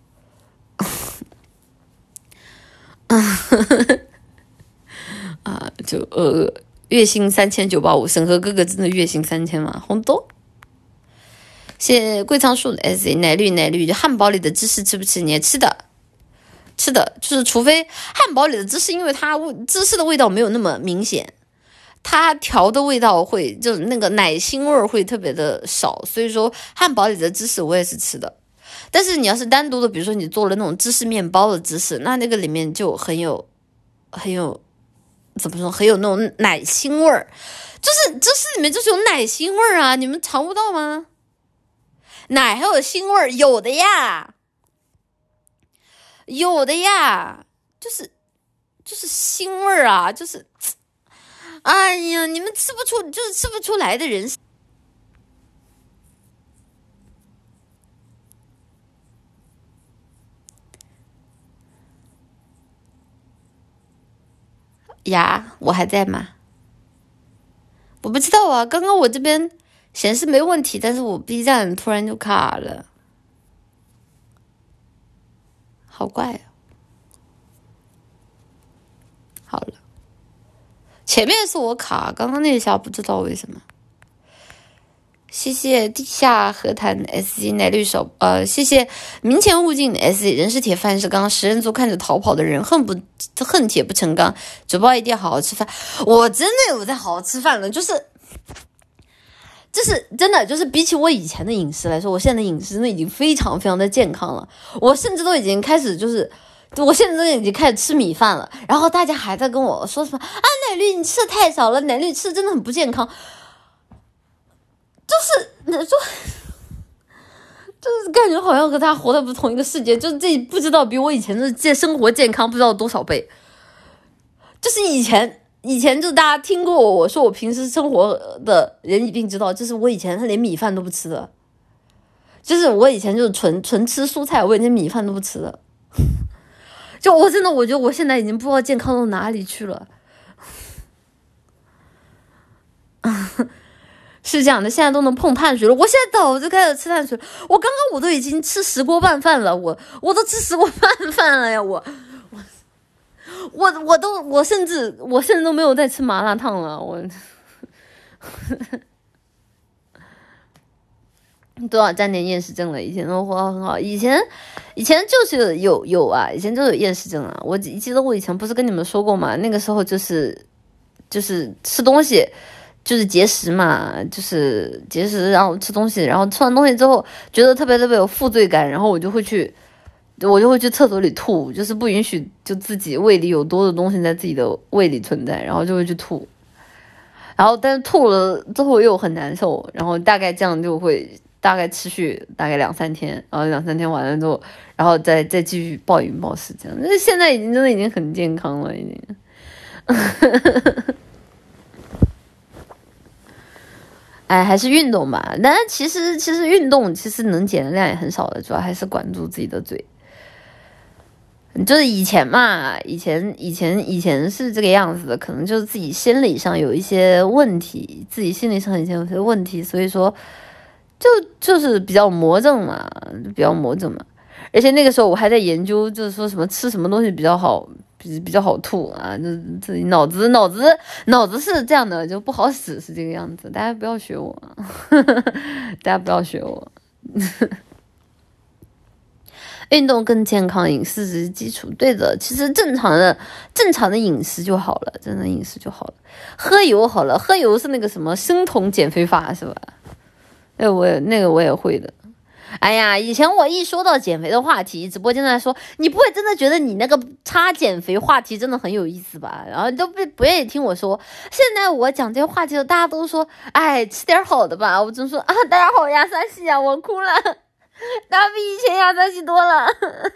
月薪3985，审核哥哥真的月薪3000吗？红豆。谢谢桂仓树的 SC， 奶绿，汉堡里的芝士吃不吃？你也吃的，就是除非汉堡里的芝士，因为它芝士的味道没有那么明显，它调的味道会就是那个奶腥味会特别的少，所以说汉堡里的芝士我也是吃的。但是你要是单独的，比如说你做了那种芝士面包的芝士，那个里面就很有怎么说，很有那种奶腥味儿，就是芝士里面就是有奶腥味儿你们尝不到吗？奶还有腥味儿，有的呀，就是腥味儿就是哎呀，你们吃不出来的人呀。我还在吗？我不知道刚刚我这边显示没问题，但是我 B 站突然就卡了，好怪好了，前面是我卡，刚刚那下不知道为什么。谢谢地下河滩 SC 奶绿手，谢谢明前勿近的 SC 人是铁饭是钢，食人族看着逃跑的人恨铁不成钢，主播一定要好好吃饭。我真的有在好好吃饭了，就是真的，就是比起我以前的饮食来说，我现在的饮食真的已经非常非常的健康了。我甚至都已经开始我现在都已经开始吃米饭了，然后大家还在跟我说什么奶绿你吃的太少了，奶绿吃的真的很不健康，就是感觉好像和他活的不同一个世界，就是这不知道比我以前的生活健康不知道多少倍。就是以前以前就大家听过我说我平时生活的人一定知道，就是我以前连米饭都不吃的，就是我以前就是纯吃蔬菜，我以前米饭都不吃的。就我真的我觉得我现在已经不知道健康到哪里去了。是这样的，现在都能碰碳水了。我现在早就开始吃碳水了。我刚刚我都已经吃10锅拌饭了，我都吃10锅拌饭了呀！我甚至都没有在吃麻辣烫了。我多少沾点厌食症了？以前都活得很好，以前就是有啊，以前就有厌食症啊。我记得我以前不是跟你们说过吗？那个时候就是吃东西。就是节食嘛，就是节食，然后吃东西，然后吃完东西之后觉得特别有负罪感，然后我就会去厕所里吐，就是不允许就自己胃里有多的东西在自己的胃里存在，然后就会去吐，然后但是吐了之后又很难受，然后大概这样就会大概持续大概2-3天，然后2-3天完了之后，然后再继续暴饮暴食这样，那现在真的已经很健康了，已经。哎，还是运动吧。但其实运动其实能减的量也很少的，主要还是管住自己的嘴。就是以前嘛，以前是这个样子的，可能就是自己心理上有一些问题，以前有些问题，所以说就是比较魔怔嘛，而且那个时候我还在研究，就是说什么吃什么东西比较好。比较好吐啊，就自己脑子是这样的，就不好使，是这个样子。大家不要学我，大家不要学我。运动更健康，饮食只是基础。对的，其实正常的饮食就好了，真的饮食就好了。喝油好了，喝油是那个什么生酮减肥法是吧？那个我也会的。哎呀，以前我一说到减肥的话题，直播间在说，你不会真的觉得你那个减肥话题真的很有意思吧？然后都不愿意听我说。现在我讲这些话题，大家都说，哎，吃点好的吧。我就说啊，大家好呀，山西啊，我哭了，大家比以前呀山西多了。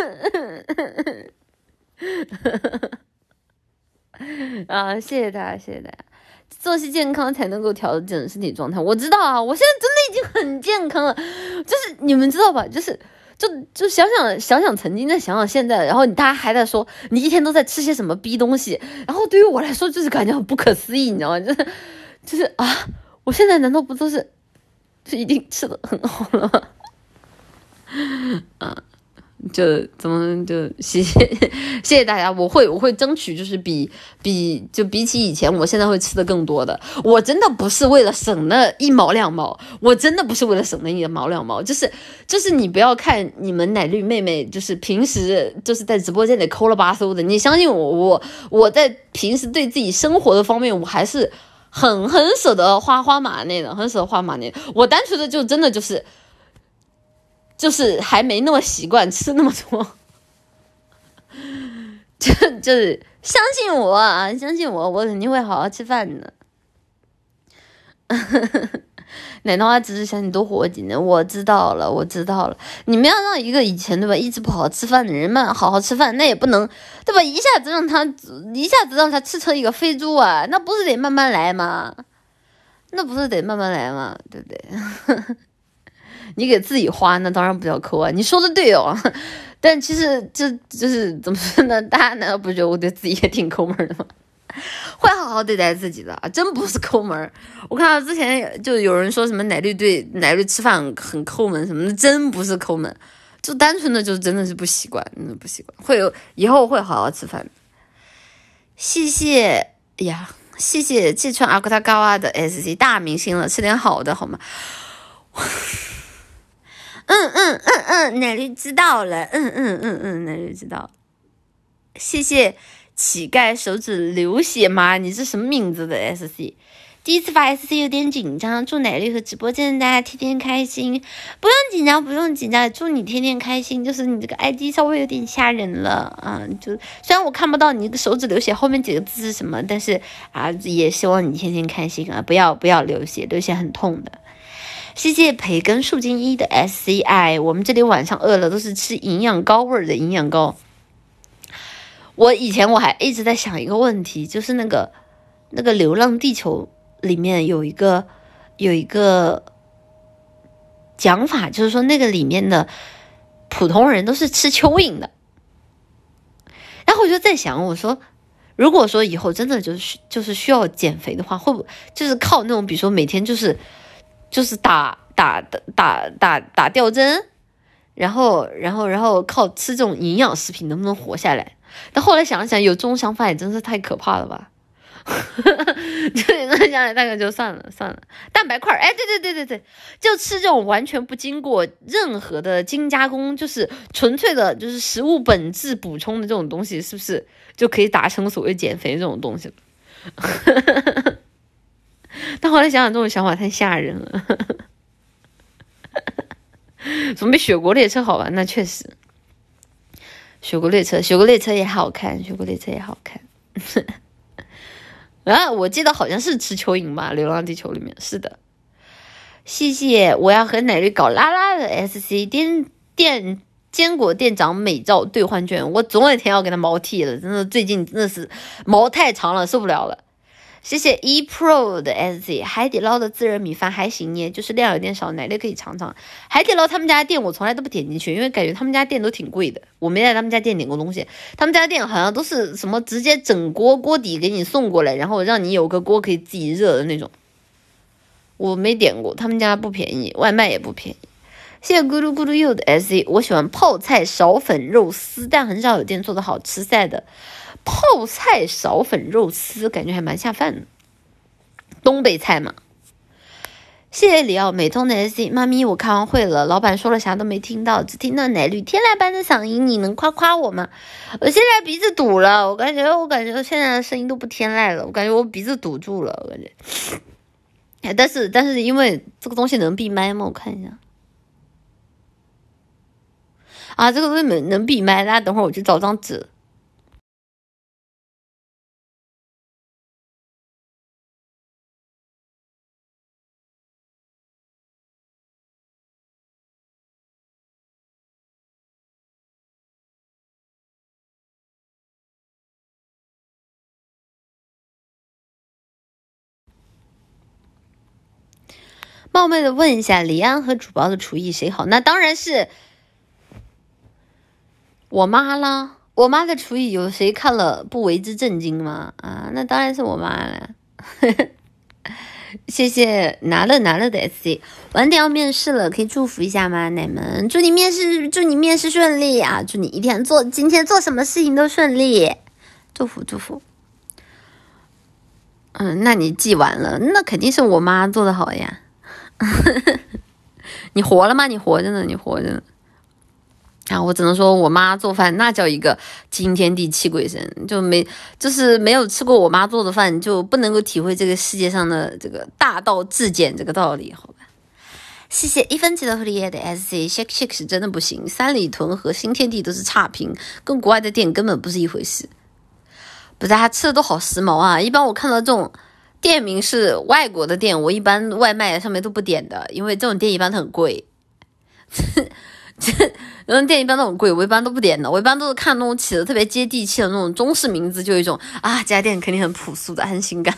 啊，谢谢大家，谢谢大家。作息健康才能够调整身体状态，我知道啊，我现在真的已经很健康了，就是你们知道吧？就想想曾经，再想想现在，然后大家还在说你一天都在吃些什么逼东西，然后对于我来说就是感觉很不可思议，你知道吗？就是啊，我现在难道不都是一定吃的很好了吗？啊。就怎么就谢谢大家，我会争取，就是比起以前，我现在会吃的更多的。我真的不是为了省那1毛2毛，我真的不是为了省那1毛2毛，就是你不要看你们奶绿妹妹，就是平时就是在直播间里抠了巴搜的，你相信我在平时对自己生活的方面，我还是很舍得花马内的，很舍得花马内。我单纯的就真的就是还没那么习惯吃那么多，就是相信我啊，相信我，我肯定会好好吃饭的。奶的话只是想你多活几年，我知道了。你们要让一个以前对吧一直不好好吃饭的人们好好吃饭，那也不能对吧？一下子让他吃成一个肥猪啊，那不是得慢慢来吗？对不对？你给自己花，那当然不叫抠啊！你说的对哦，但其实就是怎么说呢？大家难道不觉得我对自己也挺抠门的吗？会好好对待自己的，真不是抠门。我看到之前就有人说什么奶绿对奶绿吃饭很抠门什么的，真不是抠门，就单纯的就真的是不习惯，以后会好好吃饭。谢谢呀，谢谢这串阿古塔高瓦的 SC 大明星了，吃点好的好吗？奶绿知道了，奶绿知道了。谢谢乞丐手指流血吗？你是什么名字的 SC？ 第一次发 SC 有点紧张，祝奶绿和直播间的大家天天开心。不用紧张，祝你天天开心。就是你这个 ID 稍微有点吓人了啊，就虽然我看不到你手指流血后面几个字是什么，但是啊，也希望你天天开心啊，不要流血，流血很痛的。谢谢培根树精1的 SCI， 我们这里晚上饿了都是吃营养膏味的营养膏。以前我还一直在想一个问题，就是那个那个《流浪地球》里面有一个讲法，就是说那个里面的普通人都是吃蚯蚓的。然后我就在想，我说如果说以后真的就是需要减肥的话，会不会就是靠那种比如说每天就是打吊针，然后靠吃这种营养食品能不能活下来？但后来想了想，有这种想法也真是太可怕了吧。就是那想想大概就算了。蛋白块，哎，对，就吃这种完全不经过任何的精加工，就是纯粹的就是食物本质补充的这种东西，是不是就可以达成所谓减肥这种东西了？但后来想想，这种想法太吓人了。总比雪国列车好玩，那确实。雪国列车也好看，啊，我记得好像是吃蚯蚓吧，《流浪地球》里面是的。谢谢，我要和奶绿搞拉拉的 SC 坚果店长美照兑换券，我总有一天要给他毛剃了，真的最近真的是毛太长了，受不了了。谢谢 ePro 的 SC， 海底捞的自热米饭还行耶，就是量有点少，奶绿可以尝尝。海底捞他们家店我从来都不点进去，因为感觉他们家店都挺贵的，我没在他们家店点过东西，他们家店好像都是什么直接整锅底给你送过来，然后让你有个锅可以自己热的那种，我没点过，他们家不便宜，外卖也不便宜。谢谢咕噜咕噜柚的 SC， 我喜欢泡菜苕粉肉丝，但很少有店做的好吃赛的。泡菜苕粉肉丝感觉还蛮下饭的，东北菜嘛。谢谢里奥美瞳的 SC， 妈咪我开完会了，老板说了啥都没听到，只听到奶绿天籁般的嗓音，你能夸夸我吗？我现在鼻子堵了，我感觉现在的声音都不天籁了，我感觉我鼻子堵住了，我感觉。但是因为这个东西能闭麦吗？我看一下。啊，这个东西能闭麦，大家等会儿我去找张纸。冒昧的问一下，李安和主播的厨艺谁好？那当然是我妈啦。我妈的厨艺有谁看了不为之震惊吗？啊，那当然是我妈了。谢谢拿了的 SC， 晚点要面试了，可以祝福一下吗？奶们，祝你面试顺利啊！祝你今天做什么事情都顺利，祝福。那你记完了，那肯定是我妈做的好呀。你活了吗？你活着呢。啊，我只能说我妈做饭那叫一个惊天地泣鬼神，就是没有吃过我妈做的饭，就不能够体会这个世界上的这个大道至简这个道理，好吧？谢谢1分级的狐狸叶的 SC shake 是真的不行，三里屯和新天地都是差评，跟国外的店根本不是一回事。不是，他吃的都好时髦啊！一般我看到这种店名是外国的店，我一般外卖上面都不点的，因为这种店一般都很贵。这种店一般都很贵，我一般都不点的，我一般都是看那种起的特别接地气的那种中式名字，就有一种啊，这家店肯定很朴素的安心感。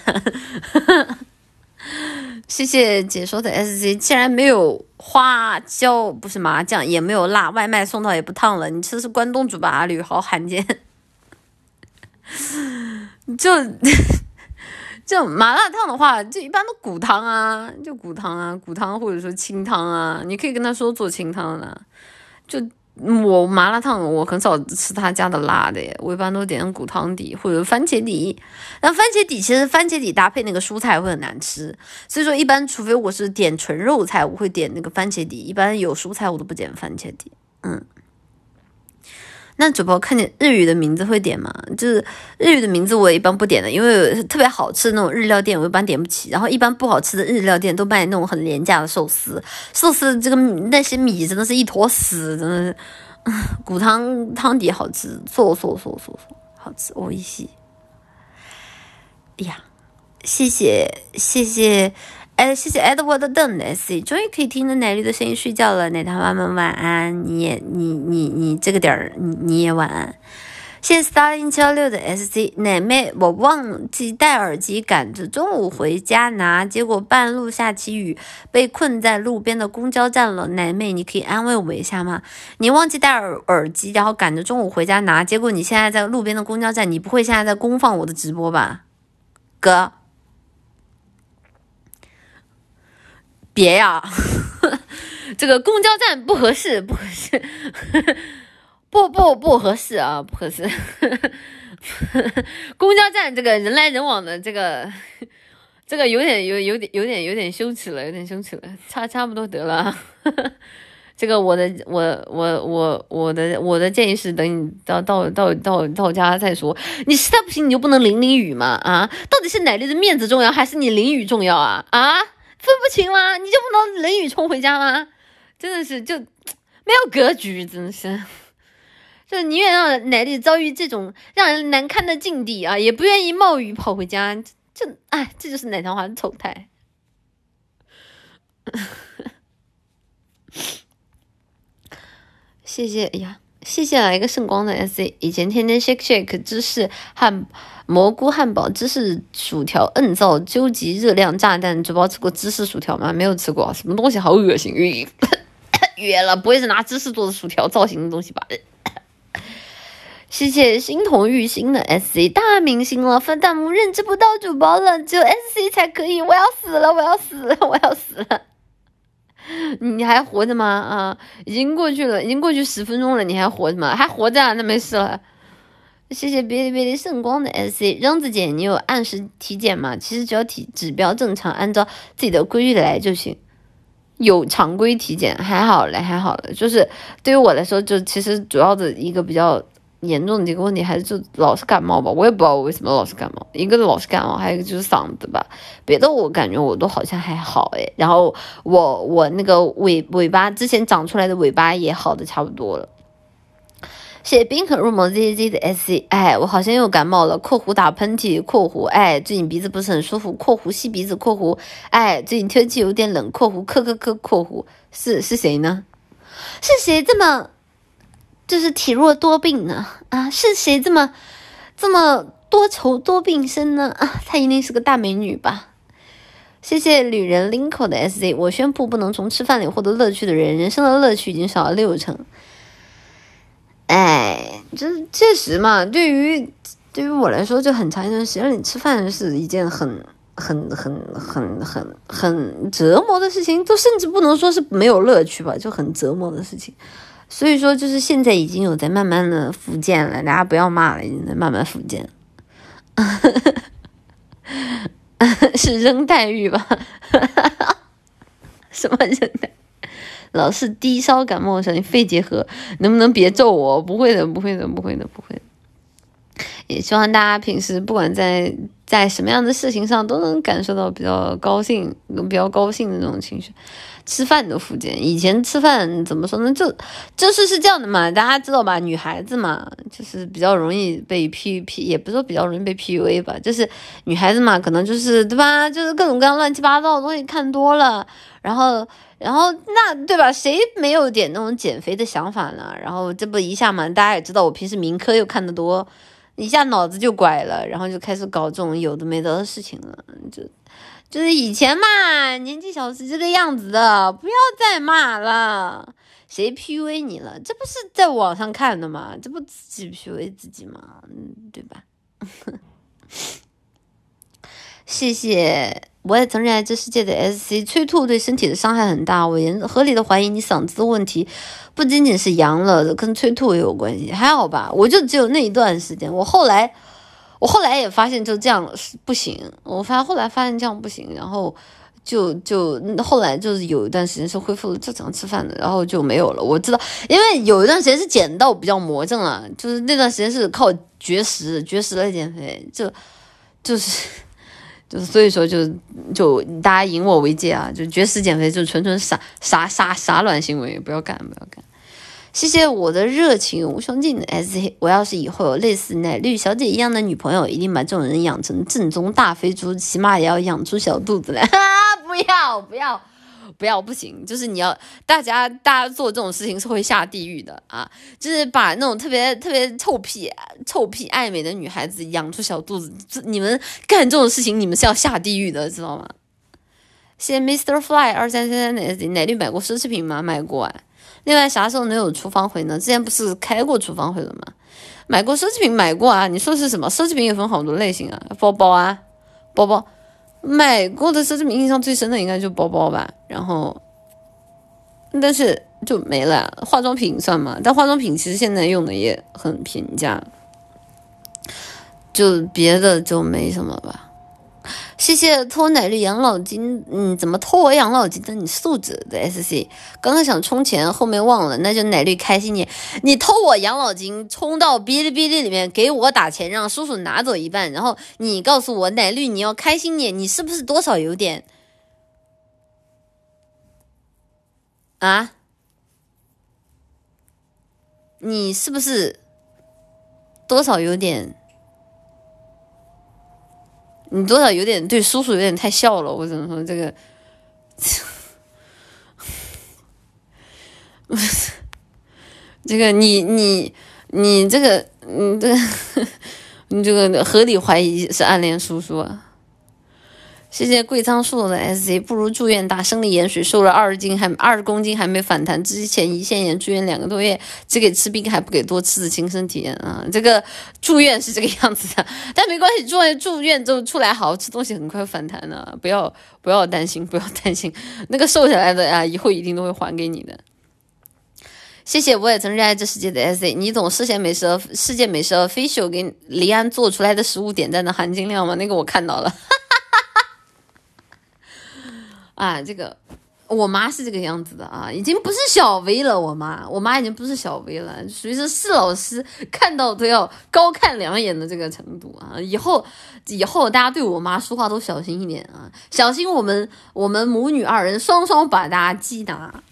谢谢解说的 SC， 既然没有花椒，不是麻酱，也没有辣，外卖送到也不烫了，你吃的是关东煮吧？阿吕，好罕见。就麻辣烫的话，就一般都骨汤啊，骨汤或者说清汤啊，你可以跟他说做清汤的。就我麻辣烫，我很少吃他家的辣的耶，我一般都点骨汤底或者番茄底。但番茄底其实番茄底搭配那个蔬菜会很难吃，所以说一般除非我是点纯肉菜，我会点那个番茄底，一般有蔬菜我都不点番茄底。那主播看见日语的名字会点吗？就是日语的名字我一般不点的，因为特别好吃的那种日料店我一般点不起，然后一般不好吃的日料店都卖那种很廉价的寿司这个那些米真的是一坨屎，真的是。骨汤底好吃，そう好吃，おいしい。哎呀，谢谢 Edward 邓的 SC， 终于可以听着奶绿的声音睡觉了，奶糖妈妈晚安，你这个点儿你也晚安。 谢谢 Starling716的 SC 奶妹，我忘记带耳机，赶着中午回家拿，结果半路下起雨，被困在路边的公交站了。奶妹，你可以安慰我一下吗？你忘记带耳机，然后赶着中午回家拿，结果你现在在路边的公交站，你不会现在在公放我的直播吧？哥，别呀，这个公交站不合适，不合适。不合适啊，不合适。公交站这个人来人往的，这个有点羞耻了，有点羞耻了，差不多得了。这个我的建议是，等你到家再说。你实在不行，你就不能淋雨吗？啊，到底是奶绿的面子重要，还是你淋雨重要啊？啊，分不清吗？你就不能淋雨冲回家吗？真的是就没有格局，真的是。就宁愿让奶绿遭遇这种让人难堪的境地啊，也不愿意冒雨跑回家。这就是奶糖花的丑态。谢谢，哎呀，谢谢来一个圣光的 SC。以前天天 shake 芝士蘑菇汉堡、芝士薯条、摁造究极热量炸弹。主播吃过芝士薯条吗？没有吃过，什么东西好恶心，约了，不会是拿芝士做的薯条造型的东西吧？谢谢心同玉心的 SC 大明星了，发弹幕认知不到主播了，只有 SC 才可以，我要死了！你还活着吗？啊，已经过去10分钟了，你还活着吗？还活着啊，那没事了。谢谢别离圣光的 SC 扔子姐，你有按时体检吗？其实只要指标正常，按照自己的规律来就行。有常规体检，还好了，就是对于我来说，就其实主要的一个比较严重的一个问题还是就老是感冒吧，我也不知道我为什么老是感冒，一个老是感冒，还有一个就是嗓子吧，别的我感觉我都好像还好诶。然后我那个尾巴之前长出来的尾巴也好的差不多了。谢谢冰可入魔 ZZ 的 SC， 哎，我好像又感冒了，括弧打喷嚏，括弧哎，最近鼻子不是很舒服，括弧吸鼻子，括弧哎，最近天气有点冷，括弧咳，括弧是谁呢？是谁这么就是体弱多病呢？啊，是谁这么多愁多病身呢？啊，她一定是个大美女吧？谢谢旅人 Linko 的 SC， 我宣布不能从吃饭里获得乐趣的人，人生的乐趣已经少了60%。哎，就是确实嘛，对于我来说，就很长一段时间里吃饭是一件很折磨的事情，都甚至不能说是没有乐趣吧，就很折磨的事情。所以说，就是现在已经有在慢慢的复健了，大家不要骂了，已经在慢慢复健。是扔黛玉吧？什么扔黛？老是低烧感冒声音，肺结核，能不能别咒我？不会的。也希望大家平时不管在什么样的事情上都能感受到比较高兴的那种情绪。吃饭的附件，以前吃饭怎么说呢？就是这样的嘛，大家知道吧？女孩子嘛，就是比较容易被 PUA， 也不是说比较容易被 PUA 吧，就是女孩子嘛，可能就是对吧？就是各种各样乱七八糟的东西看多了，然后那对吧？谁没有点那种减肥的想法呢？然后这不一下嘛，大家也知道我平时民科又看得多，一下脑子就拐了，然后就开始搞这种有的没得的事情了，就是以前嘛，年纪小是这个样子的，不要再骂了。谁 PUA 你了？这不是在网上看的吗？这不自己 PUA 自己吗？对吧？谢谢，我也承认这世界的 SC 催吐对身体的伤害很大，我合理的怀疑你嗓子的问题不仅仅是阳了，跟催吐也有关系。还好吧，我就只有那一段时间，我后来也发现就这样不行，后来发现这样不行，然后就后来就是有一段时间是恢复了正常吃饭的，然后就没有了。我知道，因为有一段时间是减到比较魔怔了，就是那段时间是靠绝食来减肥，就是所以说就大家引我为戒啊，就绝食减肥就纯傻卵行为，不要干。谢谢我的热情无穷尽的 SC， 我要是以后有类似奶绿小姐一样的女朋友，一定把这种人养成正宗大肥猪，起码也要养出小肚子来。不要， 不行，就是大家做这种事情是会下地狱的啊！就是把那种特别臭屁爱美的女孩子养出小肚子，你们干这种事情，你们是要下地狱的，知道吗？谢谢 Mr. Fly 2333的 SD， 奶绿买过奢侈品吗？买过啊。另外啥时候能有厨房会呢？之前不是开过厨房会了吗？买过奢侈品买过啊。你说是什么？奢侈品也分好多类型啊，包包买过的奢侈品印象最深的应该就包包吧，然后但是就没了。化妆品算吗？但化妆品其实现在用的也很平价，就别的就没什么吧。谢谢偷奶绿养老金，怎么偷我养老金的？你素质的 SC， 刚刚想充钱，后面忘了，那就奶绿开心你偷我养老金，充到哔哩哔哩里面给我打钱，让叔叔拿走一半，然后你告诉我奶绿你要开心点，你是不是多少有点啊？你是不是多少有点？你多少有点对叔叔有点太笑了，我只能说这个，这个你这个你这个合理怀疑是暗恋叔叔啊。谢谢贵仓树的 SC， 不如住院打生理盐水，瘦了20公斤还没反弹，之前胰腺炎住院2个多月，只给吃冰还不给多吃的亲身体验啊！这个住院是这个样子的，但没关系，住院之后出来好好吃东西，很快反弹的，不要担心，那个瘦下来的啊，以后一定都会还给你的。谢谢，我也曾热爱这世界的 SC， 你懂世界美食 official 给黎安做出来的食物点赞的含金量吗？那个我看到了。啊，这个我妈是这个样子的啊，已经不是小 V 了。我妈已经不是小 V 了，属于是老师看到都要高看2眼的这个程度啊。以后大家对我妈说话都小心一点啊，小心我们母女2人双双把大家击打。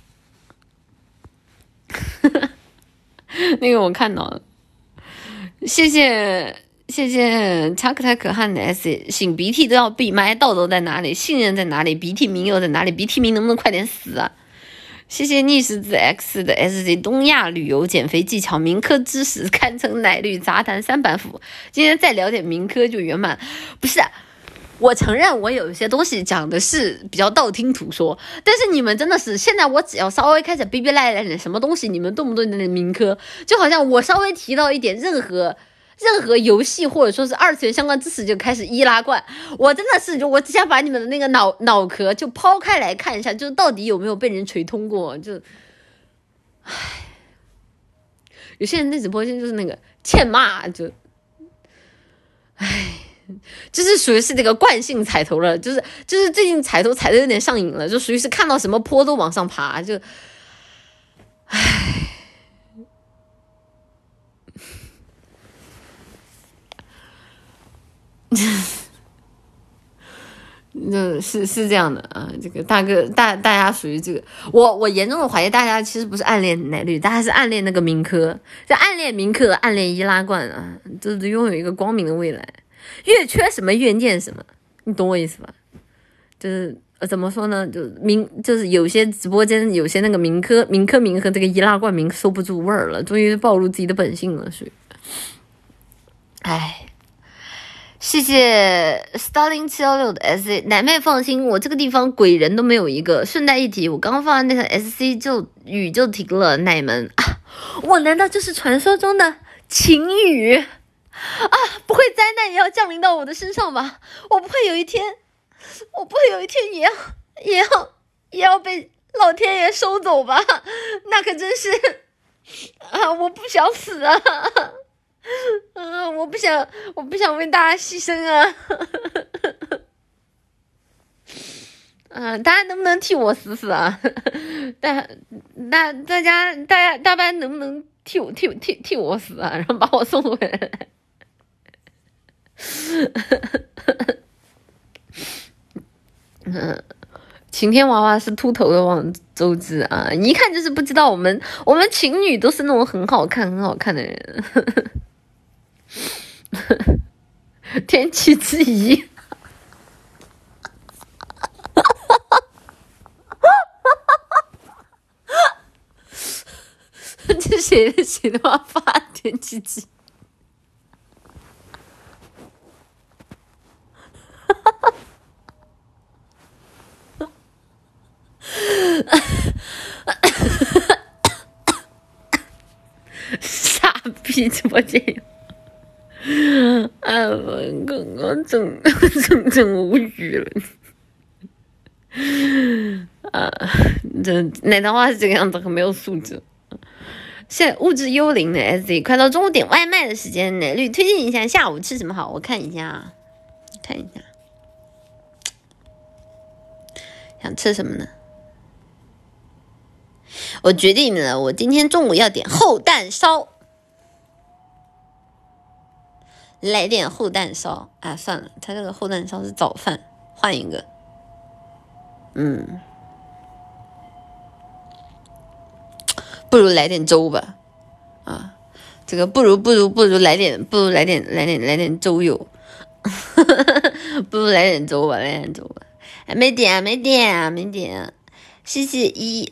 那个我看到了，谢谢查克太可汗的 S， 擤鼻涕都要闭麦，道德在哪里？信任在哪里？鼻涕名又在哪里？鼻涕名能不能快点死啊？谢谢逆时字 X 的 SC， 东亚旅游减肥技巧，民科知识堪称奶绿杂谈3板斧。今天再聊点民科就圆满。不是，我承认我有一些东西讲的是比较道听途说，但是你们真的是现在我只要稍微开始逼赖点什么东西，你们动不动的民科，就好像我稍微提到一点任何游戏或者说是2次元相关知识就开始易拉罐，我真的是我只想把你们的那个脑壳就抛开来看一下，就到底有没有被人锤通过。就，唉，有些人在直播间就是那个欠骂，就，唉，就是属于是这个惯性踩头了，就是最近踩头踩的有点上瘾了，就属于是看到什么坡都往上爬，就，唉。是这样的啊，这个大家属于这个，我严重的怀疑大家其实不是暗恋奶绿，大家是暗恋那个民科，就暗恋民科，暗恋易拉罐啊，就是拥有一个光明的未来，越缺什么越念什么，你懂我意思吧？就是怎么说呢？就是有些直播间有些那个民科和这个易拉罐民收不住味儿了，终于暴露自己的本性了，属于，唉。谢谢 Starling716 的 SC， 奶妹放心，我这个地方鬼人都没有一个。顺带一提，我刚刚放完那个 SC 雨就停了，奶们啊，我难道就是传说中的晴雨啊？不会灾难也要降临到我的身上吧？我不会有一天也要被老天爷收走吧？那可真是啊，我不想死啊！我不想为大家牺牲啊！大家能不能替我死啊？大家能不能替我死啊？然后把我送回来。晴天娃娃是秃头的王周知啊，一看就是不知道我们情侣都是那种很好看的人。天气之仪写的话发点鸡鸡。傻逼直播间有。我刚刚整无语了。这奶糖花是这个样子，很没有素质。现在物质幽灵的 SZ， 快到中午点外卖的时间，奶绿推荐一下下午吃什么好？我看一下，想吃什么呢？我决定了，我今天中午要点厚蛋烧。来点厚蛋烧啊！算了，他这个厚蛋烧是早饭，换一个。不如来点粥吧。啊，这个不如来点粥油。不如来点粥吧，没点。谢谢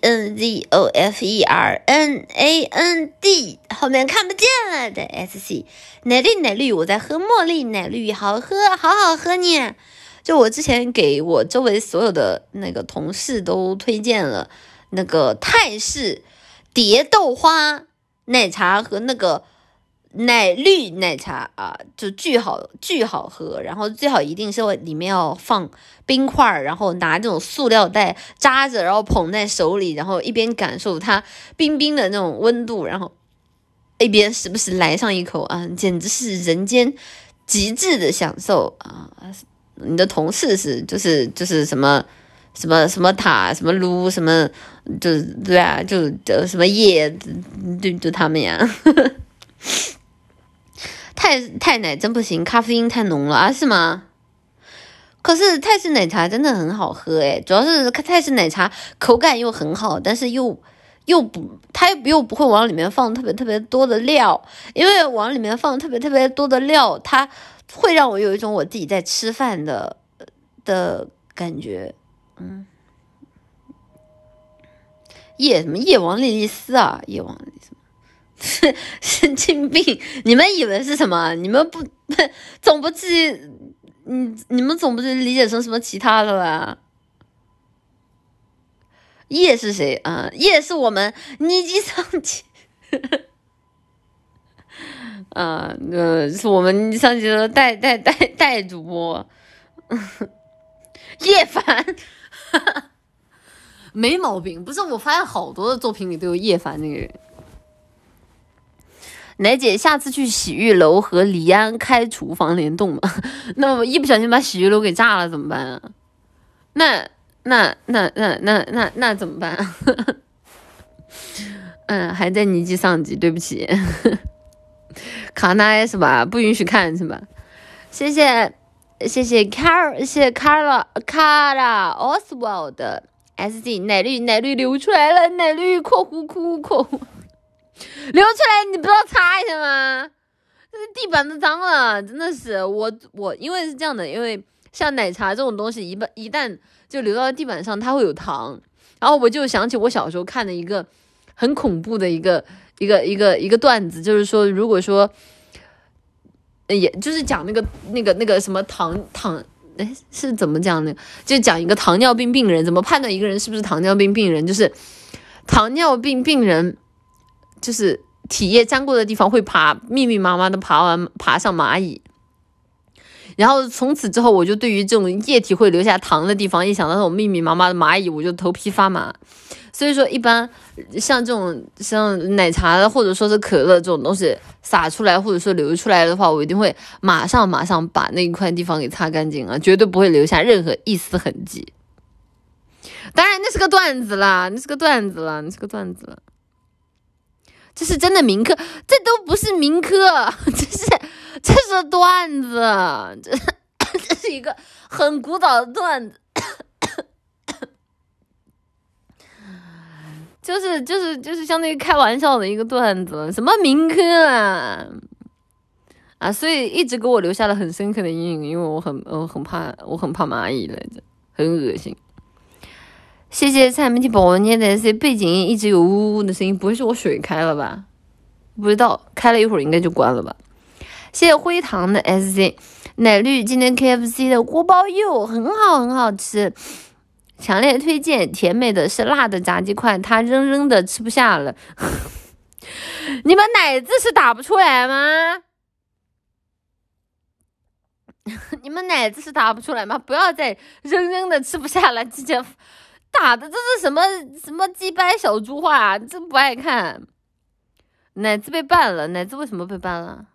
ENZOFERNAND 后面看不见了的 SC 奶绿，我在喝茉莉奶绿，好好喝呢。就我之前给我周围所有的那个同事都推荐了那个泰式蝶豆花奶茶和那个奶绿奶茶啊，就巨好喝，然后最好一定是里面要放冰块，然后拿这种塑料袋扎着，然后捧在手里，然后一边感受它冰冰的那种温度，然后一边时不时来上一口啊，简直是人间极致的享受啊！你的同事就是什么塔什么撸什么，就对啊，就什么叶，就他们呀。泰奶真不行，咖啡因太浓了啊，是吗？可是泰式奶茶真的很好喝诶，主要是泰式奶茶口感又很好，但是又不会往里面放特别多的料，因为往里面放特别多的料，它会让我有一种我自己在吃饭的感觉。叶王莉莉丝啊，叶王莉莉丝。神经病！你们以为是什么？你们总不至于，你们总不至于理解成什么其他的吧？叶是谁啊？叶是我们尼基上级，是我们上级的代主播叶凡，没毛病。不是，我发现好多的作品里都有叶凡那个人。奶姐下次去洗浴楼和李安开厨房联动嘛？那我一不小心把洗浴楼给炸了怎么办啊？那怎么办啊？还在尼基上级，对不起。卡奈是吧？不允许看是吧？谢谢卡拉奥斯沃的 SD 奶绿流出来了，奶绿括弧流出来，你不知道擦一下吗？这地板都脏了，真的是我，因为是这样的，因为像奶茶这种东西，一旦就流到地板上，它会有糖。然后我就想起我小时候看的一个很恐怖的一个段子，就是说，如果说，也就是讲那个什么糖，是怎么讲的？就讲一个糖尿病病人怎么判断一个人是不是糖尿病病人，就是糖尿病病人。就是体液沾过的地方会密密麻麻的爬上蚂蚁，然后从此之后我就对于这种液体会留下糖的地方，一想到那种密密麻麻的蚂蚁，我就头皮发麻。所以说一般像这种像奶茶或者说是可乐这种东西洒出来或者说流出来的话，我一定会马上把那一块地方给擦干净啊，绝对不会留下任何一丝痕迹。当然那是个段子啦，这是真的民科，这都不是民科，这是段子，这是一个很古早的段子，就是相当于开玩笑的一个段子，什么民科啊，所以一直给我留下了很深刻的阴影，因为我很怕蚂蚁来着，很恶心。谢谢蔡明提宝捏的背景音一直有呜呜的声音，不会是我水开了吧？ 不知道开了一会儿应该就关了吧。谢谢灰糖的 SC 奶绿，今天 KFC 的锅包肉很好吃，强烈推荐。甜美的是辣的炸鸡块，它扔的吃不下了。你们奶字是打不出来吗？你们奶字是打不出来吗？不要再扔的吃不下了，直接打的这是什么鸡掰小猪话，真不爱看。奶字被办了，奶字为什么被办了？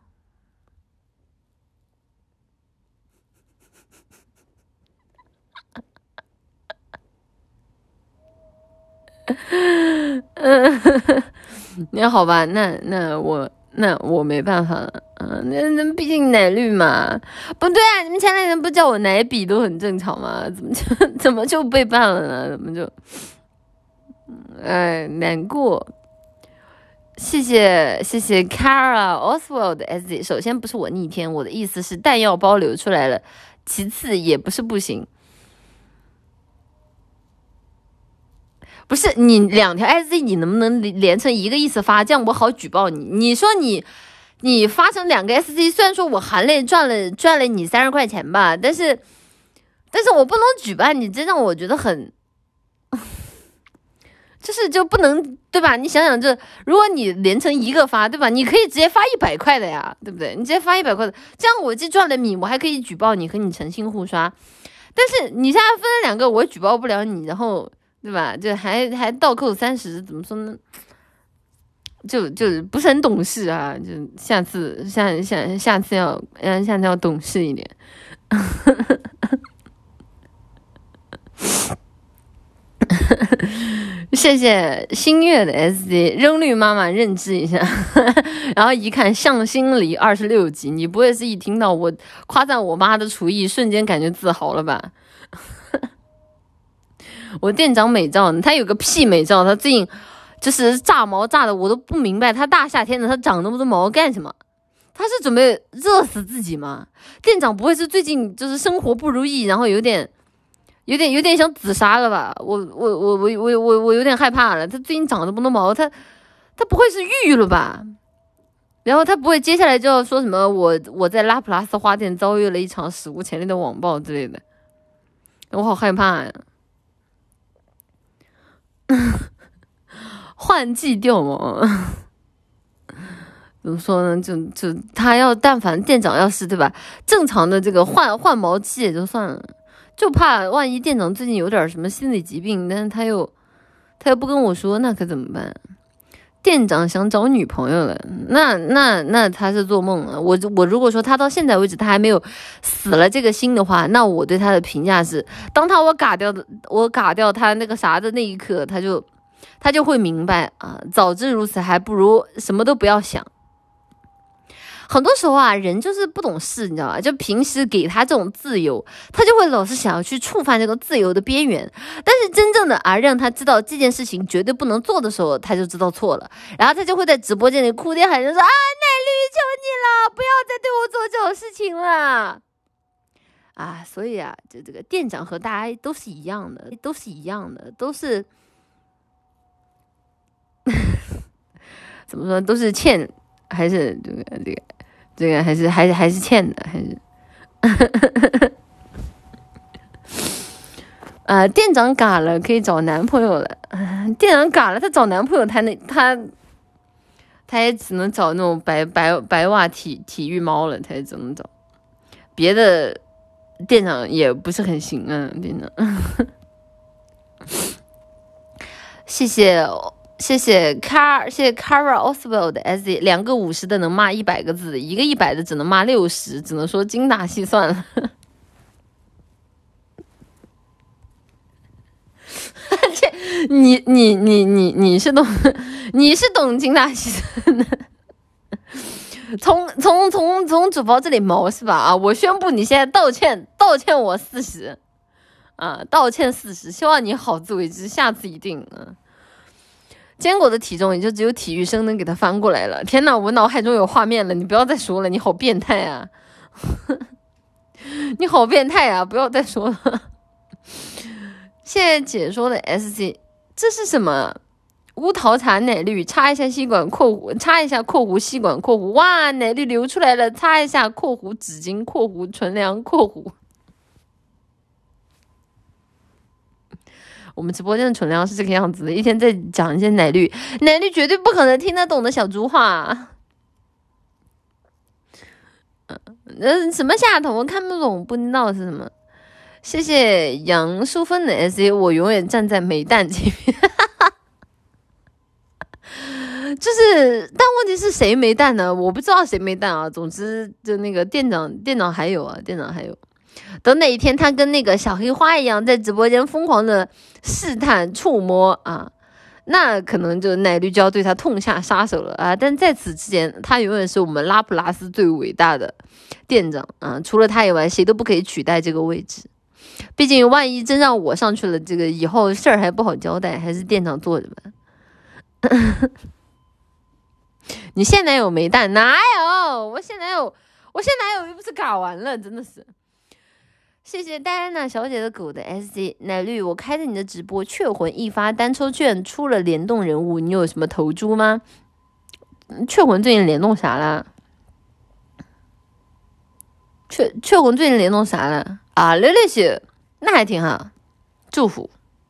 那好吧，那我没办法了。那毕竟奶绿嘛，不对啊！你们前两天不叫我奶比都很正常吗？怎么就被办了呢？怎么就，难过。谢谢 Kara Oswald SZ。首先不是我逆天，我的意思是弹药包流出来了，其次也不是不行。不是你2条 SZ 你能不能连成一个意思发，这样我好举报你。你说你发成2个 SZ， 虽然说我含泪赚了你30块钱吧，但是我不能举报你，这让我觉得很就不能，对吧？你想想如果你连成一个发，对吧？你可以直接发100块的呀，对不对？你直接发100块的，这样我既赚了米，我还可以举报你和你诚信互刷。但是你现在分了2个，我举报不了你，然后对吧？就还倒扣30，怎么说呢？就不是很懂事啊！就下次要懂事一点。谢谢新月的 SD 扔绿妈妈认知一下，然后一看向心离26集，你不会是一听到我夸赞我妈的厨艺，瞬间感觉自豪了吧？我店长美照，他有个屁美照，他最近就是炸毛炸的，我都不明白，他大夏天的他长那么多毛干什么？他是准备热死自己吗？店长不会是最近就是生活不如意，然后有点想自杀了吧？我有点害怕了。他最近长这么多毛，他不会是郁了吧？然后他不会接下来就要说什么我在拉普拉斯花店遭遇了一场史无前例的网暴之类的，我好害怕呀！换季掉毛，怎么说呢？就他要但凡店长要是对吧，正常的这个换毛期也就算了。就怕万一店长最近有点什么心理疾病，但是他又不跟我说，那可怎么办？店长想找女朋友了，那他是做梦了。我如果说他到现在为止他还没有死了这个心的话，那我对他的评价是，当我嘎掉他那个啥的那一刻，他就会明白啊，早知如此，还不如什么都不要想。很多时候啊，人就是不懂事，你知道吧？就平时给他这种自由，他就会老是想要去触犯这个自由的边缘。但是真正的让他知道这件事情绝对不能做的时候，他就知道错了，然后他就会在直播间里哭爹喊着说啊，奶绿，求你了，不要再对我做这种事情了啊！所以啊，就这个店长和大家都是一样的，都是怎么说，都是欠，还是这个还是欠的，还是店长嘎了可以找男朋友了，店长嘎了他找男朋友他也只能找那种白袜体育猫了，他也只能找，别的店长也不是很行啊，店长。谢谢 Kara Oswald SZ， 2个50的能骂100个字，一个100的只能骂60，只能说精打细算了。你是懂精打细算的。从主播这里毛是吧？啊，我宣布你现在道歉我40，道歉40，希望你好自为之，下次一定。坚果的体重也就只有体育生能给他翻过来了。天哪，我脑海中有画面了，你不要再说了，你好变态啊！你好变态啊！不要再说了。谢谢解说的 SC， 这是什么？ 乌桃茶奶绿，插一下吸管（括弧），插一下（括弧）吸管（括弧）。哇，奶绿流出来了，擦一下（括弧）纸巾（括弧）纯凉（括弧）。我们直播间的纯凉是这个样子的，一天在讲一些奶绿绝对不可能听得懂的小猪话。什么下头我看不懂，不知道是什么。谢谢杨淑芬的 SA， 我永远站在煤蛋这边。就是，但问题是谁没蛋呢？我不知道谁没蛋啊。总之，就那个店长还有啊，店长还有。等哪一天他跟那个小黑花一样，在直播间疯狂的试探、触摸啊，那可能就奶绿就要对他痛下杀手了啊。但在此之前，他永远是我们拉普拉斯最伟大的店长啊，除了他以外，谁都不可以取代这个位置。毕竟，万一真让我上去了，这个以后事儿还不好交代，还是店长坐着吧。你现男友没蛋？哪有？我现男友又不是搞完了，真的是。谢谢戴安娜小姐的狗的 SC 奶绿，我开着你的直播，雀魂一发单抽券出了联动人物，你有什么投注吗？雀魂最近联动啥了？雀魂最近联动啥了？啊，六六秀，那还挺好，祝福。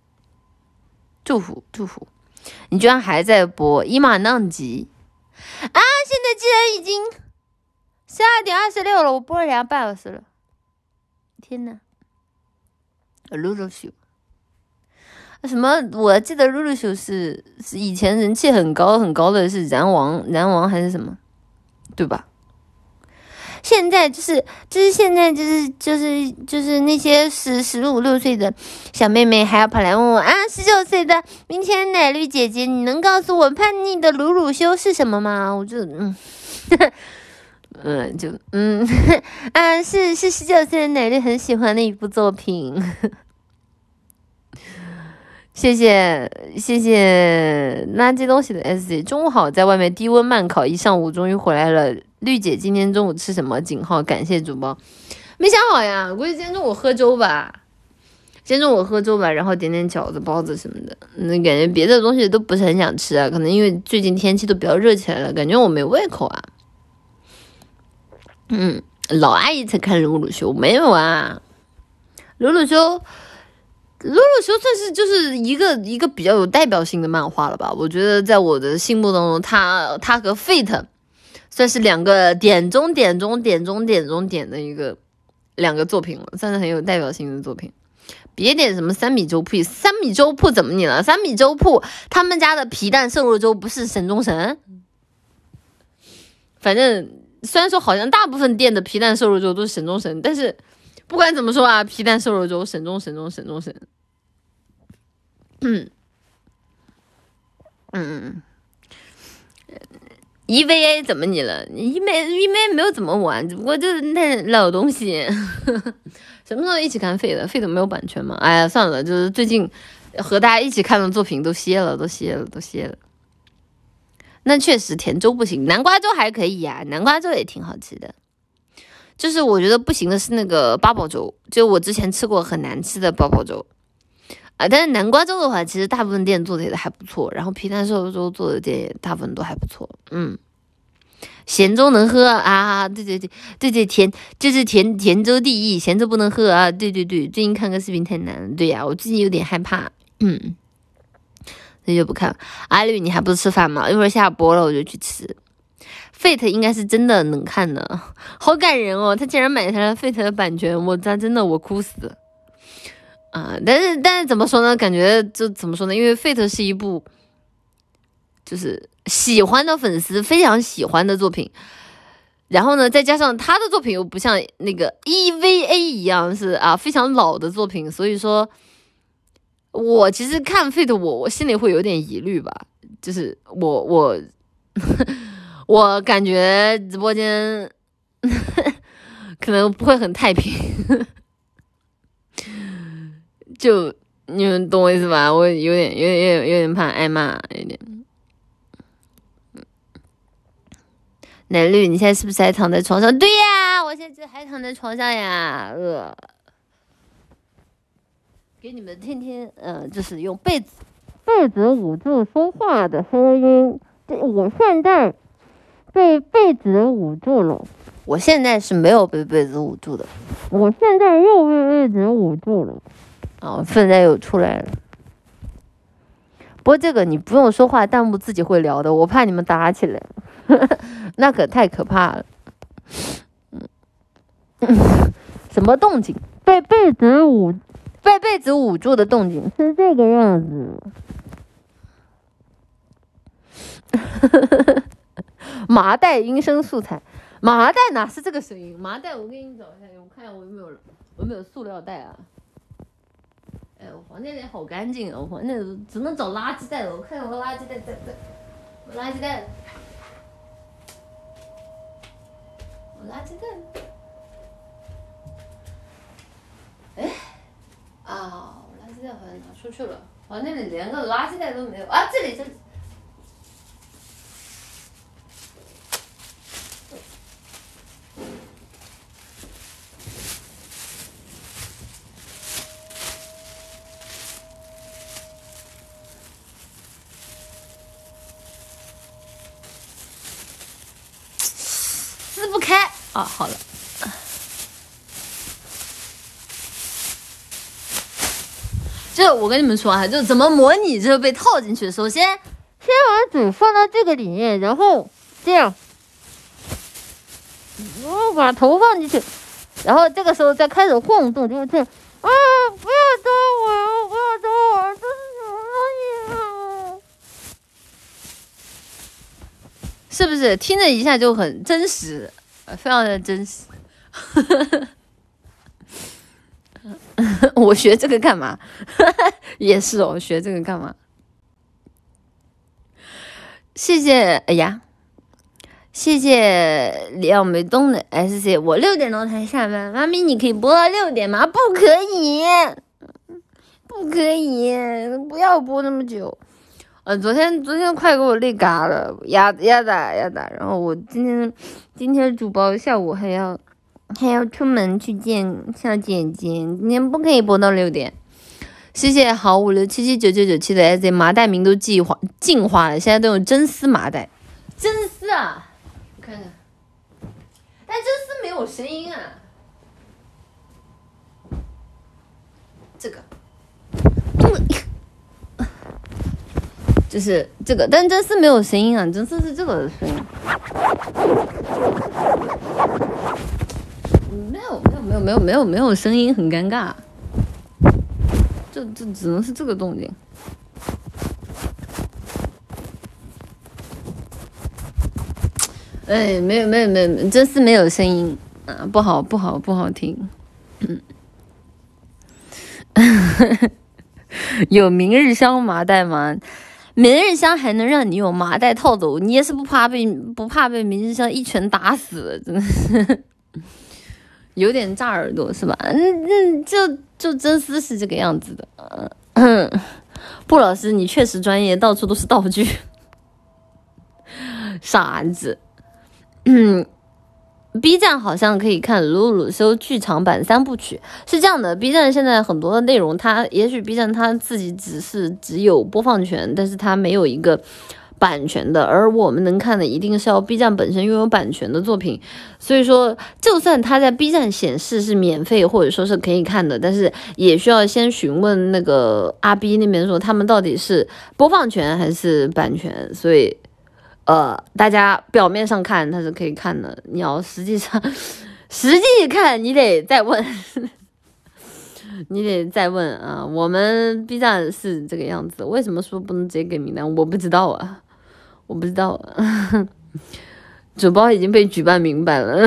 你居然还在播伊玛浪吉啊！现在既然已经12:26了，我播了2半小时了。天呐，露露秀什么？我记得露露秀是以前人气很高的是燃王还是什么，对吧？现在就是那些15、16岁的小妹妹还要跑来问我啊，19岁的明天奶绿姐姐，你能告诉我叛逆的鲁鲁修是什么吗？我就是19岁的奶绿很喜欢的一部作品。谢谢垃圾东西的 SC， 中午好，在外面低温慢烤一上午，终于回来了。绿姐今天中午吃什么？井号感谢主播，没想好呀，估计今天中午喝粥吧，然后点饺子、包子什么的。感觉别的东西都不是很想吃啊，可能因为最近天气都比较热起来了，感觉我没胃口啊。老阿姨才看鲁鲁修，没有啊，鲁鲁修算是就是一个比较有代表性的漫画了吧？我觉得在我的心目当中，他和 Fate 算是两个点中点的两个作品了，算是很有代表性的作品。别点什么3米粥铺，3米粥铺怎么你了？3米粥铺他们家的皮蛋瘦肉粥不是神中神？反正虽然说好像大部分店的皮蛋瘦肉粥都是神中神，但是不管怎么说啊，皮蛋瘦肉粥神中神。EVA 怎么你了？EVA 没有怎么玩，只不过就是那老东西。什么时候一起看Fate没有版权吗？哎呀，算了，就是最近和大家一起看的作品都歇了。那确实甜粥不行，南瓜粥还可以呀，南瓜粥也挺好吃的。就是我觉得不行的是那个八宝粥，就我之前吃过很难吃的八宝粥啊。但是南瓜粥的话，其实大部分店做的也还不错，然后皮蛋瘦肉粥做的店也大部分都还不错。咸粥能喝啊，对，甜就是甜粥第一，咸粥不能喝啊，对，最近看个视频太难了，对呀，我最近有点害怕，那就不看。阿绿，你还不是吃饭吗？一会儿下播了我就去吃。Fate 应该是真的能看的，好感人哦！他竟然买下了 Fate 的版权，我哭死啊！但是怎么说呢？感觉就怎么说呢？因为 Fate 是一部就是喜欢的粉丝非常喜欢的作品，然后呢，再加上他的作品又不像那个 EVA 一样是非常老的作品，所以说，我其实看 Fate 我心里会有点疑虑吧，就是我感觉直播间可能不会很太平，就你们懂我意思吧？我有点怕挨骂，有点。奶绿，你现在是不是还躺在床上？对呀，我现在还躺在床上呀，给你们天天就是用被子被子捂住说话的声音。我现在被被子捂住了。我现在是没有被被子捂住的。我现在又被被子捂住了。哦，现在又出来了。不过这个你不用说话，弹幕自己会聊的，我怕你们打起来，那可太可怕了。什么动静？被被子捂住的动静是这个样子。麻袋音声素材，麻袋哪是这个声音？麻袋我给你找一下，我看一下我有没有塑料袋啊？哎，我房间里好干净啊！我房间只能找垃圾袋了。我看看我垃圾袋在，我垃圾袋，我垃圾袋。哎，啊，我垃圾袋好像拿出去了，房间里连个垃圾袋都没有啊！这里。撕不开啊！好了，这我跟你们说啊，就怎么模拟这个被套进去。首先把嘴放到这个里面，然后这样，然后把头放进去，然后这个时候再开始晃动，就是这样啊！不要抓我，不要抓我，这是什么东西啊？是不是听着一下就很真实，非常的真实？我学这个干嘛？也是哦，学这个干嘛？谢谢，哎呀，谢谢廖梅东的 SC。我6点钟才下班，妈咪，你可以播到6点吗？不可以，不可以，不要播那么久。昨天快给我累嘎了，压打。然后我今天主播下午还要出门去见小姐姐，今天不可以播到6点。谢谢好567799997的 SZ， 麻袋名都进化了，现在都有真丝麻袋，真丝啊，我看看，但真丝没有声音啊，这个。就是这个，但真丝没有声音啊，真丝是这个声音。没有声音，很尴尬。这只能是这个动静。哎，没有，真丝没有声音啊，不好听。有明日香麻袋吗？明日香还能让你有麻袋套走，你也是不怕被明日香一拳打死，真的是有点炸耳朵是吧？就真丝是这个样子的。布老师，你确实专业，到处都是道具，傻子。B 站好像可以看鲁鲁修剧场版3部曲，是这样的。B 站现在很多的内容，它也许 B 站它自己只有播放权，但是它没有一个版权的，而我们能看的一定是要 B 站本身拥有版权的作品。所以说，就算它在 B 站显示是免费或者说是可以看的，但是也需要先询问那个阿 B 那边说他们到底是播放权还是版权，所以。大家表面上看它是可以看的，你要实际看，你得再问，啊！我们 B 站是这个样子，为什么说不能直接给名单？我不知道啊，主播已经被举办明白了，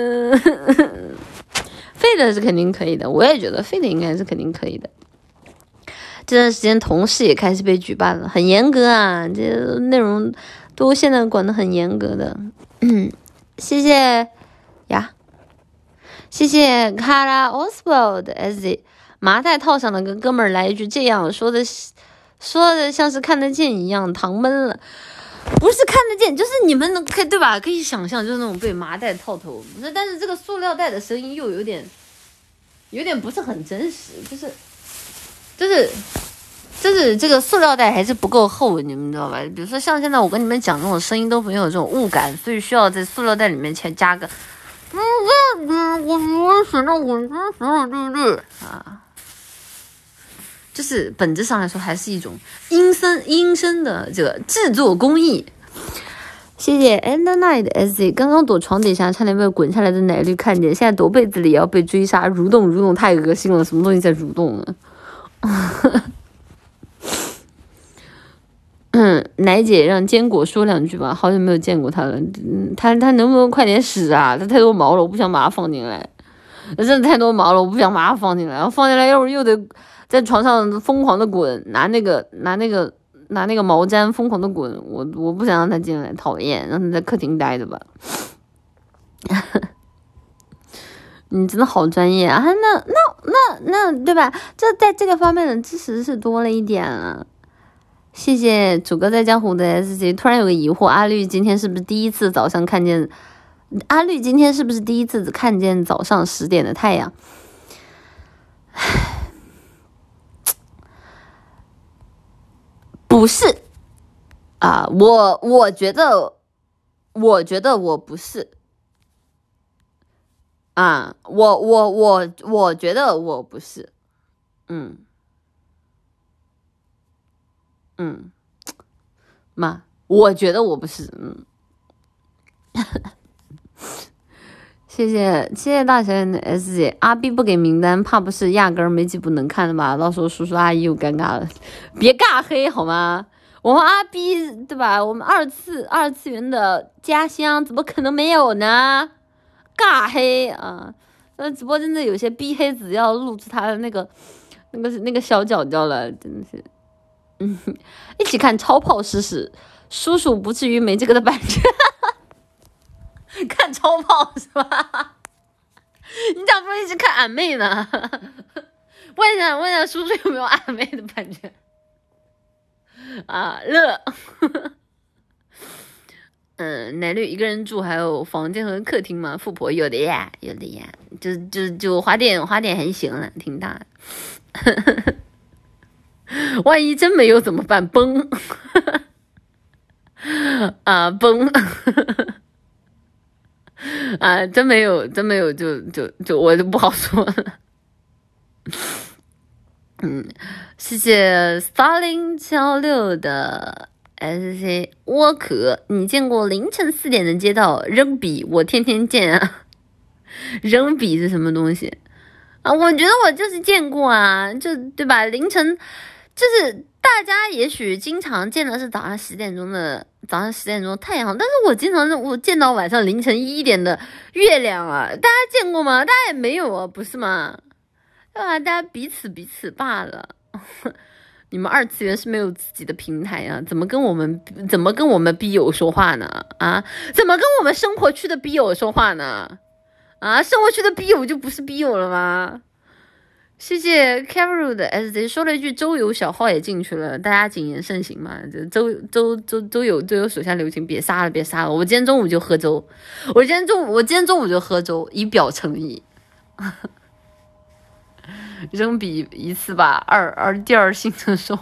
废的是肯定可以的，我也觉得废的应该是肯定可以的。这段时间同事也开始被举办了，很严格啊，这内容。都现在管得很严格的，谢谢呀，谢谢卡拉 Oswald SZ 麻袋套上的跟哥们儿来一句这样说的像是看得见一样，糖闷了，不是看得见，就是你们能可以对吧？可以想象就是那种被麻袋套头，不是，但是这个塑料袋的声音又有点不是很真实，就是就是这个塑料袋还是不够厚，你们知道吧？比如说像现在我跟你们讲这种声音都没有这种雾感，所以需要在塑料袋里面先加个我选到我对啊，就是本质上来说还是一种音声的这个制作工艺。谢谢 And Night SZ， 刚刚躲床底下差点被滚下来的奶绿看见，现在躲被子里也要被追杀，蠕动太恶心了，什么东西在蠕动呢？奶姐让坚果说两句吧，好久没有见过他了。他能不能快点死啊？他太多毛了，我不想把它放进来。真的太多毛了，我不想把它放进来。然后放进来又得在床上疯狂的滚，拿那个毛毡疯狂的滚。我不想让他进来，讨厌，让他在客厅待着吧。你真的好专业啊！那对吧？这在这个方面的知识是多了一点了。谢谢主哥在江湖的 SJ， 突然有个疑惑，阿绿今天是不是第一次早上看见？阿绿今天是不是第一次看见早上10点的太阳？不是啊，我觉得我不是啊，我觉得我不是，妈，我觉得我不是，谢谢大小眼的 S 姐，阿 B 不给名单，怕不是压根儿没几部能看的吧？到时候叔叔阿姨又尴尬了，别尬黑好吗？我们阿 B 对吧？我们二次元的家乡怎么可能没有呢？尬黑啊！直播真的有些逼黑子要露出他的那个小脚脚了，真的是。一起看超炮试试，叔叔不至于没这个的版权。看超炮是吧？你咋不一直看俺妹呢？问一下叔叔有没有俺妹的版权啊？乐。奶绿一个人住，还有房间和客厅吗？富婆有的呀，就花店还行了，挺大的。万一真没有怎么办？崩啊崩啊！真没有就我就不好说了。谢谢3076的 SC 沃可，你见过凌晨4点的街道扔笔？我天天见啊！扔笔是什么东西啊？我觉得我就是见过啊，就对吧？凌晨就是大家也许经常见的是早上10点钟的太阳，但是我经常我见到晚上凌晨1点的月亮啊，大家见过吗？大家也没有啊，不是吗？对吧？大家彼此罢了。你们二次元是没有自己的平台啊？怎么跟我们逼友说话呢？啊？怎么跟我们生活区的逼友说话呢？啊？生活区的逼友就不是逼友了吗？谢谢 Carol 的 SZ 说了一句周游小号也进去了，大家谨言慎行嘛。周游手下留情，别杀了！我今天中午就喝粥，我今天中午就喝粥，以表诚意。扔笔一次吧，第二行程说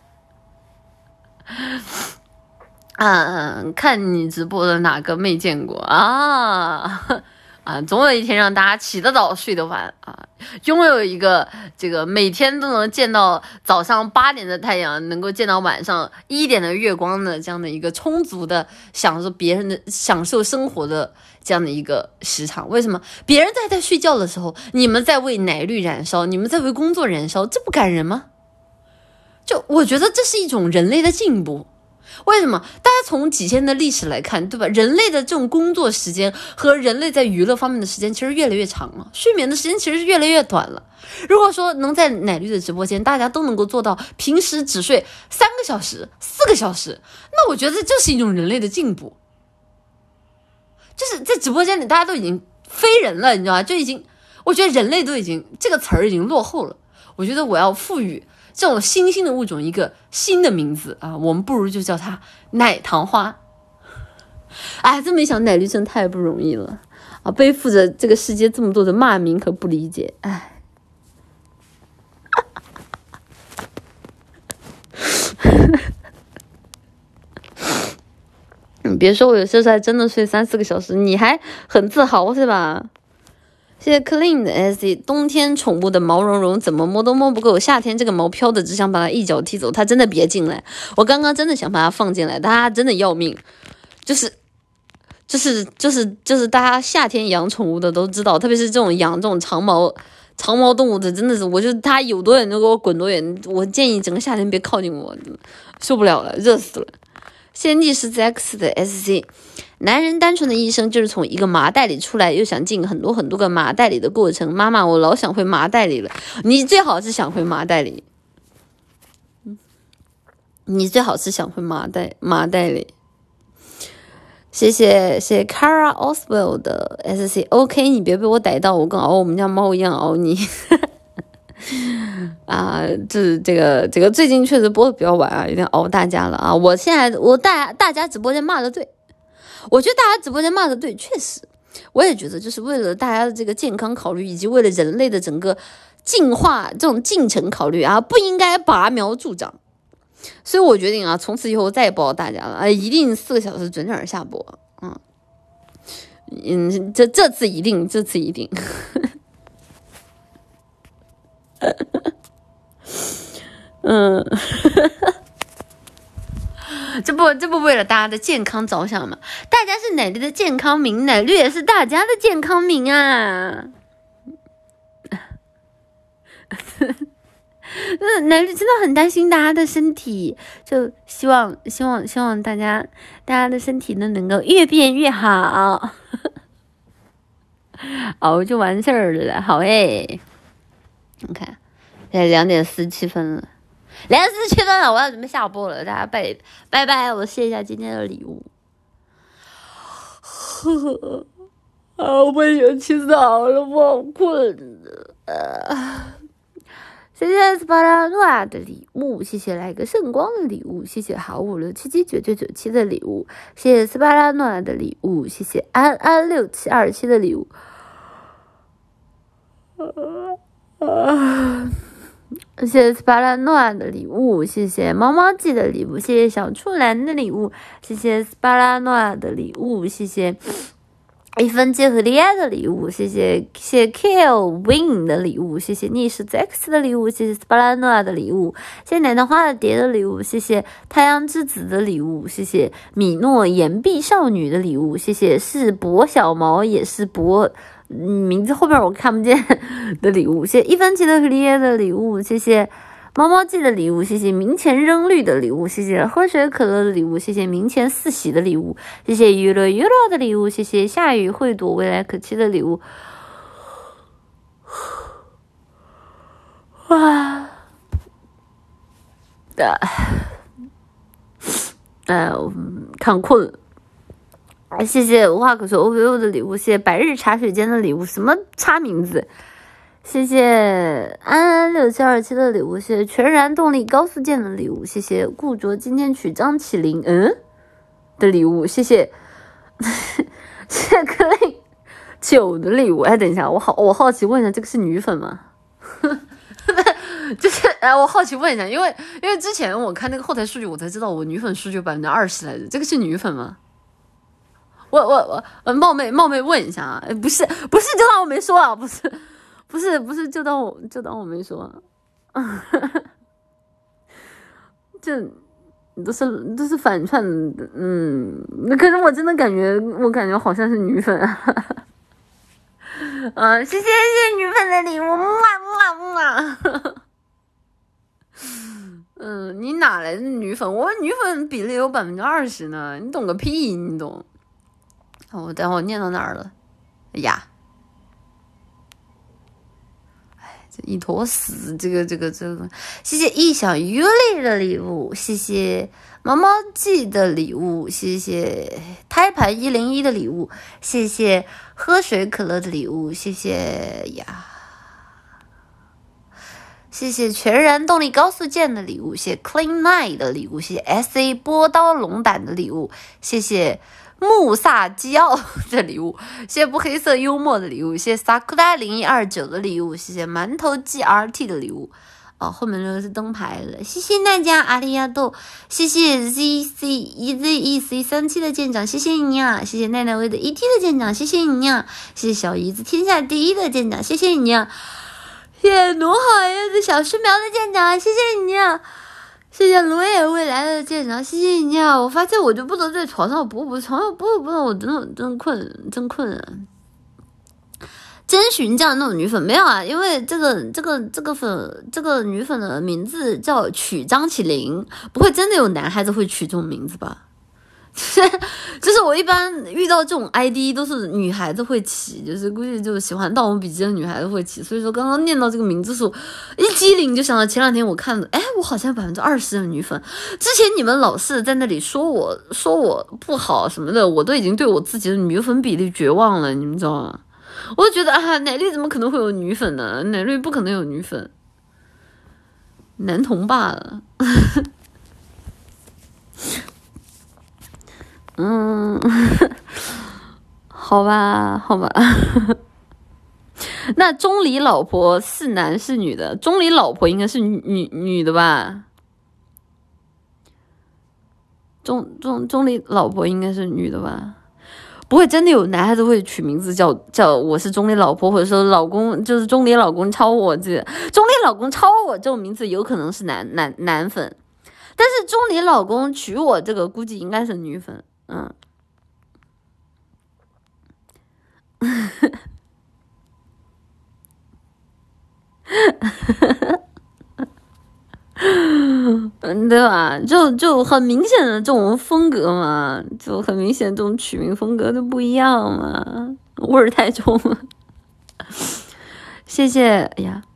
完。看你直播的哪个没见过啊？总有一天让大家起得早睡得晚啊，拥有一个这个每天都能见到早上8点的太阳，能够见到晚上1点的月光的这样的一个充足的享受生活的这样的一个时长。为什么别人在睡觉的时候，你们在为奶绿燃烧，你们在为工作燃烧，这不感人吗？就我觉得这是一种人类的进步。为什么？大家从几千年的历史来看，对吧？人类的这种工作时间和人类在娱乐方面的时间其实越来越长了，睡眠的时间其实是越来越短了。如果说能在奶绿的直播间，大家都能够做到平时只睡3个小时、4个小时，那我觉得这就是一种人类的进步。就是在直播间里，大家都已经非人了，你知道吗？就已经，我觉得人类都已经这个词儿已经落后了。我觉得我要赋予这种新兴的物种一个新的名字啊，我们不如就叫它奶糖花。哎，真没想奶绿真太不容易了啊，背负着这个世界这么多的骂名和不理解，哎。 你别说，我有时候还真的睡3-4个小时，你还很自豪是吧？谢谢 clean 的 SC， 冬天宠物的毛茸茸，怎么摸都摸不够，夏天这个毛飘的，只想把它一脚踢走，它真的别进来。我刚刚真的想把它放进来，但它真的要命，就是大家夏天养宠物的都知道，特别是这种养这种长毛动物的，真的是，我就它有多远就给我滚多远。我建议整个夏天别靠近我，受不了了，热死了。谢逆十字 X 的 SC， 男人单纯的一生就是从一个麻袋里出来，又想进很多个麻袋里的过程。妈妈，我老想回麻袋里了。你最好是想回麻袋里，你最好是想回麻袋里。谢谢 Kara Oswell 的 SC，OK， 你别被我逮到，我跟熬我们家猫一样熬你。啊，这个最近确实播的比较晚啊，有点熬大家了啊！大家直播间骂的对，我觉得大家直播间骂的对，确实，我也觉得就是为了大家的这个健康考虑，以及为了人类的整个进化这种进程考虑啊，不应该拔苗助长。所以我决定啊，从此以后再也不熬大家了啊，一定4个小时准点下播。这次一定。这不为了大家的健康着想吗？大家是奶绿的健康民，奶绿也是大家的健康民啊。奶绿真的很担心大家的身体，就希望大家的身体呢能够越变越好。熬就完事儿了，好诶。你看，现在2点47分了，2点47分了，我要准备下播了，大家拜拜，我谢一下今天的礼物。我已经起早了，我好困谢谢斯巴拉诺亚的礼物，谢谢来个圣光的礼物，谢谢好5677997的礼物，谢谢斯巴拉诺亚的礼物，谢谢安6727的礼物。谢谢斯巴拉诺亚的礼物，谢谢猫猫记的礼物，谢谢小处男的礼物，谢谢斯巴拉诺亚的礼物，谢谢一分结和利亚的礼物，谢谢 Kill Win 的礼物，谢谢逆时 X 的礼物，谢谢斯巴拉诺亚的礼物，谢谢奶糖花的蝶的礼物，谢谢太阳之子的礼物，谢谢米诺岩壁少女的礼物，谢谢是博小毛也是博名字后面我看不见的礼物，谢谢一分钱的和利亚的礼物，谢谢猫猫记的礼物，谢谢明前扔绿的礼物，谢谢喝水可乐的礼物，谢谢明前四喜的礼物，谢谢娱乐的礼物，谢谢下雨会躲未来可期的礼物。哇，看困了。谢谢无话可说 OVO 的礼物，谢谢白日茶水间的礼物，什么差名字？谢谢安安6727的礼物，谢谢全然动力高速键的礼物，谢谢顾卓今天曲张起灵的礼物，谢谢谢谢克雷9的礼物。哎，等一下，我好奇问一下，这个是女粉吗？就是我好奇问一下，因为之前我看那个后台数据，我才知道我女粉数据20%来着，这个是女粉吗？我冒昧问一下啊，不是就当我没说啊，不是就当我没说，这都是反串的，那可是我真的感觉好像是女粉啊，谢谢女粉的礼物，你哪来的女粉？我女粉比例有20%呢，你懂个屁，你懂？我等会儿念到哪儿了？哎呀，这一坨屎！这个，谢谢一小鱼类的礼物，谢谢毛毛记的礼物，谢谢胎盘101的礼物，谢谢喝水可乐的礼物，谢谢呀，谢谢全然动力高速键的礼物，谢谢 Clean Nine 的礼物，谢谢 SA 波刀龙胆的礼物，谢谢穆萨基奥的礼物，谢谢不黑色幽默的礼物，谢谢萨库达0129的礼物，谢谢馒头 GRT 的礼物， 哦，后面那个是灯牌的，谢谢大家，阿里亚豆，谢谢 ZCEZEC37的舰长，谢谢你啊，谢谢奈奈威的 ET 的舰长，谢谢你啊，谢谢小姨子天下第一的舰长，谢谢你啊，谢谢农好叶子小树苗的舰长，谢谢你啊，谢谢罗野未来的舰长，谢谢你啊，我发现我就不能在床上播，我真困啊。征询这样那种女粉没有啊，因为这个女粉的名字叫曲张起灵，不会真的有男孩子会取这种名字吧？就是我一般遇到这种 ID 都是女孩子会起，就是估计就喜欢《盗墓笔记》的女孩子会起，所以说刚刚念到这个名字的时候，一机灵就想到前两天我看的，哎，我好像20%的女粉，之前你们老是在那里说我不好什么的，我都已经对我自己的女粉比例绝望了，你们知道吗？我就觉得啊，奶绿怎么可能会有女粉呢？奶绿不可能有女粉，男同罢了。好吧。那钟离老婆是男是女的？钟离老婆应该是女的吧？钟离老婆应该是女的吧？不会真的有男孩子会取名字叫我是钟离老婆，或者说老公就是钟离老公抄我，这钟离老公抄我这种名字有可能是男粉，但是钟离老公娶我这个估计应该是女粉，对吧？就很明显的这种风格嘛，就很明显这种取名风格就不一样嘛，味儿太重了。谢谢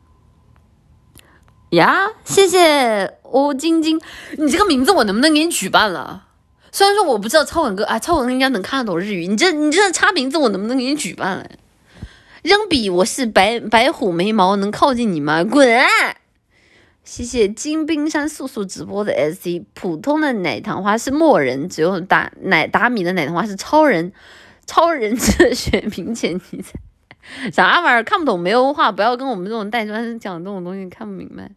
谢谢欧晶晶，你这个名字我能不能给你举办了？虽然说我不知道超文哥啊，超文应该能看得懂日语，你这差名字我能不能给你举办了？扔笔，我是白虎眉毛，能靠近你吗？滚啊！谢谢金冰山素素直播的 SC， 普通的奶糖花是默人，只有打米的奶糖花是超人这选民前提才啥玩意儿看不懂没有话，不要跟我们这种带专讲这种东西看不明白。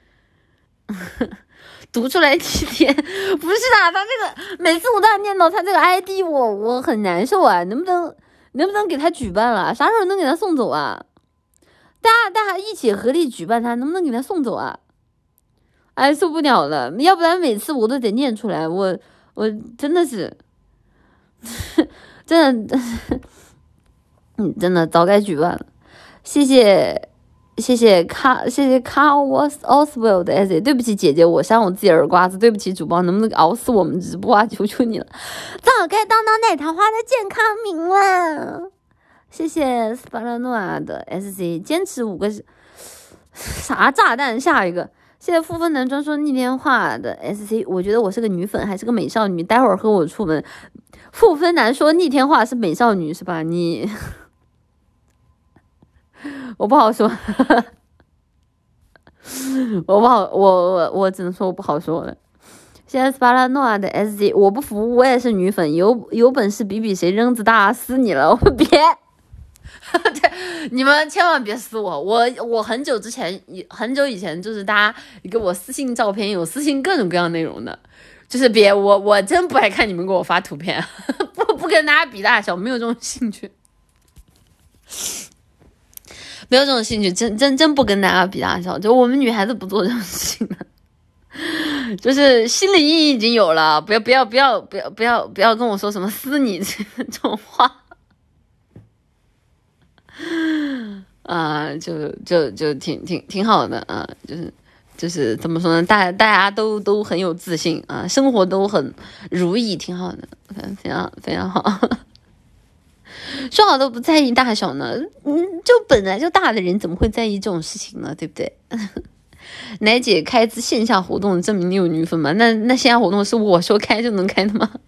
读出来几天不是的，他这个每次我都要念到他这个 ID， 我很难受啊！能不能给他举办了？啥时候能给他送走啊？大家一起合力举办他，能不能给他送走啊？哎，受不了了！要不然每次我都得念出来，我真的是，真的早该举办了。谢谢卡 Oswald 的 S， 对不起姐姐，我扇我自己耳刮子，对不起主播，能不能熬死我们直播啊？求求你了，早该当奶糖花的健康名了。谢谢斯巴拉诺亚的 SC， 坚持5个啥炸弹？下一个。谢谢负分男专说逆天话的 SC， 我觉得我是个女粉还是个美少女，待会儿和我出门。负分男说逆天话是美少女是吧？你我不好说，我只能说我不好说了。谢谢斯巴拉诺亚的 SC， 我不服，我也是女粉，有本事比谁扔子大，撕你了，我别。你们千万别撕我，我很久以前就是大家给我私信照片，有私信各种各样内容的，就是别我真不爱看你们给我发图片，不跟大家比大小，没有这种兴趣，没有这种兴趣，真不跟大家比大小，就我们女孩子不做这种事情的，就是心理阴影已经有了，不要跟我说什么撕你这种话。就挺好的啊，就是怎么说呢？大家都很有自信啊，生活都很如意，挺好的，非常好。说好都不在意大小呢，就本来就大的人怎么会在意这种事情呢？对不对？奶姐开一次线下活动，证明你有女粉吗？那线下活动是我说开就能开的吗？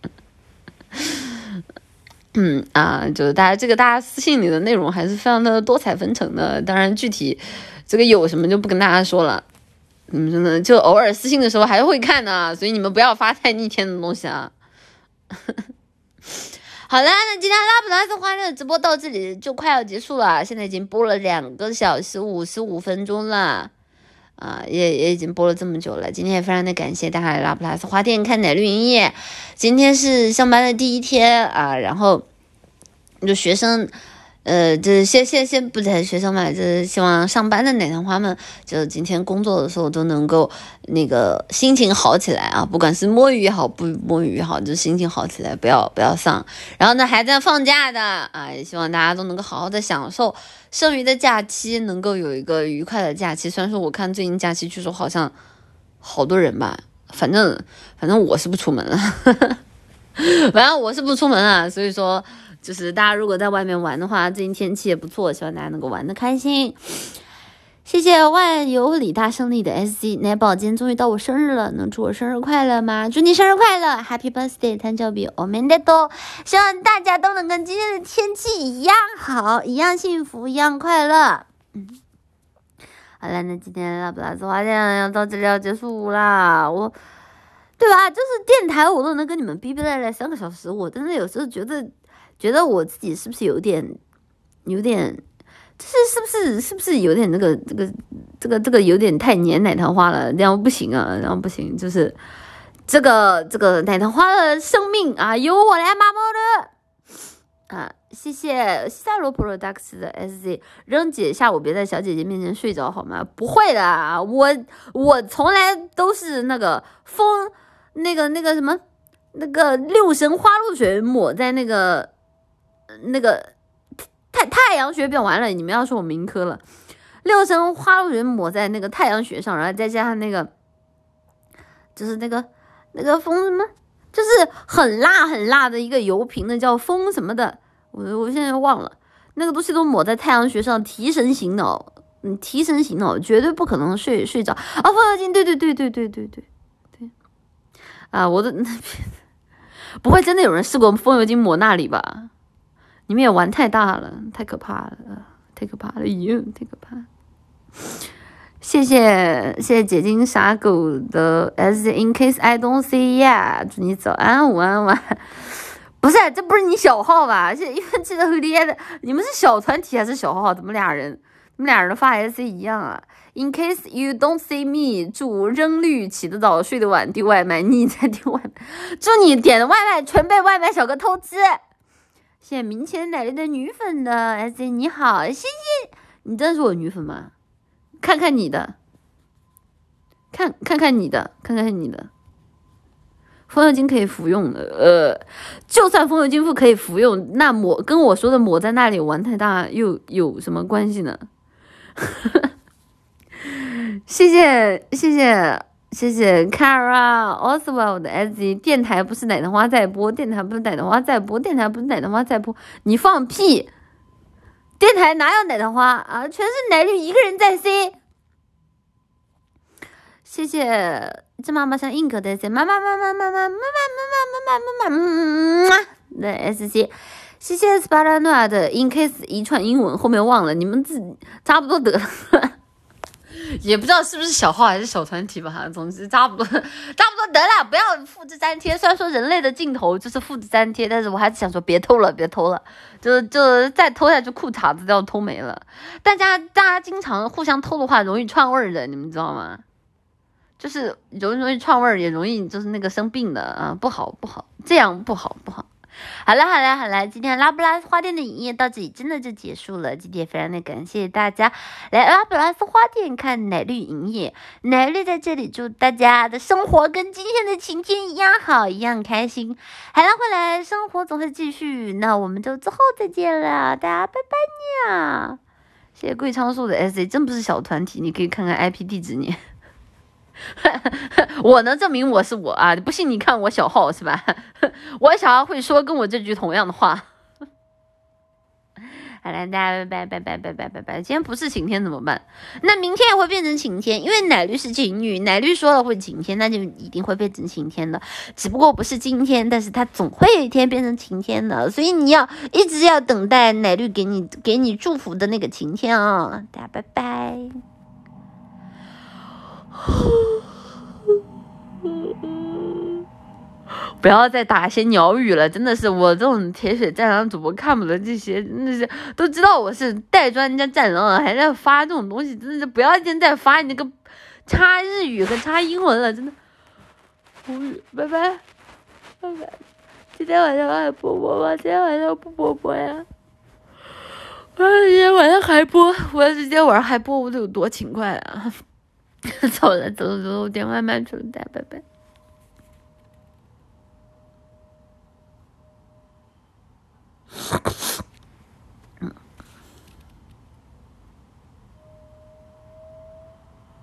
就是大家私信里的内容还是非常的多彩纷呈的，当然具体这个有什么就不跟大家说了，真的就偶尔私信的时候还会看的，所以你们不要发太逆天的东西啊。好了，那今天拉普拉斯欢乐直播到这里就快要结束了，现在已经播了2个小时55分钟了也已经播了这么久了。今天也非常的感谢大家来拉普拉斯花店看奶绿营业。今天是上班的第一天啊，然后就学生。就是先不谈学生嘛，就是希望上班的奶糖花们，就今天工作的时候都能够那个心情好起来啊，不管是摸鱼也好，不摸鱼也好，就心情好起来，不要丧。然后呢，还在放假的啊，也希望大家都能够好好的享受剩余的假期，能够有一个愉快的假期。虽然说我看最近假期据说好像好多人吧，反正我是不出门了，反正我是不出门了，所以说。就是大家如果在外面玩的话，最近天气也不错，希望大家能够玩得开心。谢谢万有李大胜利的 SC 奶宝，今天终于到我生日了，能祝我生日快乐吗？祝你生日快乐 ，Happy Birthday， 誕生日おめでとう！希望大家都能跟今天的天气一样好，一样幸福，一样快乐。好了，那今天拉布拉斯花店要到这里要结束啦，对吧？就是电台我都能跟你们逼逼赖赖3个小时，我真的有时候觉得我自己是不是有点，就是是不是有点这个有点太黏奶糖花了，这样不行啊，这样不行，就是这个奶糖花的生命啊，由我来麻木的啊！谢谢夏罗 Products 的 SZ 扔姐，下午别在小姐姐面前睡着好吗？不会的啊，我从来都是那个风那个什么那个六神花露水抹在那个太阳穴变完了，你们要说我民科了。六神花露水抹在那个太阳穴上，然后再加上那个就是那个风什么，就是很辣的一个油瓶的叫风什么的，我现在忘了。那个东西都抹在太阳穴上，提神醒脑，提神醒脑，绝对不可能睡着啊！风油精，对啊，我的不会真的有人试过风油精抹那里吧？你们也玩太大了，太可怕了，太可怕了，咦，太可怕了。谢谢解禁傻狗的 S in case I don't see ya， 祝你早安午安晚。不是，这不是你小号吧？因为这个很厉害的，你们是小团体还是小号？怎么俩人的发 S 一样啊 ？In case you don't see me， 祝扔绿起得早睡得晚订外卖，你在订外卖，祝你点的外卖全被外卖小哥偷吃。谢谢明前奶绿的女粉的 S， 你好，谢谢你，真的是我女粉吗？看看你的，看看你的，风油精可以服用的，就算风油精可以服用，那跟我说的抹在那里玩太大又有什么关系呢？谢谢 Kara Oswald S， 电台不是奶糖花在播，电台不是奶糖花在播，你放屁！电台哪有奶糖花啊？全是奶绿一个人在 C。谢谢这妈妈像硬壳的 S， 妈妈的 SC， 谢谢 Sparanoa 的 In case 一串英文后面忘了，你们自己差不多得了。也不知道是不是小号还是小团体吧，总之差不多得了，不要复制粘贴。虽然说人类的尽头就是复制粘贴，但是我还是想说别偷了，就再偷下去裤衩子都要偷没了。大家经常互相偷的话，容易串味儿的，你们知道吗？就是容易串味儿，也容易就是那个生病的啊，不好，这样不好。好了，今天拉布拉斯花店的营业到这里真的就结束了。今天非常的感谢大家来拉布拉斯花店看奶绿营业，奶绿在这里祝大家的生活跟今天的晴天一样好，一样开心。海浪回来，生活总会继续，那我们就之后再见了，大家拜拜呀！谢谢贵昌树的 SA， 真不是小团体，你可以看看 IP 地址你。我能证明我是我啊！不信你看我小号是吧？我小号会说跟我这句同样的话。好了，大家拜拜！今天不是晴天怎么办？那明天也会变成晴天，因为奶绿是晴雨，奶绿说了会晴天，那就一定会变成晴天的。只不过不是今天，但是它总会有一天变成晴天的，所以你要一直要等待奶绿给你祝福的那个晴天啊！大家拜拜。不要再打一些鸟语了，真的是我这种铁血战狼主播看不得这些，真的是都知道我是带专家战狼了，还在发这种东西，真的是不要现在发你那个插日语和插英文了，真的无语。拜拜，拜拜。今天晚上还播吗？今天晚上不播呀？我要今天晚上还播，我要是今天晚上还播，我得有多勤快啊！走了，点外卖去了，大家拜拜。